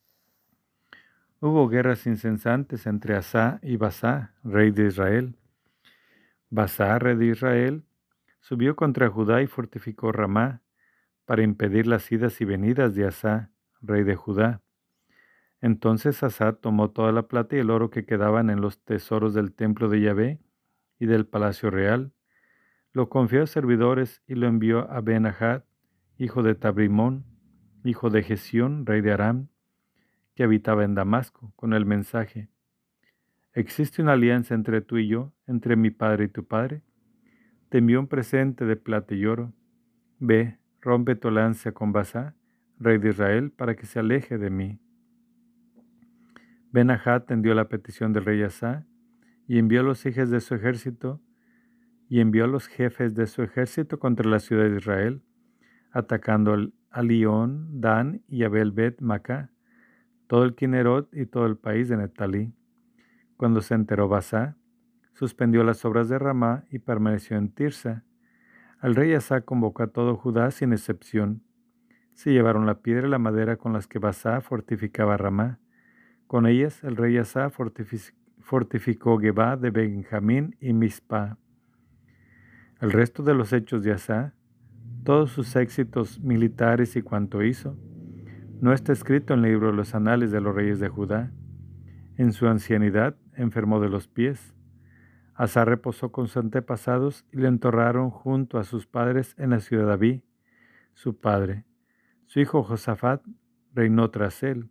Hubo guerras incesantes entre Asa y Basá, rey de Israel. Basá, rey de Israel, subió contra Judá y fortificó Ramá para impedir las idas y venidas de Asa, rey de Judá. Entonces Asa tomó toda la plata y el oro que quedaban en los tesoros del templo de Yahvé y del palacio real, lo confió a servidores y lo envió a Ben-Hadad, hijo de Tabrimón, hijo de Gesión, rey de Aram, que habitaba en Damasco, con el mensaje: ¿existe una alianza entre tú y yo, entre mi padre y tu padre? Te envío un presente de plata y oro. Ve, rompe tu alianza con Basá, rey de Israel, para que se aleje de mí. Ben-Hadad atendió la petición del rey Asa y envió a los hijos de su ejército y envió a los jefes de su ejército contra la ciudad de Israel, atacando a Lión, Dan y Abel Bet Macá, todo el Kinnerot y todo el país de Neftalí. Cuando se enteró Basá, suspendió las obras de Ramá y permaneció en Tirsa. El rey Asa convocó a todo Judá sin excepción. Se llevaron la piedra y la madera con las que Basá fortificaba Ramá. Con ellas el rey Asa fortificó Gebá de Benjamín y Mizpah. El resto de los hechos de Asa, todos sus éxitos militares y cuanto hizo, no está escrito en el libro de los anales de los reyes de Judá. En su ancianidad enfermó de los pies. Asa reposó con sus antepasados y le enterraron junto a sus padres en la ciudad de David, su padre. Su hijo Josafat reinó tras él.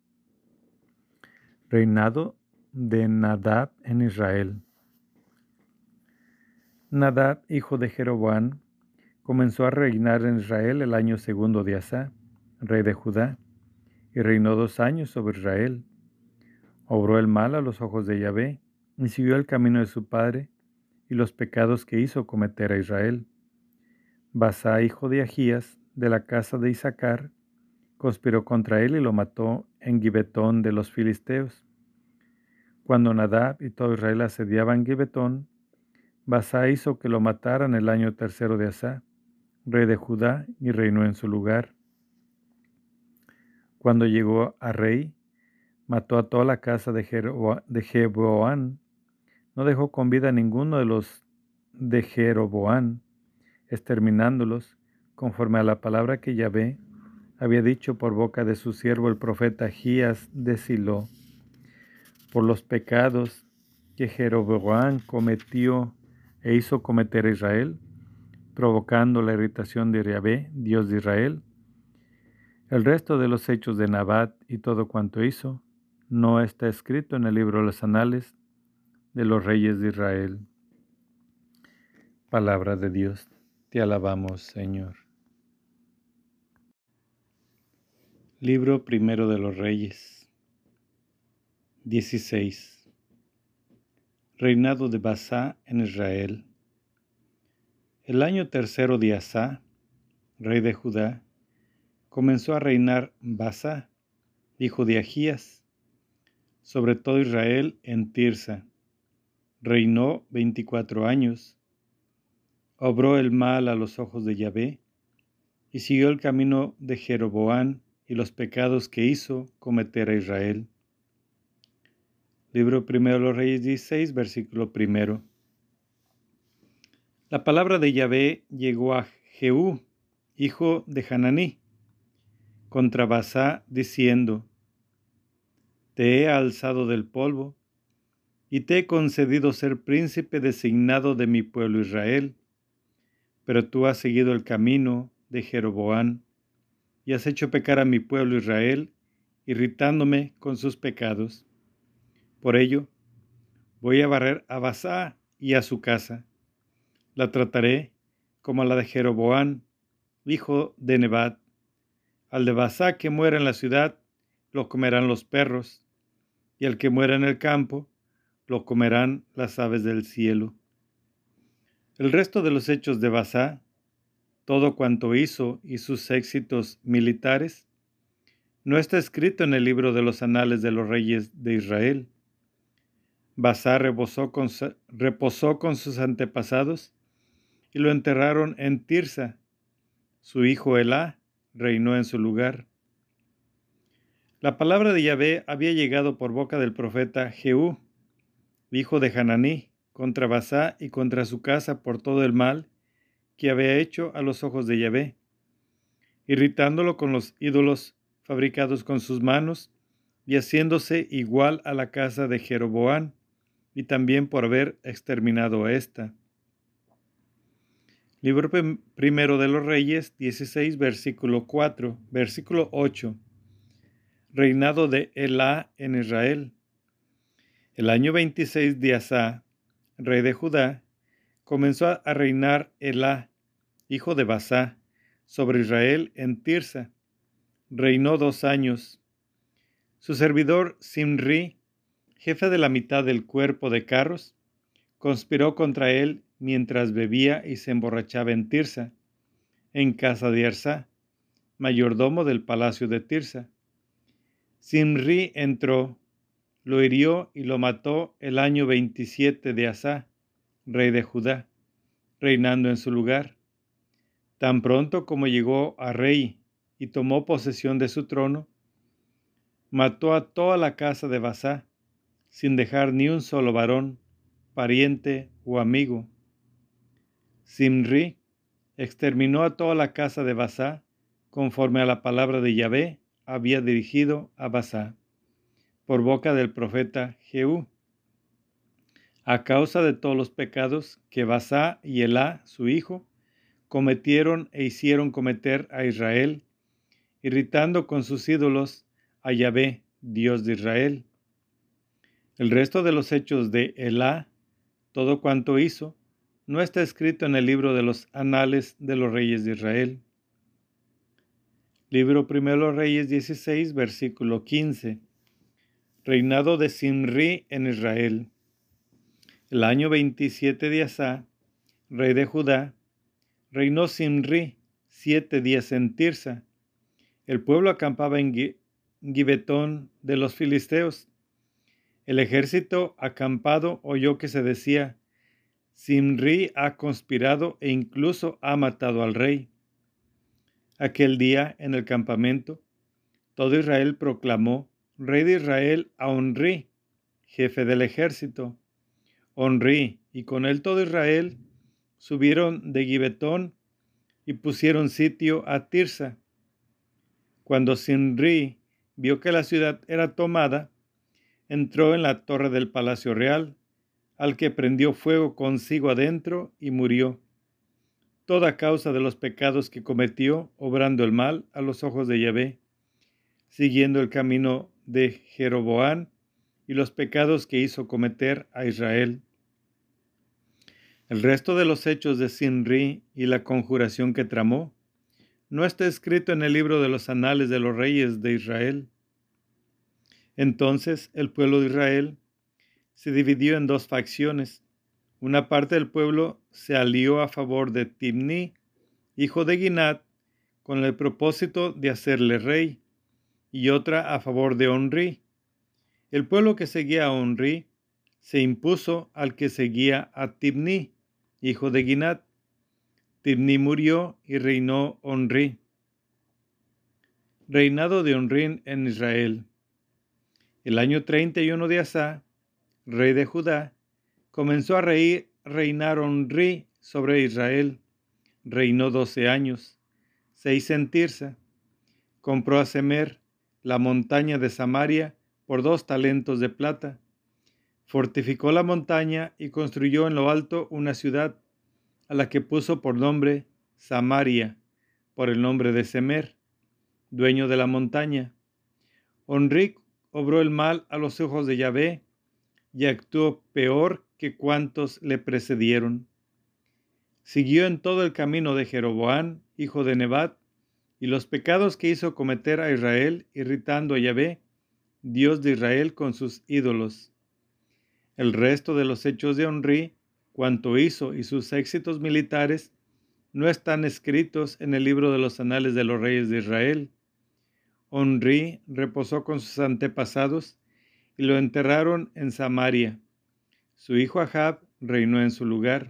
Reinado de Nadab en Israel. Nadab, hijo de Jeroboam, comenzó a reinar en Israel el año segundo de Asa, rey de Judá, y reinó dos años sobre Israel. Obró el mal a los ojos de Yahvé, y siguió el camino de su padre, y los pecados que hizo cometer a Israel. Basá, hijo de Ahías, de la casa de Isaacar, conspiró contra él y lo mató en Gibetón de los filisteos. Cuando Nadab y todo Israel asediaban Gibetón, Basá hizo que lo mataran el año tercero de Asa, rey de Judá, y reinó en su lugar. Cuando llegó a rey, mató a toda la casa de Jeroboam. No dejó con vida a ninguno de los de Jeroboam, exterminándolos, conforme a la palabra que Yahvé había dicho por boca de su siervo el profeta Ahías de Silo. Por los pecados que Jeroboam cometió e hizo cometer a Israel, provocando la irritación de Yahvé, Dios de Israel, el resto de los hechos de Nabat y todo cuanto hizo, no está escrito en el libro de los anales de los reyes de Israel. Palabra de Dios, te alabamos, Señor. Libro primero de los Reyes. dieciséis. Reinado de Basá en Israel. El año tercero de Asa, rey de Judá, comenzó a reinar Basá, hijo de Ahías, sobre todo Israel en Tirsa. Reinó veinticuatro años. Obró el mal a los ojos de Yahvé, y siguió el camino de Jeroboam y los pecados que hizo cometer a Israel. Libro primero de los Reyes dieciséis, versículo primero. La palabra de Yahvé llegó a Jehú, hijo de Hananí, contra Basá, diciendo: Te he alzado del polvo, y te he concedido ser príncipe designado de mi pueblo Israel, pero tú has seguido el camino de Jeroboam, y has hecho pecar a mi pueblo Israel, irritándome con sus pecados. Por ello, voy a barrer a Basá y a su casa. La trataré como a la de Jeroboam, hijo de Nebat. Al de Basá que muera en la ciudad, lo comerán los perros, y al que muera en el campo, lo comerán las aves del cielo. El resto de los hechos de Basá, todo cuanto hizo y sus éxitos militares, no está escrito en el libro de los anales de los reyes de Israel. Basá reposó con, reposó con sus antepasados y lo enterraron en Tirsa. Su hijo Elá reinó en su lugar. La palabra de Yahvé había llegado por boca del profeta Jehú, hijo de Hananí, contra Basá y contra su casa por todo el mal que había hecho a los ojos de Yahvé, irritándolo con los ídolos fabricados con sus manos y haciéndose igual a la casa de Jeroboam, y también por haber exterminado a ésta. Libro primero de los Reyes, dieciséis, versículo cuatro, versículo ocho. Reinado de Elá en Israel. El año veintiséis de Asá, rey de Judá, comenzó a reinar Elá, hijo de Basá, sobre Israel en Tirsa. Reinó dos años. Su servidor Simri, jefe de la mitad del cuerpo de carros, conspiró contra él mientras bebía y se emborrachaba en Tirsa, en casa de Arsá, mayordomo del palacio de Tirsa. Simri entró, lo hirió y lo mató el año veintisiete de Asá, rey de Judá, reinando en su lugar. Tan pronto como llegó a rey y tomó posesión de su trono, mató a toda la casa de Basá, sin dejar ni un solo varón, pariente o amigo. Simri exterminó a toda la casa de Basá, conforme a la palabra de Yahvé había dirigido a Basá, por boca del profeta Jehú, a causa de todos los pecados que Basá y Elá, su hijo, cometieron e hicieron cometer a Israel, irritando con sus ídolos a Yahvé, Dios de Israel. El resto de los hechos de Elá, todo cuanto hizo, no está escrito en el libro de los anales de los reyes de Israel. Libro primero de los Reyes dieciséis, versículo quince. Reinado de Simri en Israel. El año veintisiete de Asá, rey de Judá, reinó Simri siete días en Tirsa. El pueblo acampaba en Gibetón de los filisteos. El ejército acampado oyó que se decía: Simri ha conspirado e incluso ha matado al rey. Aquel día, en el campamento, todo Israel proclamó rey de Israel a Onri, jefe del ejército. Onri y con él todo Israel subieron de Gibetón y pusieron sitio a Tirsa. Cuando Simri vio que la ciudad era tomada, entró en la torre del palacio real, al que prendió fuego consigo adentro y murió, toda causa de los pecados que cometió, obrando el mal a los ojos de Yahvé, siguiendo el camino de Jeroboam y los pecados que hizo cometer a Israel. El resto de los hechos de Simri y la conjuración que tramó no está escrito en el libro de los anales de los reyes de Israel. Entonces el pueblo de Israel se dividió en dos facciones. Una parte del pueblo se alió a favor de Tibni, hijo de Ginat, con el propósito de hacerle rey, y otra a favor de Onri. El pueblo que seguía a Onri se impuso al que seguía a Tibni, hijo de Ginat. Tibni murió y reinó Onri. Reinado de Onri en Israel. El año treinta y uno de Asá, rey de Judá, comenzó a reír, reinar Onri sobre Israel. Reinó doce años, seis en Tirsa. Compró a Semer, la montaña de Samaria, por dos talentos de plata. Fortificó la montaña y construyó en lo alto una ciudad, a la que puso por nombre Samaria, por el nombre de Semer, dueño de la montaña. Onri obró el mal a los ojos de Yahvé y actuó peor que cuantos le precedieron. Siguió en todo el camino de Jeroboam, hijo de Nebat, y los pecados que hizo cometer a Israel, irritando a Yahvé, Dios de Israel, con sus ídolos. El resto de los hechos de Onri, cuanto hizo y sus éxitos militares, no están escritos en el libro de los anales de los reyes de Israel. Onri reposó con sus antepasados y lo enterraron en Samaria. Su hijo Ahab reinó en su lugar.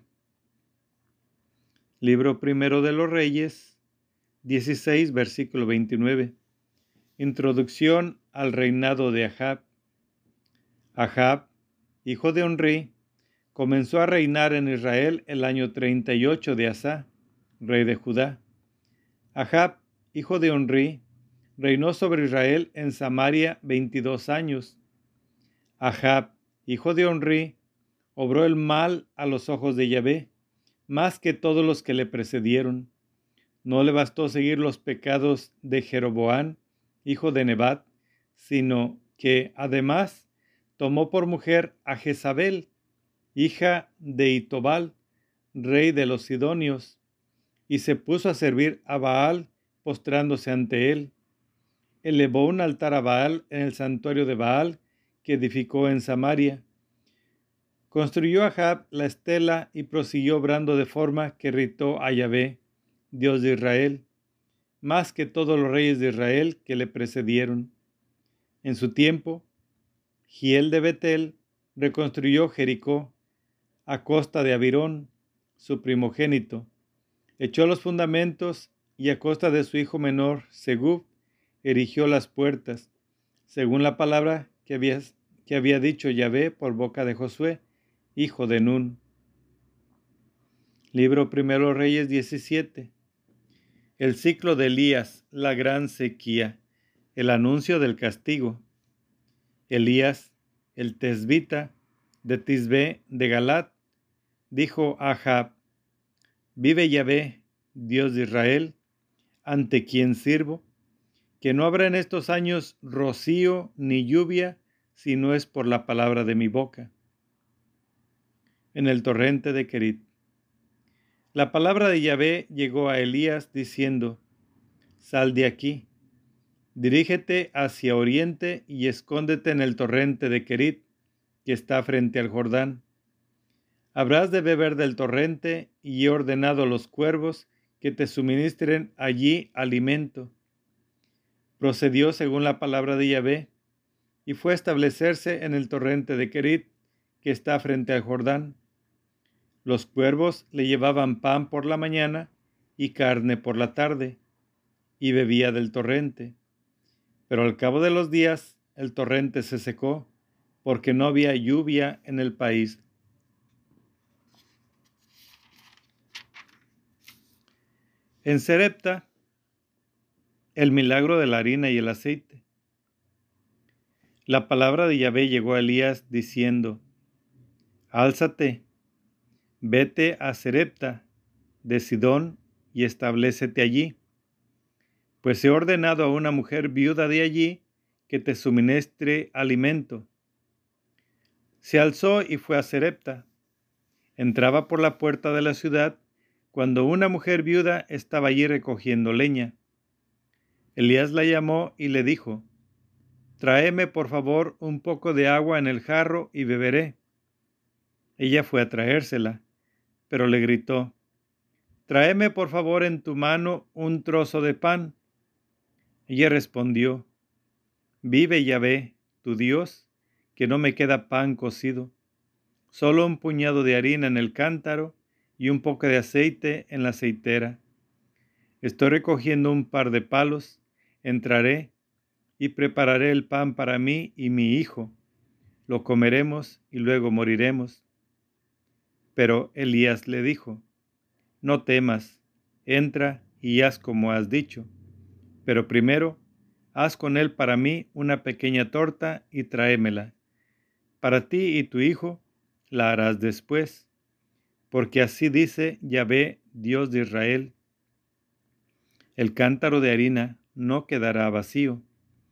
Libro primero de los Reyes, dieciséis, versículo veintinueve. Introducción al reinado de Ahab. Ahab, hijo de Onri, comenzó a reinar en Israel el año treinta y ocho de Asa, rey de Judá. Ahab, hijo de Onri, reinó sobre Israel en Samaria veintidós años. Ahab, hijo de Onri, obró el mal a los ojos de Yahvé, más que todos los que le precedieron. No le bastó seguir los pecados de Jeroboam, hijo de Nebat, sino que, además, tomó por mujer a Jezabel, hija de Itobal, rey de los Sidonios, y se puso a servir a Baal, postrándose ante él. Elevó un altar a Baal en el santuario de Baal, que edificó en Samaria. Construyó Ahab la estela y prosiguió obrando de forma que irritó a Yahvé, Dios de Israel, más que todos los reyes de Israel que le precedieron. En su tiempo, Giel de Betel reconstruyó Jericó a costa de Abirón, su primogénito. Echó los fundamentos y a costa de su hijo menor, Segub, erigió las puertas, según la palabra que había, que había dicho Yahvé por boca de Josué, hijo de Nun. Libro primero Reyes diecisiete. El ciclo de Elías, la gran sequía, el anuncio del castigo. Elías, el tesbita, de Tisbe de Galat, dijo a Ahab: Vive Yahvé, Dios de Israel, ante quien sirvo, que no habrá en estos años rocío ni lluvia, si no es por la palabra de mi boca. En el torrente de Kerit. La palabra de Yahvé llegó a Elías diciendo: Sal de aquí, dirígete hacia oriente y escóndete en el torrente de Kerit, que está frente al Jordán. Habrás de beber del torrente, y he ordenado a los cuervos que te suministren allí alimento. Procedió según la palabra de Yahvé, y fue a establecerse en el torrente de Kerit, que está frente al Jordán. Los cuervos le llevaban pan por la mañana y carne por la tarde, y bebía del torrente. Pero al cabo de los días el torrente se secó, porque no había lluvia en el país. En Serepta, el milagro de la harina y el aceite. La palabra de Yahvé llegó a Elías diciendo: Álzate, vete a Serepta de Sidón y establécete allí, pues he ordenado a una mujer viuda de allí que te suministre alimento. Se alzó y fue a Serepta. Entraba por la puerta de la ciudad cuando una mujer viuda estaba allí recogiendo leña. Elías la llamó y le dijo: Tráeme por favor un poco de agua en el jarro y beberé. Ella fue a traérsela, pero le gritó: Tráeme por favor en tu mano un trozo de pan. Ella respondió: Vive Yahvé, tu Dios, que no me queda pan cocido, solo un puñado de harina en el cántaro y un poco de aceite en la aceitera. Estoy recogiendo un par de palos, entraré y prepararé el pan para mí y mi hijo. Lo comeremos y luego moriremos. Pero Elías le dijo: No temas, entra y haz como has dicho, pero primero haz con él para mí una pequeña torta y tráemela. Para ti y tu hijo la harás después, porque así dice Yahvé, Dios de Israel: el cántaro de harina no quedará vacío.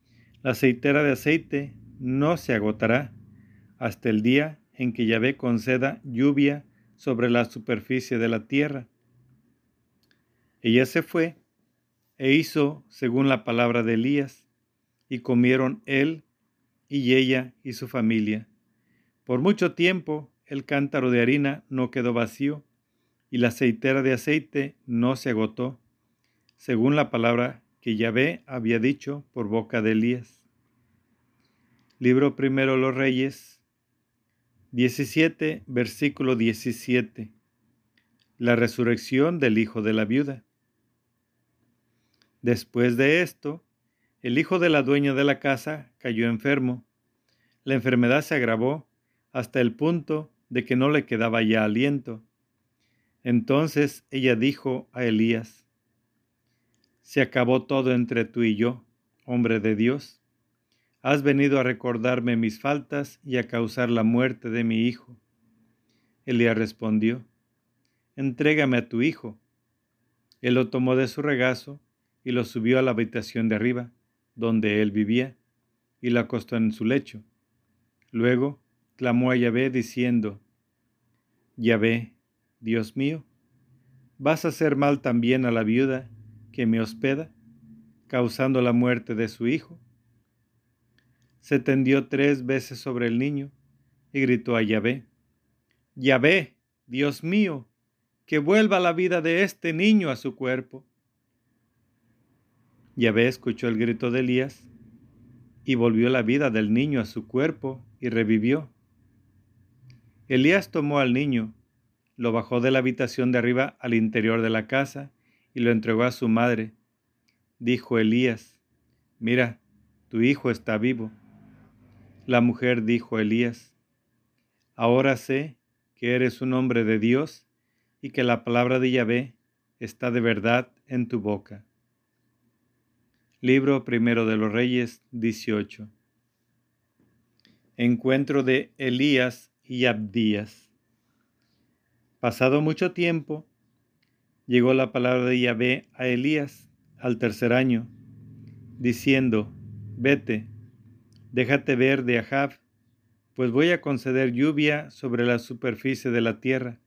La aceitera de aceite no se agotará hasta el día en que Yahvé conceda lluvia sobre la superficie de la tierra. Ella se fue e hizo según la palabra de Elías, y comieron él y ella y su familia. Por mucho tiempo el cántaro de harina no quedó vacío, y la aceitera de aceite no se agotó, según la palabra que Yahvé había dicho por boca de Elías. Libro primero de los Reyes, diecisiete, versículo diecisiete. La resurrección del hijo de la viuda. Después de esto, el hijo de la dueña de la casa cayó enfermo. La enfermedad se agravó hasta el punto de que no le quedaba ya aliento. Entonces ella dijo a Elías: «Se acabó todo entre tú y yo, hombre de Dios. Has venido a recordarme mis faltas y a causar la muerte de mi hijo». Elías respondió: «Entrégame a tu hijo». Él lo tomó de su regazo y lo subió a la habitación de arriba, donde él vivía, y lo acostó en su lecho. Luego clamó a Yahvé diciendo: «Yahvé, Dios mío, ¿vas a hacer mal también a la viuda que me hospeda, causando la muerte de su hijo?». Se tendió tres veces sobre el niño y gritó a Yahvé: «Yahvé, Dios mío, que vuelva la vida de este niño a su cuerpo». Yahvé escuchó el grito de Elías y volvió la vida del niño a su cuerpo y revivió. Elías tomó al niño, lo bajó de la habitación de arriba al interior de la casa y lo entregó a su madre. Dijo Elías: «Mira, tu hijo está vivo». La mujer dijo a Elías: «Ahora sé que eres un hombre de Dios y que la palabra de Yahvé está de verdad en tu boca». Libro primero de los Reyes, dieciocho. Encuentro de Elías y Abdías. Pasado mucho tiempo, llegó la palabra de Yahvé a Elías al tercer año, diciendo: «Vete, déjate ver de Ahab, pues voy a conceder lluvia sobre la superficie de la tierra».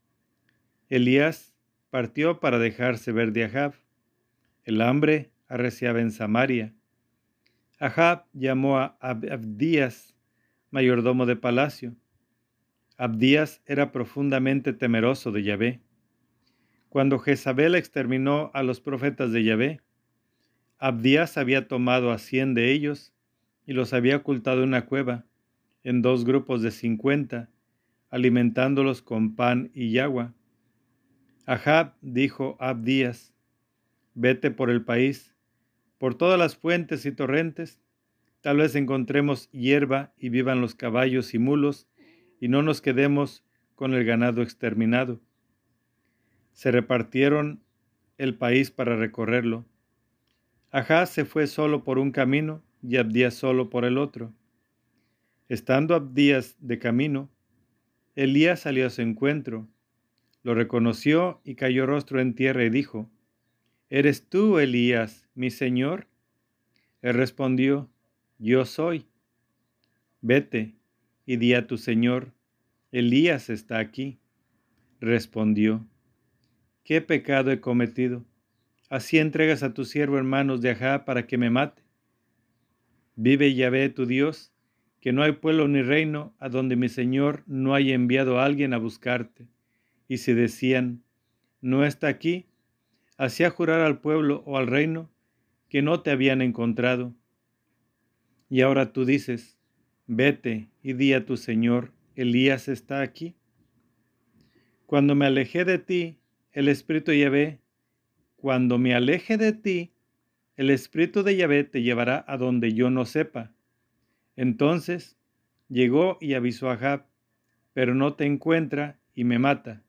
Elías partió para dejarse ver de Ahab. El hambre arreciaba en Samaria. Ahab llamó a Abdías, mayordomo de palacio. Abdías era profundamente temeroso de Yahvé. Cuando Jezabel exterminó a los profetas de Yahvé, Abdías había tomado a cien de ellos y los había ocultado en una cueva, en dos grupos de cincuenta, alimentándolos con pan y agua. Ahab dijo a Abdías: «Vete por el país, por todas las fuentes y torrentes, tal vez encontremos hierba y vivan los caballos y mulos, y no nos quedemos con el ganado exterminado». Se repartieron el país para recorrerlo. Ahab se fue solo por un camino y Abdías solo por el otro. Estando Abdías de camino, Elías salió a su encuentro, lo reconoció y cayó rostro en tierra y dijo: «¿Eres tú, Elías, mi señor?». Él respondió: «Yo soy». «Vete y di a tu señor: Elías está aquí». Respondió: «¿Qué pecado he cometido? Así entregas a tu siervo en manos de Ahab para que me mate. Vive Yahvé tu Dios, que no hay pueblo ni reino a donde mi señor no haya enviado a alguien a buscarte». Y si decían: «No está aquí», hacía jurar al pueblo o al reino que no te habían encontrado. Y ahora tú dices: «Vete y di a tu señor: Elías está aquí». Cuando me alejé de ti, el Espíritu de Yahvé, cuando me aleje de ti, el Espíritu de Yahvé te llevará a donde yo no sepa. Entonces llegó y avisó a Ahab, pero no te encuentra y me mata.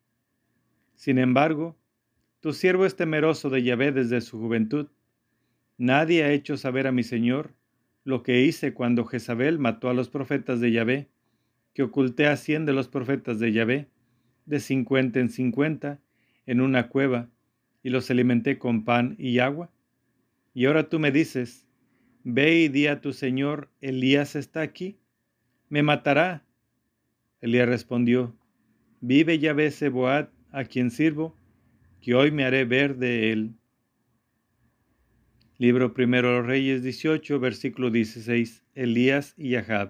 Sin embargo, tu siervo es temeroso de Yahvé desde su juventud. Nadie ha hecho saber a mi señor lo que hice cuando Jezabel mató a los profetas de Yahvé, que oculté a cien de los profetas de Yahvé, de cincuenta en cincuenta, en una cueva, y los alimenté con pan y agua. Y ahora tú me dices: ve y di a tu señor, Elías está aquí, me matará. Elías respondió, vive Yahvé Sebaot, a quien sirvo, que hoy me haré ver de él. Libro primero de los Reyes dieciocho, versículo dieciséis, Elías y Ahab.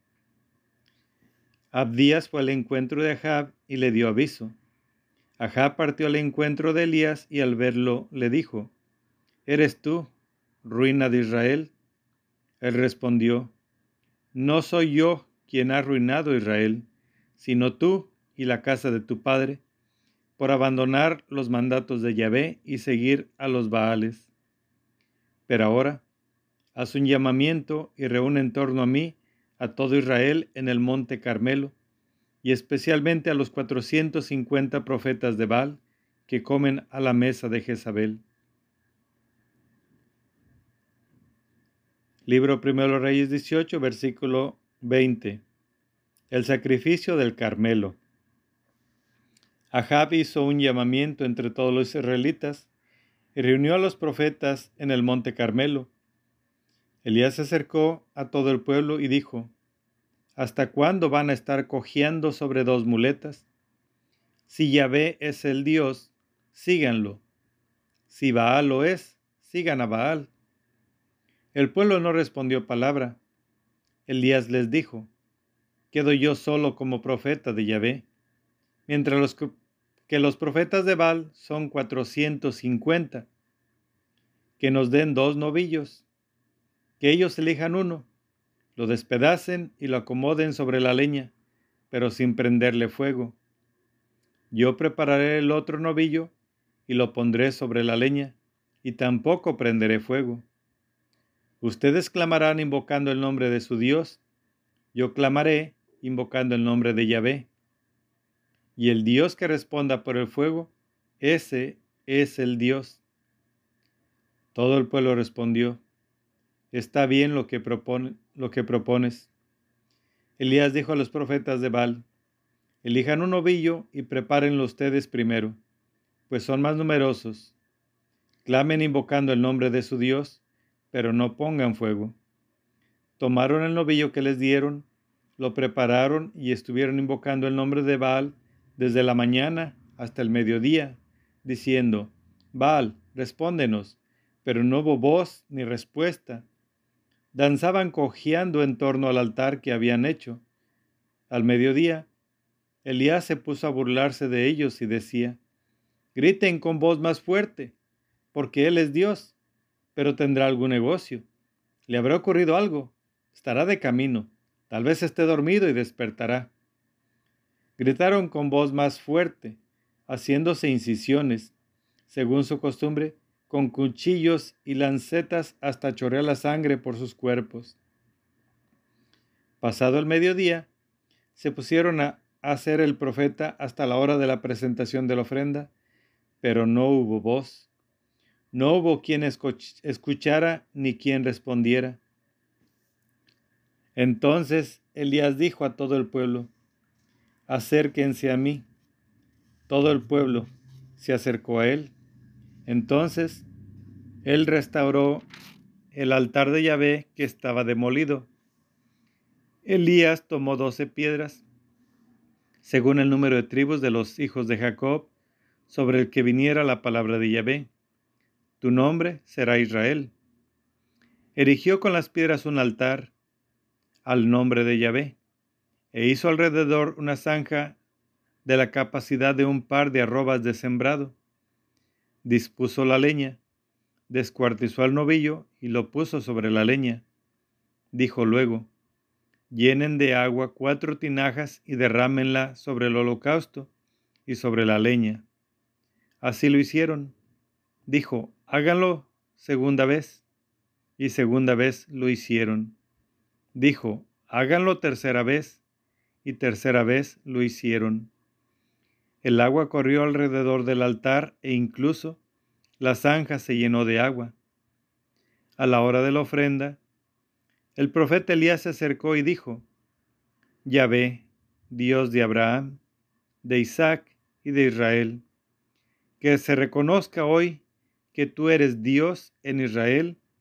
Abdías fue al encuentro de Ahab y le dio aviso. Ahab partió al encuentro de Elías y al verlo le dijo, ¿eres tú, ruina de Israel? Él respondió, no soy yo quien ha arruinado Israel, sino tú y la casa de tu padre, por abandonar los mandatos de Yahvé y seguir a los Baales. Pero ahora, haz un llamamiento y reúne en torno a mí a todo Israel en el monte Carmelo, y especialmente a los cuatrocientos cincuenta profetas de Baal que comen a la mesa de Jezabel. Libro primero de los Reyes dieciocho, versículo veinte. El sacrificio del Carmelo. Ahab hizo un llamamiento entre todos los israelitas y reunió a los profetas en el monte Carmelo. Elías se acercó a todo el pueblo y dijo, ¿hasta cuándo van a estar cojeando sobre dos muletas? Si Yahvé es el Dios, síganlo. Si Baal lo es, sigan a Baal. El pueblo no respondió palabra. Elías les dijo, quedo yo solo como profeta de Yahvé, mientras los que los profetas de Baal son cuatrocientos cincuenta. Que nos den dos novillos, que ellos elijan uno, lo despedacen y lo acomoden sobre la leña, pero sin prenderle fuego. Yo prepararé el otro novillo y lo pondré sobre la leña, y tampoco prenderé fuego. Ustedes clamarán invocando el nombre de su Dios, yo clamaré invocando el nombre de Yahvé. Y el Dios que responda por el fuego, ese es el Dios. Todo el pueblo respondió, está bien lo que, propone, lo que propones. Elías dijo a los profetas de Baal, elijan un novillo y prepárenlo ustedes primero, pues son más numerosos. Clamen invocando el nombre de su Dios, pero no pongan fuego. Tomaron el novillo que les dieron, lo prepararon y estuvieron invocando el nombre de Baal desde la mañana hasta el mediodía, diciendo, Baal, respóndenos, pero no hubo voz ni respuesta. Danzaban cojeando en torno al altar que habían hecho. Al mediodía, Elías se puso a burlarse de ellos y decía, griten con voz más fuerte, porque Él es Dios, pero tendrá algún negocio. ¿Le habrá ocurrido algo? Estará de camino, tal vez esté dormido y despertará. Gritaron con voz más fuerte, haciéndose incisiones, según su costumbre, con cuchillos y lancetas hasta chorrear la sangre por sus cuerpos. Pasado el mediodía, se pusieron a hacer el profeta hasta la hora de la presentación de la ofrenda, pero no hubo voz. No hubo quien escuchara ni quien respondiera. Entonces Elías dijo a todo el pueblo, acérquense a mí. Todo el pueblo se acercó a él. Entonces él restauró el altar de Yahvé que estaba demolido. Elías tomó doce piedras, según el número de tribus de los hijos de Jacob, sobre el que viniera la palabra de Yahvé. Tu nombre será Israel. Erigió con las piedras un altar al nombre de Yahvé, e hizo alrededor una zanja de la capacidad de un par de arrobas de sembrado. Dispuso la leña, descuartizó al novillo y lo puso sobre la leña. Dijo luego, llenen de agua cuatro tinajas y derrámenla sobre el holocausto y sobre la leña. Así lo hicieron. Dijo, háganlo segunda vez. Y segunda vez lo hicieron. Dijo, háganlo tercera vez. Y tercera vez lo hicieron. El agua corrió alrededor del altar e incluso la zanja se llenó de agua. A la hora de la ofrenda, el profeta Elías se acercó y dijo, Yahvé, Dios de Abraham, de Isaac y de Israel, que se reconozca hoy que tú eres Dios en Israel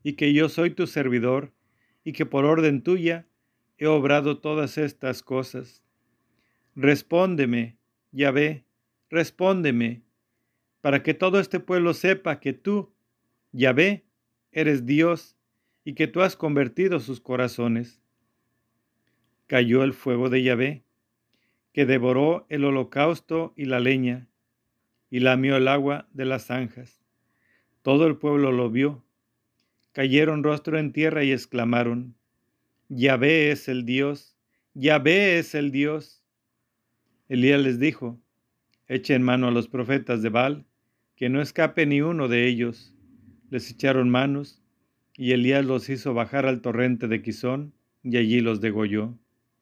y que yo soy tu servidor, y que por orden tuya he obrado todas estas cosas. Respóndeme, Yahvé, respóndeme, para que todo este pueblo sepa que tú, Yahvé, eres Dios, y que tú has convertido sus corazones. Cayó el fuego de Yahvé, que devoró el holocausto y la leña, y lamió el agua de las zanjas. Todo el pueblo lo vio. Cayeron rostro en tierra y exclamaron: Yahvé es el Dios, Yahvé es el Dios. Elías les dijo: echen mano a los profetas de Baal, que no escape ni uno de ellos. Les echaron manos, y Elías los hizo bajar al torrente de Quizón, y allí los degolló.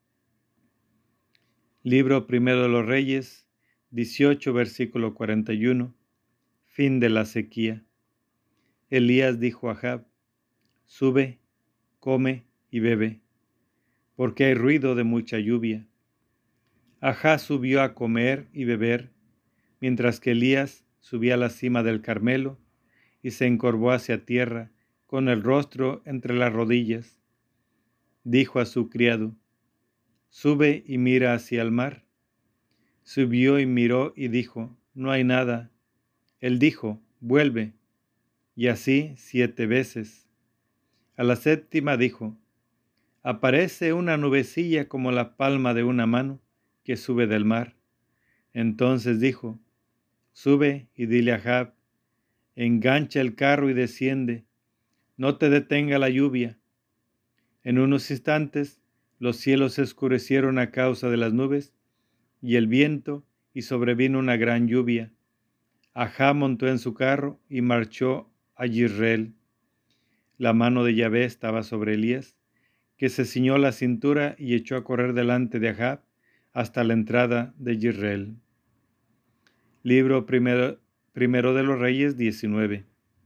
Libro Primero de los Reyes, dieciocho, versículo cuarenta y uno. Fin de la sequía. Elías dijo a Ahab: sube, come y bebe, porque hay ruido de mucha lluvia. Ahab subió a comer y beber, mientras que Elías subía a la cima del Carmelo y se encorvó hacia tierra, con el rostro entre las rodillas. Dijo a su criado: sube y mira hacia el mar. Subió y miró y dijo: no hay nada. Él dijo: vuelve. Y así siete veces. A la séptima dijo: aparece una nubecilla como la palma de una mano que sube del mar. Entonces dijo: sube y dile a Ahab: engancha el carro y desciende, no te detenga la lluvia. En unos instantes los cielos se oscurecieron a causa de las nubes y el viento, y sobrevino una gran lluvia. Ahab montó en su carro y marchó a Jizreel. La mano de Yahvé estaba sobre Elías, que se ciñó la cintura y echó a correr delante de Ahab hasta la entrada de Jizreel. Libro primero, primero de los Reyes diecinueve.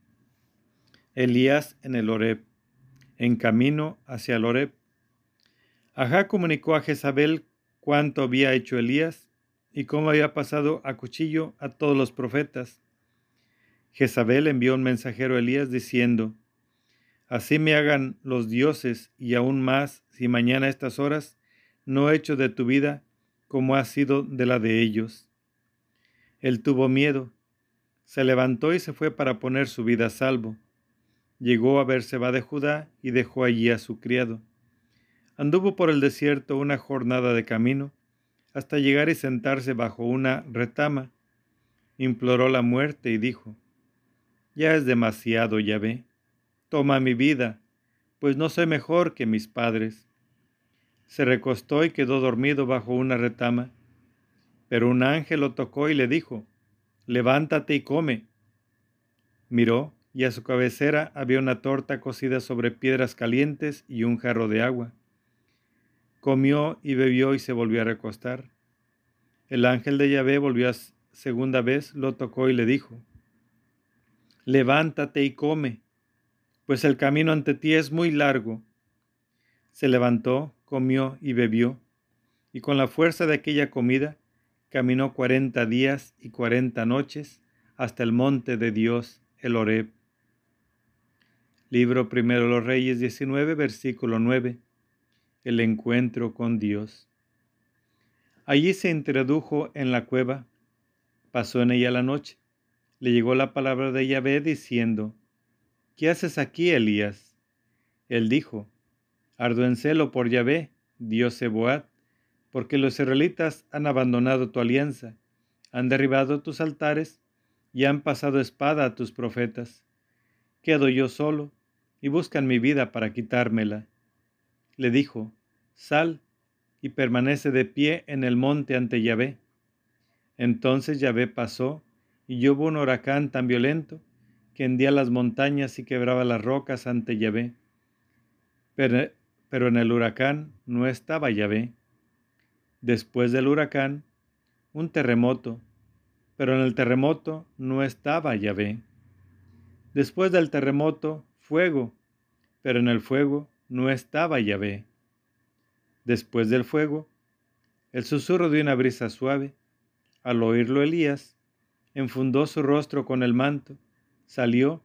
Elías en el Horeb. En camino hacia el Horeb, Ahab comunicó a Jezabel cuánto había hecho Elías y cómo había pasado a cuchillo a todos los profetas. Jezabel envió un mensajero a Elías diciendo: así me hagan los dioses, y aún más si mañana a estas horas no he hecho de tu vida como ha sido de la de ellos. Él tuvo miedo, se levantó y se fue para poner su vida a salvo. Llegó a Beerseba de Judá y dejó allí a su criado. Anduvo por el desierto una jornada de camino, hasta llegar y sentarse bajo una retama. Imploró la muerte y dijo: ya es demasiado, Yahvé, toma mi vida, pues no soy mejor que mis padres. Se recostó y quedó dormido bajo una retama, pero un ángel lo tocó y le dijo: levántate y come. Miró, y a su cabecera había una torta cocida sobre piedras calientes y un jarro de agua. Comió y bebió y se volvió a recostar. El ángel de Yahvé volvió a segunda vez, lo tocó y le dijo: levántate y come, pues el camino ante ti es muy largo. Se levantó, comió y bebió, y con la fuerza de aquella comida caminó cuarenta días y cuarenta noches hasta el monte de Dios, el Horeb. Libro Primero de los Reyes diecinueve, versículo nueve. El encuentro con Dios. Allí se introdujo en la cueva, pasó en ella la noche. Le llegó la palabra de Yahvé diciendo: ¿qué haces aquí, Elías? Él dijo: ardo en celo por Yahvé, Dios Sebaot, porque los israelitas han abandonado tu alianza, han derribado tus altares y han pasado espada a tus profetas. Quedo yo solo y buscan mi vida para quitármela. Le dijo: sal y permanece de pie en el monte ante Yahvé. Entonces Yahvé pasó, y hubo un huracán tan violento que hendía las montañas y quebraba las rocas ante Yahvé. Pero, pero en el huracán no estaba Yahvé. Después del huracán, un terremoto, pero en el terremoto no estaba Yahvé. Después del terremoto, fuego, pero en el fuego no estaba Yahvé. Después del fuego, el susurro de una brisa suave. Al oírlo Elías, enfundó su rostro con el manto, salió,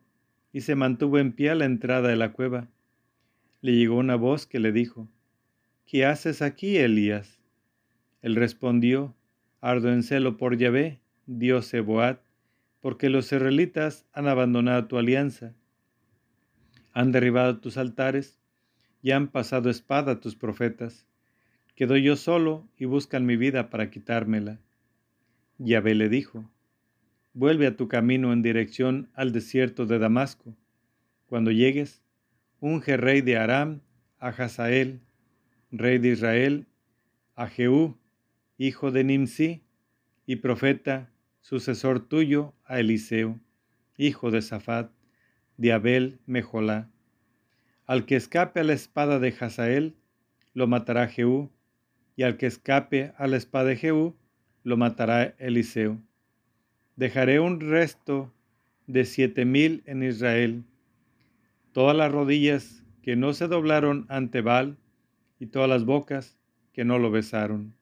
y se mantuvo en pie a la entrada de la cueva. Le llegó una voz que le dijo: ¿Qué haces aquí, Elías? Él respondió: Ardo en celo por Yahvé, Dios Sebaot, porque los israelitas han abandonado tu alianza, han derribado tus altares y han pasado espada a tus profetas. Quedo yo solo y buscan mi vida para quitármela. Yahvé le dijo: Vuelve a tu camino en dirección al desierto de Damasco. Cuando llegues, unge rey de Aram a Hazael, rey de Israel, a Jehú, hijo de Nimsi, y profeta, sucesor tuyo, a Eliseo, hijo de Safat, de Abel Mejolá. Al que escape a la espada de Hazael, lo matará Jehú, y al que escape a la espada de Jehú, lo matará Eliseo. Dejaré un resto de siete mil en Israel, todas las rodillas que no se doblaron ante Baal, y todas las bocas que no lo besaron.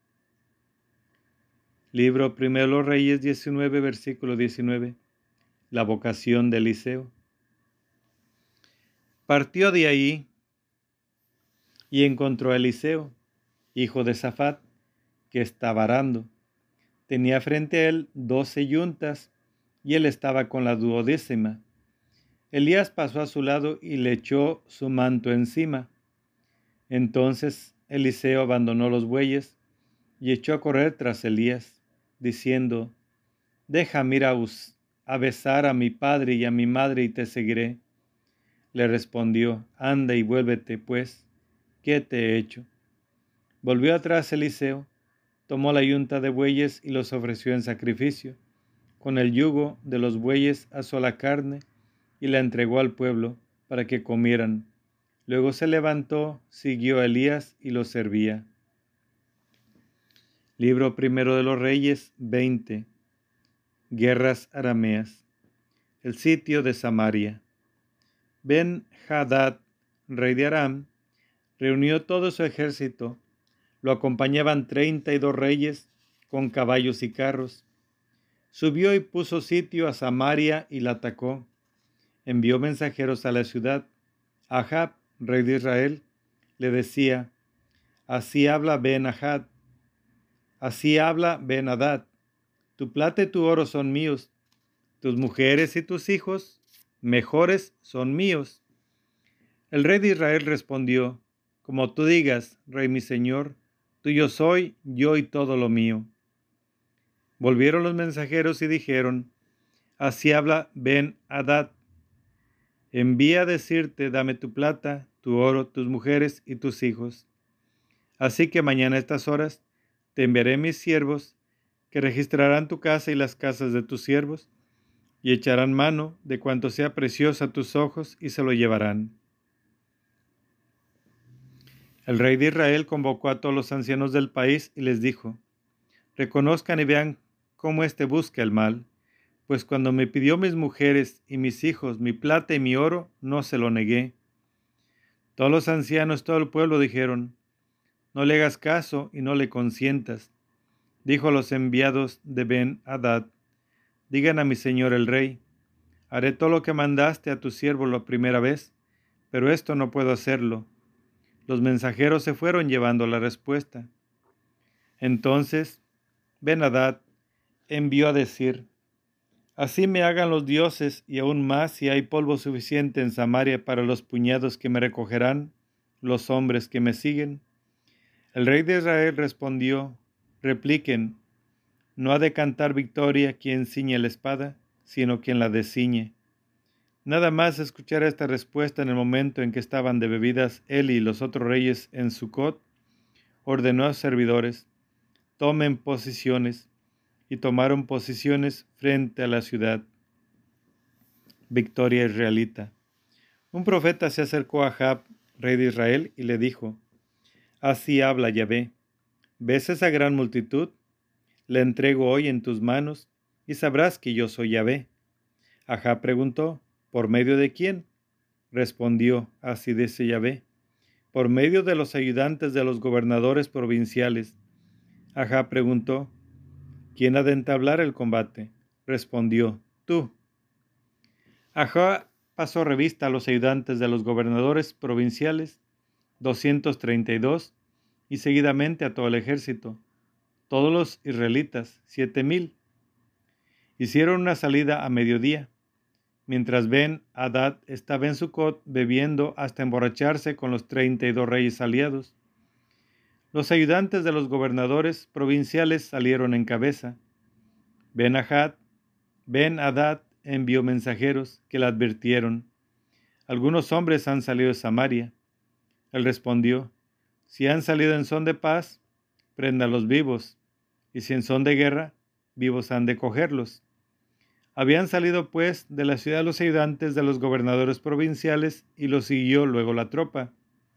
Libro Primero de los Reyes diecinueve, versículo diecinueve. La vocación de Eliseo. Partió de ahí y encontró a Eliseo, hijo de Safat, que estaba arando. Tenía frente a él doce yuntas, y él estaba con la duodécima. Elías pasó a su lado y le echó su manto encima. Entonces Eliseo abandonó los bueyes y echó a correr tras Elías, diciendo: Déjame ir a, a besar a mi padre y a mi madre y te seguiré. Le respondió: Anda y vuélvete, pues, ¿qué te he hecho? Volvió atrás Eliseo, tomó la yunta de bueyes y los ofreció en sacrificio. Con el yugo de los bueyes asó la carne y la entregó al pueblo para que comieran. Luego se levantó, siguió a Elías y lo servía. Libro Primero de los Reyes veinte. Guerras arameas. El sitio de Samaria. Ben-Hadad, rey de Aram, reunió todo su ejército. Lo acompañaban treinta y dos reyes con caballos y carros. Subió y puso sitio a Samaria y la atacó. Envió mensajeros a la ciudad. Ahab, rey de Israel, le decía: Así habla Ben-Hadad, así habla Ben-Hadad, tu plata y tu oro son míos, tus mujeres y tus hijos mejores son míos. El rey de Israel respondió: Como tú digas, rey mi señor, tuyo soy yo y todo lo mío. Volvieron los mensajeros y dijeron: Así habla Ben-Hadad, envía a decirte: Dame tu plata, tu oro, tus mujeres y tus hijos. Así que mañana a estas horas te enviaré mis siervos, que registrarán tu casa y las casas de tus siervos, y echarán mano de cuanto sea precioso a tus ojos y se lo llevarán. El rey de Israel convocó a todos los ancianos del país y les dijo: Reconozcan y vean cómo éste busca el mal, pues cuando me pidió mis mujeres y mis hijos, mi plata y mi oro, no se lo negué. Todos los ancianos, todo el pueblo dijeron: No le hagas caso y no le consientas. Dijo a los enviados de Ben-Hadad: Digan a mi señor el rey: Haré todo lo que mandaste a tu siervo la primera vez, pero esto no puedo hacerlo. Los mensajeros se fueron llevando la respuesta. Entonces Ben-Hadad envió a decir: Así me hagan los dioses, y aún más si hay polvo suficiente en Samaria para los puñados que me recogerán los hombres que me siguen. El rey de Israel respondió: Repliquen: No ha de cantar victoria quien ciñe la espada, sino quien la desciñe. Nada más escuchar esta respuesta en el momento en que estaban de bebidas él y los otros reyes en Sucot, ordenó a los servidores: Tomen posiciones, y tomaron posiciones frente a la ciudad. Victoria israelita. Un profeta se acercó a Ahab, rey de Israel, y le dijo: Así habla Yahvé: ¿Ves esa gran multitud? La entrego hoy en tus manos, y sabrás que yo soy Yahvé. Ahab preguntó: ¿Por medio de quién? Respondió: Así dice Yahvé: Por medio de los ayudantes de los gobernadores provinciales. Ahab preguntó: ¿Quién ha de entablar el combate? Respondió: Tú. Ahab pasó revista a los ayudantes de los gobernadores provinciales, doscientos treinta y dos, y seguidamente a todo el ejército, todos los israelitas, siete mil. Hicieron una salida a mediodía, mientras Ben-Hadad estaba en Sucot bebiendo hasta emborracharse con los treinta y dos reyes aliados. Los ayudantes de los gobernadores provinciales salieron en cabeza. Ben-Hadad Ben-Hadad envió mensajeros que le advirtieron: algunos hombres han salido de Samaria. Él respondió: si han salido en son de paz, préndalos vivos, y si en son de guerra, vivos han de cogerlos. Habían salido pues de la ciudad los ayudantes de los gobernadores provinciales, y los siguió luego la tropa.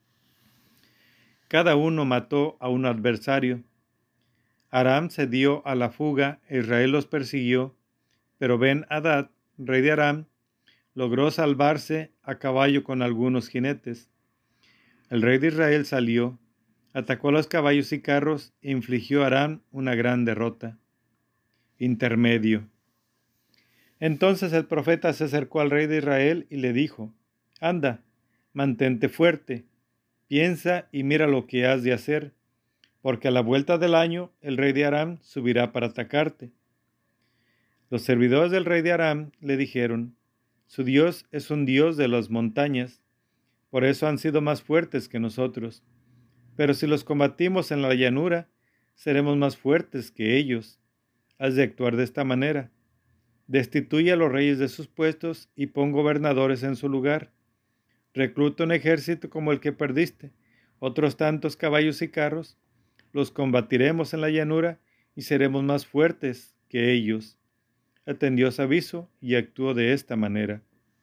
Cada uno mató a un adversario. Aram se dio a la fuga e Israel los persiguió, pero Ben-Hadad, rey de Aram, logró salvarse a caballo con algunos jinetes. El rey de Israel salió, atacó a los caballos y carros e infligió a Aram una gran derrota. Intermedio. Entonces el profeta se acercó al rey de Israel y le dijo: anda, mantente fuerte, piensa y mira lo que has de hacer, porque a la vuelta del año el rey de Aram subirá para atacarte. Los servidores del rey de Aram le dijeron: su Dios es un Dios de las montañas, por eso han sido más fuertes que nosotros. Pero si los combatimos en la llanura, seremos más fuertes que ellos. Has de actuar de esta manera: destituye a los reyes de sus puestos y pon gobernadores en su lugar. Recluta un ejército como el que perdiste, otros tantos caballos y carros. Los combatiremos en la llanura y seremos más fuertes que ellos. Atendió su aviso y actuó de esta manera.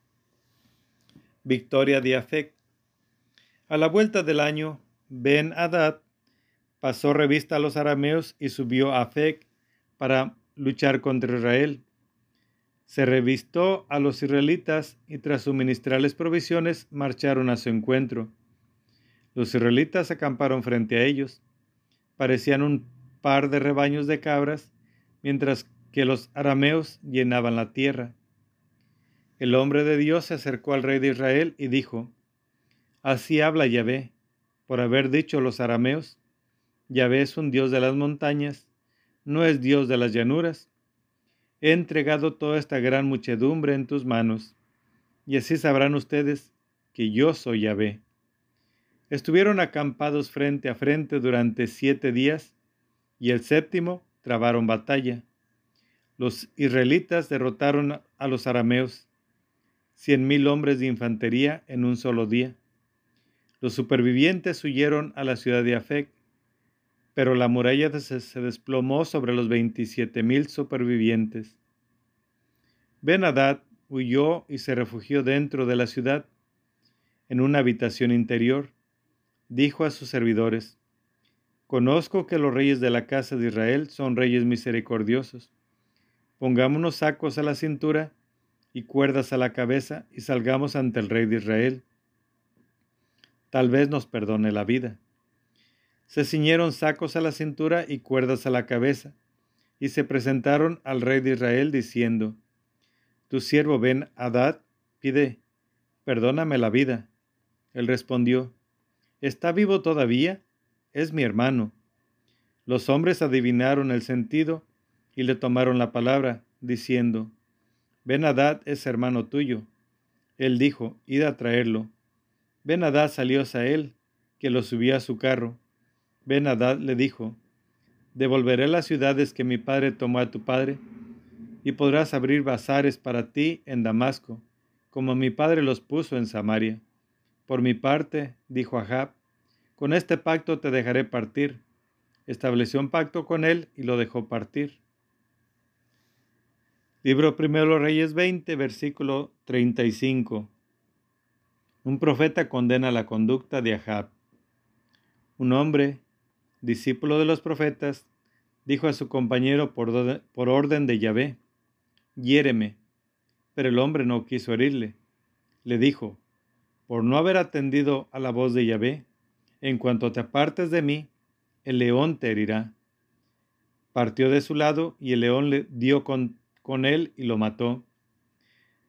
Victoria de Afec. A la vuelta del año, Ben-Hadad pasó revista a los arameos y subió a Afec para luchar contra Israel. Se revistó a los israelitas y tras suministrarles provisiones marcharon a su encuentro. Los israelitas acamparon frente a ellos. Parecían un par de rebaños de cabras, mientras que los arameos llenaban la tierra. El hombre de Dios se acercó al rey de Israel y dijo: así habla Yahvé, por haber dicho los arameos: Yahvé es un Dios de las montañas, no es Dios de las llanuras. He entregado toda esta gran muchedumbre en tus manos, y así sabrán ustedes que yo soy Yahvé. Estuvieron acampados frente a frente durante siete días, y el séptimo trabaron batalla. Los israelitas derrotaron a los arameos, cien mil hombres de infantería en un solo día. Los supervivientes huyeron a la ciudad de Afec, pero la muralla se desplomó sobre los veintisiete mil supervivientes. Ben-Hadad huyó y se refugió dentro de la ciudad, en una habitación interior. Dijo a sus servidores: conozco que los reyes de la casa de Israel son reyes misericordiosos. Pongámonos sacos a la cintura y cuerdas a la cabeza y salgamos ante el rey de Israel. Tal vez nos perdone la vida. Se ciñeron sacos a la cintura y cuerdas a la cabeza, y se presentaron al rey de Israel diciendo: tu siervo Ben-Hadad pide, perdóname la vida. Él respondió: ¿está vivo todavía? Es mi hermano. Los hombres adivinaron el sentido y le tomaron la palabra, diciendo: Ben-Hadad es hermano tuyo. Él dijo: id a traerlo. Ben-Hadad salió hacia él, que lo subió a su carro. Ben-Hadad le dijo: devolveré las ciudades que mi padre tomó a tu padre, y podrás abrir bazares para ti en Damasco, como mi padre los puso en Samaria. Por mi parte, dijo Ahab, con este pacto te dejaré partir. Estableció un pacto con él y lo dejó partir. Libro Primero de los Reyes veinte, versículo treinta y cinco. Un profeta condena la conducta de Ahab. Un hombre, discípulo de los profetas, dijo a su compañero por, do- por orden de Yahvé: hiéreme. Pero el hombre no quiso herirle. Le dijo: por no haber atendido a la voz de Yahvé, en cuanto te apartes de mí, el león te herirá. Partió de su lado y el león le dio con, con él y lo mató.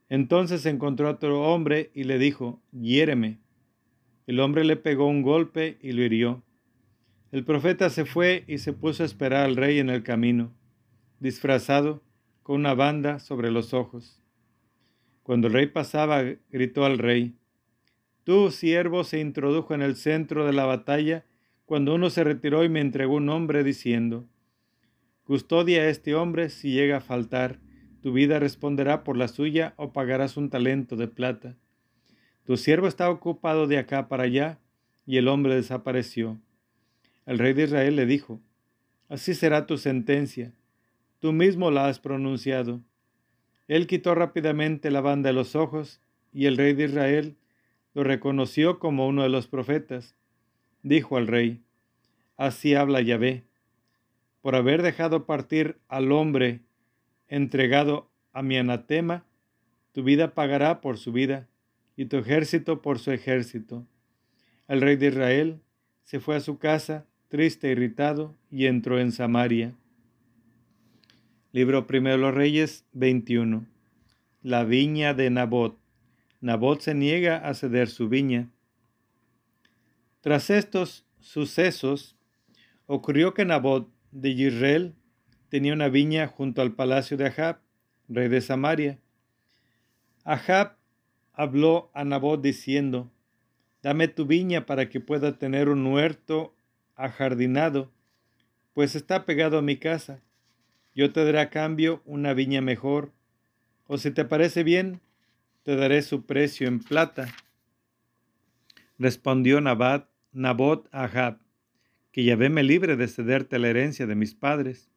Entonces encontró a otro hombre y le dijo: hiéreme. El hombre le pegó un golpe y lo hirió. El profeta se fue y se puso a esperar al rey en el camino, disfrazado, con una banda sobre los ojos. Cuando el rey pasaba, gritó al rey: tu siervo se introdujo en el centro de la batalla cuando uno se retiró y me entregó un hombre diciendo: custodia a este hombre, si llega a faltar, tu vida responderá por la suya o pagarás un talento de plata. Tu siervo estaba ocupado de acá para allá y el hombre desapareció. El rey de Israel le dijo: así será tu sentencia, tú mismo la has pronunciado. Él quitó rápidamente la banda de los ojos y el rey de Israel lo reconoció como uno de los profetas. Dijo al rey: así habla Yahvé, por haber dejado partir al hombre entregado a mi anatema, tu vida pagará por su vida y tu ejército por su ejército. El rey de Israel se fue a su casa, triste e irritado, y entró en Samaria. Libro primero de los Reyes veintiuno. La viña de Nabot. Nabot se niega a ceder su viña. Tras estos sucesos, ocurrió que Nabot de Jezreel tenía una viña junto al palacio de Ahab, rey de Samaria. Ahab habló a Nabot diciendo: dame tu viña para que pueda tener un huerto ajardinado, pues está pegado a mi casa. Yo te daré a cambio una viña mejor, o si te parece bien, te daré su precio en plata. Respondió Nabot, Nabot a Ahab: que Yahvé me libre de cederte la herencia de mis padres.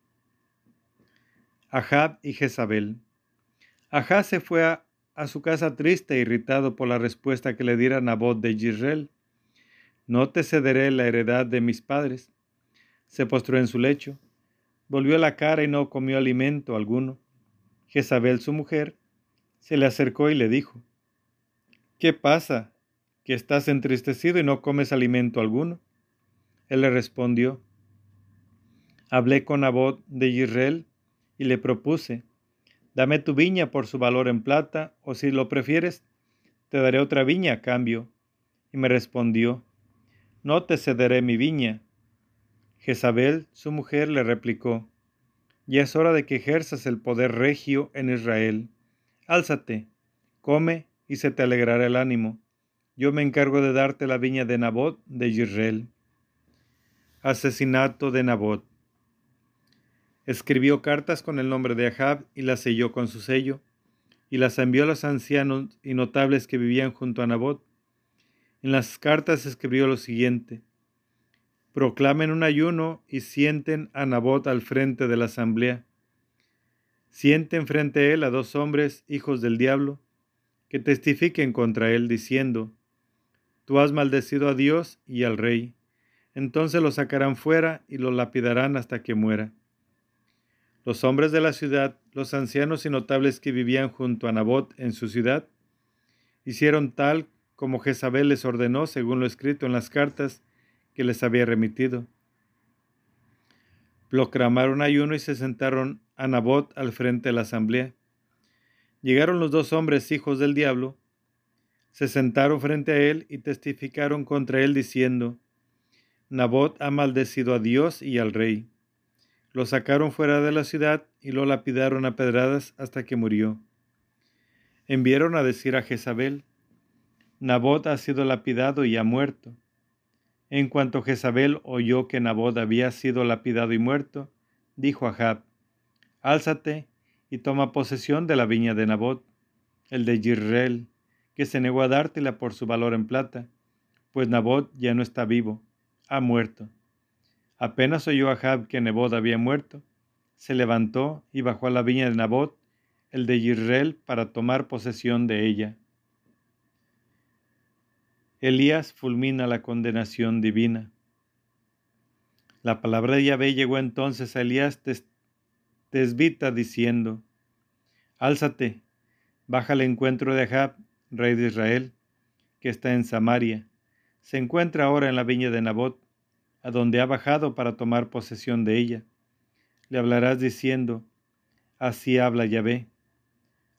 Ahab y Jezabel. Ahab se fue a, a su casa triste e irritado por la respuesta que le diera Nabot de Jezreel: no te cederé la heredad de mis padres. Se postró en su lecho, volvió la cara y no comió alimento alguno. Jezabel, su mujer, se le acercó y le dijo: ¿qué pasa, que estás entristecido y no comes alimento alguno? Él le respondió: hablé con Nabot de Jezreel y le propuse: dame tu viña por su valor en plata, o si lo prefieres, te daré otra viña a cambio. Y me respondió: no te cederé mi viña. Jezabel, su mujer, le replicó: ya es hora de que ejerzas el poder regio en Israel. Álzate, come y se te alegrará el ánimo. Yo me encargo de darte la viña de Nabot de Jezreel. Asesinato de Nabot. Escribió cartas con el nombre de Ahab y las selló con su sello, y las envió a los ancianos y notables que vivían junto a Nabot. En las cartas escribió lo siguiente: proclamen un ayuno y sienten a Nabot al frente de la asamblea. Sienten frente a él a dos hombres, hijos del diablo, que testifiquen contra él, diciendo: tú has maldecido a Dios y al rey. Entonces lo sacarán fuera y lo lapidarán hasta que muera. Los hombres de la ciudad, los ancianos y notables que vivían junto a Nabot en su ciudad, hicieron tal como Jezabel les ordenó, según lo escrito en las cartas que les había remitido. Proclamaron ayuno y se sentaron a Nabot al frente de la asamblea. Llegaron los dos hombres, hijos del diablo, se sentaron frente a él y testificaron contra él diciendo: Nabot ha maldecido a Dios y al rey. Lo sacaron fuera de la ciudad y lo lapidaron a pedradas hasta que murió. Enviaron a decir a Jezabel: Nabot ha sido lapidado y ha muerto. En cuanto Jezabel oyó que Nabot había sido lapidado y muerto, dijo a Ahab: Álzate y toma posesión de la viña de Nabot, el de Jezreel, que se negó a dártela por su valor en plata, pues Nabot ya no está vivo, ha muerto. Apenas oyó Ahab que Nabot había muerto, se levantó y bajó a la viña de Nabot, el de Jezreel, para tomar posesión de ella. Elías fulmina la condenación divina. La palabra de Yahvé llegó entonces a Elías tesbita diciendo: Álzate, baja al encuentro de Ahab, rey de Israel, que está en Samaria. Se encuentra ahora en la viña de Nabot, a donde ha bajado para tomar posesión de ella. Le hablarás diciendo: Así habla Yahvé.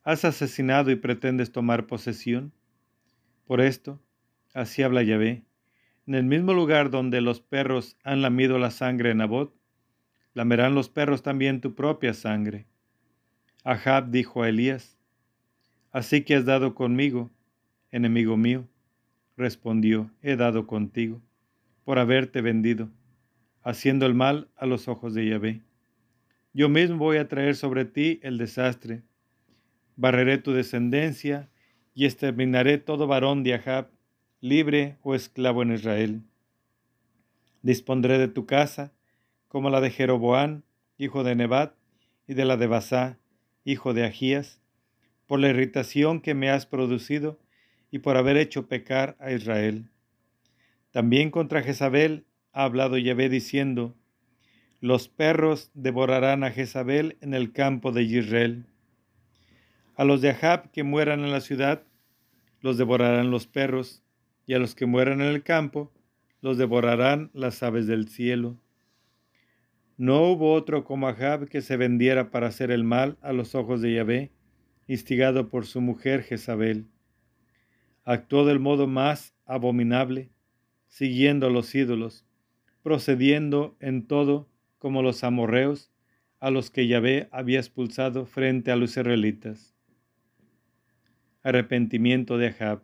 ¿Has asesinado y pretendes tomar posesión? Por esto, así habla Yahvé, en el mismo lugar donde los perros han lamido la sangre de Nabot, lamerán los perros también tu propia sangre. Ahab dijo a Elías: Así que has dado conmigo, enemigo mío. Respondió: He dado contigo, por haberte vendido, haciendo el mal a los ojos de Yahvé. Yo mismo voy a traer sobre ti el desastre. Barreré tu descendencia y exterminaré todo varón de Ahab, libre o esclavo en Israel. Dispondré de tu casa, como la de Jeroboam, hijo de Nebat, y de la de Basá, hijo de Ahías, por la irritación que me has producido y por haber hecho pecar a Israel. También contra Jezabel ha hablado Yahvé diciendo: Los perros devorarán a Jezabel en el campo de Yisrael. A los de Ahab que mueran en la ciudad, los devorarán los perros, y a los que mueran en el campo, los devorarán las aves del cielo. No hubo otro como Ahab que se vendiera para hacer el mal a los ojos de Yahvé, instigado por su mujer Jezabel. Actuó del modo más abominable, siguiendo a los ídolos, procediendo en todo como los amorreos, a los que Yahvé había expulsado frente a los israelitas. Arrepentimiento de Ahab.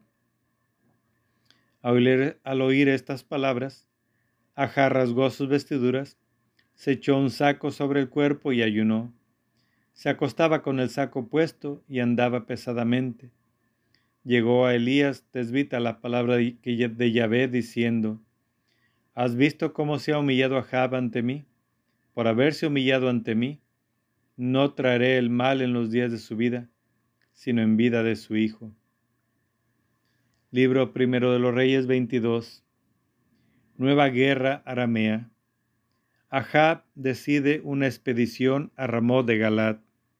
Al oír, al oír estas palabras, Ahab rasgó sus vestiduras, se echó un saco sobre el cuerpo y ayunó. Se acostaba con el saco puesto y andaba pesadamente. Llegó a Elías tesbita la palabra de Yahvé diciendo: ¿Has visto cómo se ha humillado Ahab ante mí? Por haberse humillado ante mí, no traeré el mal en los días de su vida, sino en vida de su hijo. Libro primero de los Reyes veintidós. Nueva guerra aramea. Ahab decide una expedición a Ramot de Galat.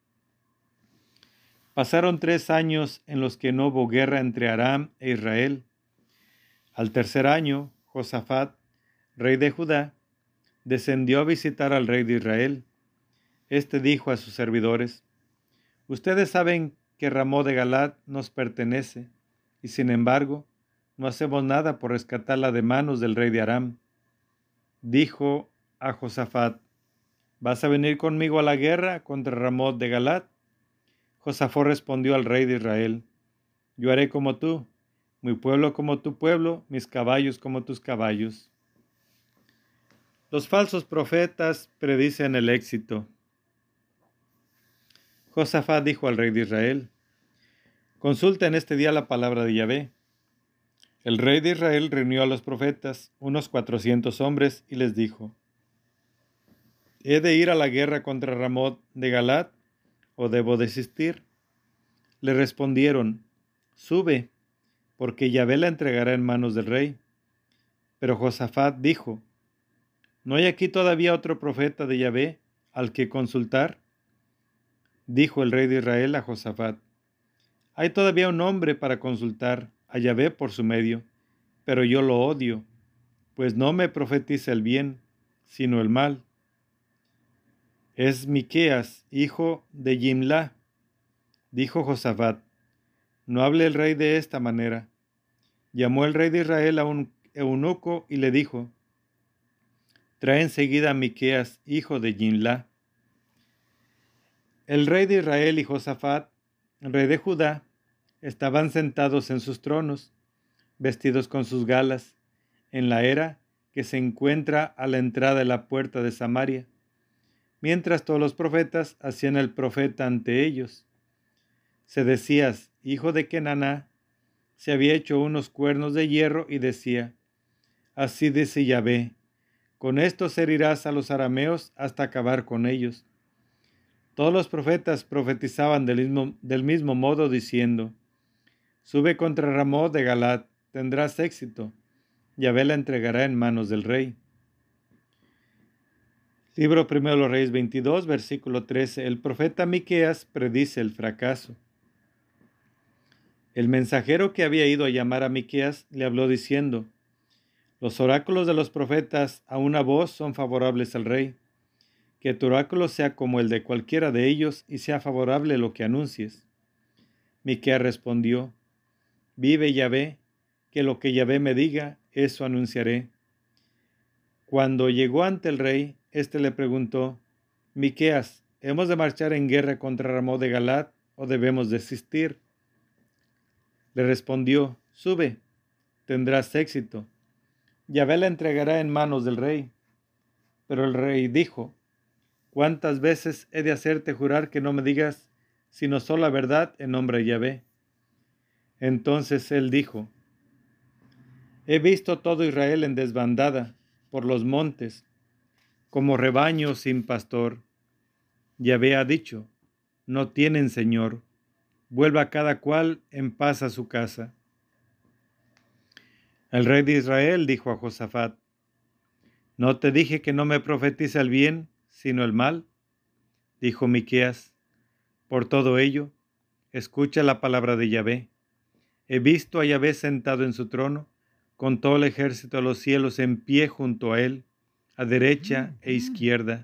Pasaron tres años en los que no hubo guerra entre Aram e Israel. Al tercer año, Josafat, rey de Judá, descendió a visitar al rey de Israel. Este dijo a sus servidores: Ustedes saben que Ramot de Galat nos pertenece, y sin embargo, no hacemos nada por rescatarla de manos del rey de Aram. Dijo a Josafat: ¿Vas a venir conmigo a la guerra contra Ramot de Galat? Josafat respondió al rey de Israel: Yo haré como tú, mi pueblo como tu pueblo, mis caballos como tus caballos. Los falsos profetas predicen el éxito. Josafat dijo al rey de Israel: Consulta en este día la palabra de Yahvé. El rey de Israel reunió a los profetas, unos cuatrocientos hombres, y les dijo: ¿He de ir a la guerra contra Ramot de Galat o debo desistir? Le respondieron: Sube, porque Yahvé la entregará en manos del rey. Pero Josafat dijo: ¿No hay aquí todavía otro profeta de Yahvé al que consultar? Dijo el rey de Israel a Josafat: Hay todavía un hombre para consultar a Yahvé por su medio, pero yo lo odio, pues no me profetiza el bien, sino el mal. Es Miqueas, hijo de Jimla. Dijo Josafat: No hable el rey de esta manera. Llamó el rey de Israel a un eunuco y le dijo: Trae enseguida a Miqueas, hijo de Jimla. El rey de Israel y Josafat, rey de Judá, estaban sentados en sus tronos, vestidos con sus galas, en la era que se encuentra a la entrada de la puerta de Samaria, mientras todos los profetas hacían el profeta ante ellos. Sedecías, hijo de Kenaná, se había hecho unos cuernos de hierro y decía: Así dice Yahvé, con estos herirás a los arameos hasta acabar con ellos. Todos los profetas profetizaban del mismo, del mismo modo diciendo: Sube contra Ramot de Galat, tendrás éxito, Yahvé la entregará en manos del rey. Libro primero de los Reyes veintidós, versículo trece. El profeta Miqueas predice el fracaso. El mensajero que había ido a llamar a Miqueas le habló diciendo: Los oráculos de los profetas a una voz son favorables al rey. Que tu oráculo sea como el de cualquiera de ellos y sea favorable lo que anuncies. Miqueas respondió: Vive Yahvé, que lo que Yahvé me diga, eso anunciaré. Cuando llegó ante el rey, éste le preguntó: Miqueas, ¿hemos de marchar en guerra contra Ramón de Galaad o debemos desistir? Le respondió: Sube, tendrás éxito. Yahvé la entregará en manos del rey. Pero el rey dijo: ¿Cuántas veces he de hacerte jurar que no me digas sino solo la verdad en nombre de Yahvé? Entonces él dijo: He visto todo Israel en desbandada por los montes, como rebaño sin pastor. Yahvé ha dicho: No tienen señor, vuelva cada cual en paz a su casa. El rey de Israel dijo a Josafat: ¿No te dije que no me profetice el bien, sino el mal? Dijo Miqueas: Por todo ello, escucha la palabra de Yahvé. He visto a Yahvé sentado en su trono, con todo el ejército de los cielos en pie junto a él, a derecha e izquierda.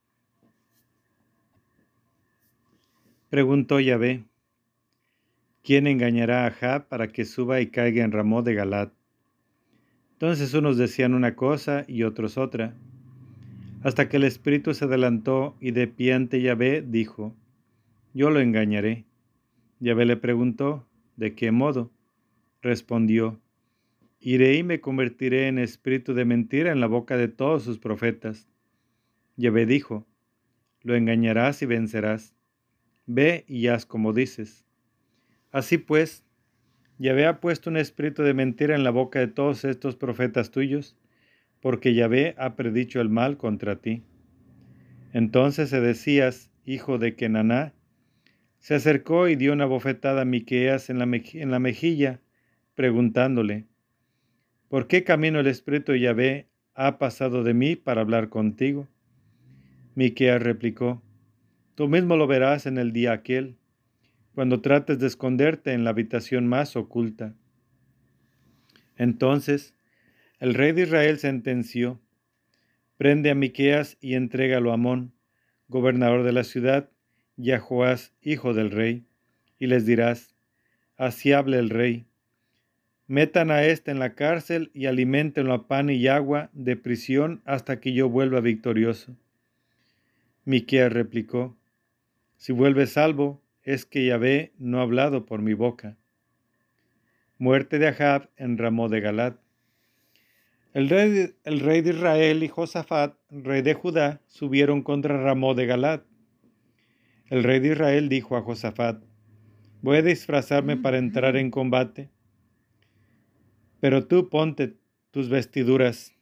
Preguntó Yahvé: ¿Quién engañará a Ahab para que suba y caiga en Ramón de Galaad? Entonces unos decían una cosa y otros otra, hasta que el espíritu se adelantó y de pie ante Yahvé dijo: Yo lo engañaré. Yahvé le preguntó: ¿De qué modo? Respondió: Iré y me convertiré en espíritu de mentira en la boca de todos sus profetas. Yahvé dijo: Lo engañarás y vencerás. Ve y haz como dices. Así pues, Yahvé ha puesto un espíritu de mentira en la boca de todos estos profetas tuyos, porque Yahvé ha predicho el mal contra ti. Entonces Sedecías, hijo de Kenaná, se acercó y dio una bofetada a Miqueas en la, mej- en la mejilla, preguntándole: ¿Por qué camino el espíritu de Yahvé ha pasado de mí para hablar contigo? Miqueas replicó: Tú mismo lo verás en el día aquel, cuando trates de esconderte en la habitación más oculta. Entonces el rey de Israel sentenció: Prende a Miqueas y entrégalo a Amón, gobernador de la ciudad, y a Joás, hijo del rey, y les dirás: Así habla el rey. Metan a éste en la cárcel y aliméntenlo a pan y agua de prisión hasta que yo vuelva victorioso. Miqueas replicó: Si vuelve salvo, es que Yahvé no ha hablado por mi boca. Muerte de Ahab en Ramón de Galaad. El rey, de, el rey de Israel y Josafat, rey de Judá, subieron contra Ramón de Galaad. El rey de Israel dijo a Josafat: Voy a disfrazarme para entrar en combate, pero tú ponte tus vestiduras.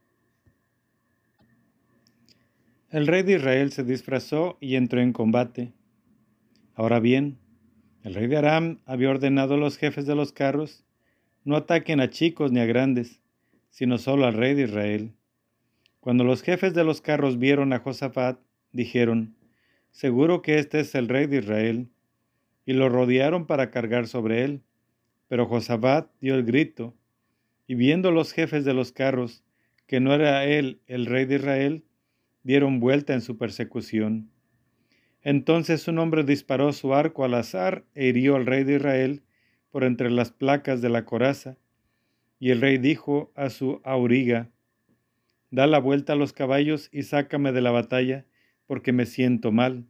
El rey de Israel se disfrazó y entró en combate. Ahora bien, el rey de Aram había ordenado a los jefes de los carros: No ataquen a chicos ni a grandes, sino solo al rey de Israel. Cuando los jefes de los carros vieron a Josafat, dijeron: Seguro que este es el rey de Israel, y lo rodearon para cargar sobre él. Pero Josafat dio el grito, y viendo los jefes de los carros que no era él el rey de Israel, dieron vuelta en su persecución. Entonces un hombre disparó su arco al azar e hirió al rey de Israel por entre las placas de la coraza, y el rey dijo a su auriga: Da la vuelta a los caballos y sácame de la batalla, porque me siento mal.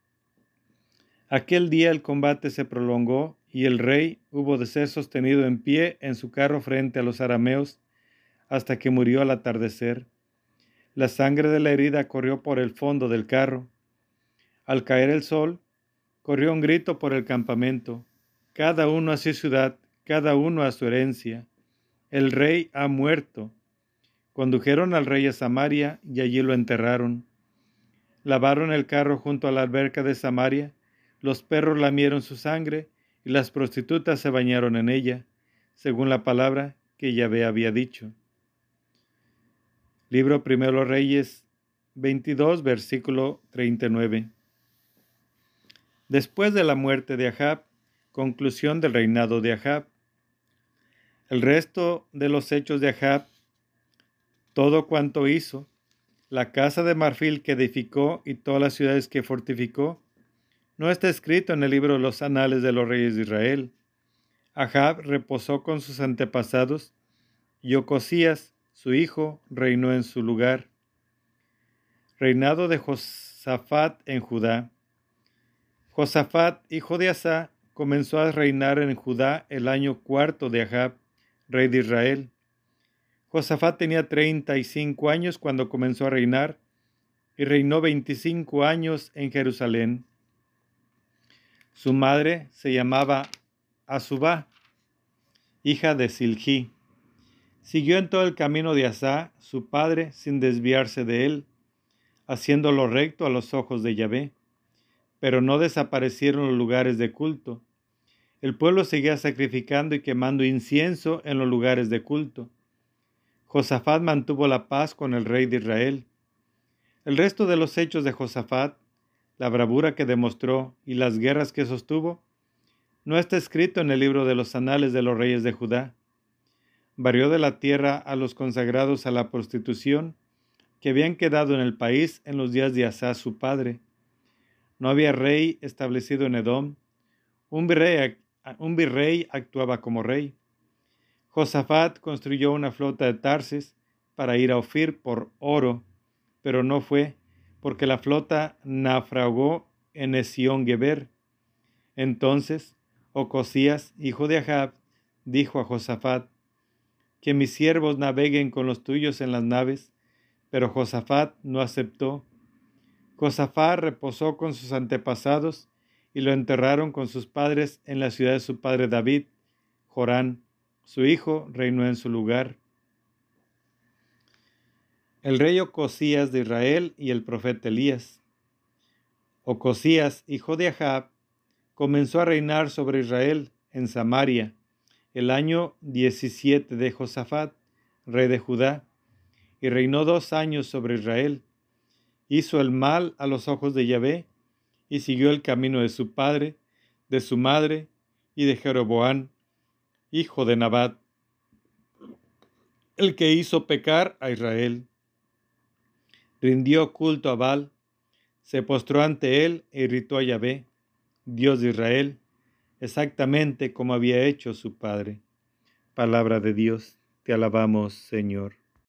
Aquel día el combate se prolongó y el rey hubo de ser sostenido en pie en su carro frente a los arameos hasta que murió al atardecer. La sangre de la herida corrió por el fondo del carro. Al caer el sol, corrió un grito por el campamento: Cada uno a su ciudad, cada uno a su herencia. El rey ha muerto. Condujeron al rey a Samaria y allí lo enterraron. Lavaron el carro junto a la alberca de Samaria, los perros lamieron su sangre y las prostitutas se bañaron en ella, según la palabra que Yahvé había dicho. Libro Primero de los Reyes veintidós, versículo treinta y nueve. Después de la muerte de Ahab, conclusión del reinado de Ahab. El resto de los hechos de Ahab, todo cuanto hizo, la casa de marfil que edificó y todas las ciudades que fortificó, no está escrito en el libro de los anales de los reyes de Israel. Ahab reposó con sus antepasados, y Ocosías, su hijo, reinó en su lugar. Reinado de Josafat en Judá. Josafat, hijo de Asa, comenzó a reinar en Judá el año cuarto de Ahab, rey de Israel. Josafat tenía treinta y cinco años cuando comenzó a reinar, y reinó veinticinco años en Jerusalén. Su madre se llamaba Azubá, hija de Siljí. Siguió en todo el camino de Asa, su padre, sin desviarse de él, haciendo lo recto a los ojos de Yahvé. Pero no desaparecieron los lugares de culto. El pueblo seguía sacrificando y quemando incienso en los lugares de culto. Josafat mantuvo la paz con el rey de Israel. El resto de los hechos de Josafat, la bravura que demostró y las guerras que sostuvo, no está escrito en el libro de los anales de los reyes de Judá. Varió de la tierra a los consagrados a la prostitución que habían quedado en el país en los días de Asa su padre. No había rey establecido en Edom. Un virrey, un virrey actuaba como rey. Josafat construyó una flota de Tarsis para ir a Ofir por oro, pero no fue, porque la flota naufragó en Esión-Geber. Entonces Ocosías, hijo de Ahab, dijo a Josafat: que mis siervos naveguen con los tuyos en las naves, pero Josafat no aceptó. Josafat reposó con sus antepasados y lo enterraron con sus padres en la ciudad de su padre David. Jorán, su hijo, reinó en su lugar. El rey Ocosías de Israel y el profeta Elías. Ocosías, hijo de Ahab, comenzó a reinar sobre Israel en Samaria el año diecisiete de Josafat, rey de Judá, y reinó dos años sobre Israel. Hizo el mal a los ojos de Yahvé y siguió el camino de su padre, de su madre y de Jeroboam, hijo de Nabat, el que hizo pecar a Israel. Rindió culto a Baal, se postró ante él e irritó a Yahvé, Dios de Israel, exactamente como había hecho su padre. Palabra de Dios, te alabamos, Señor.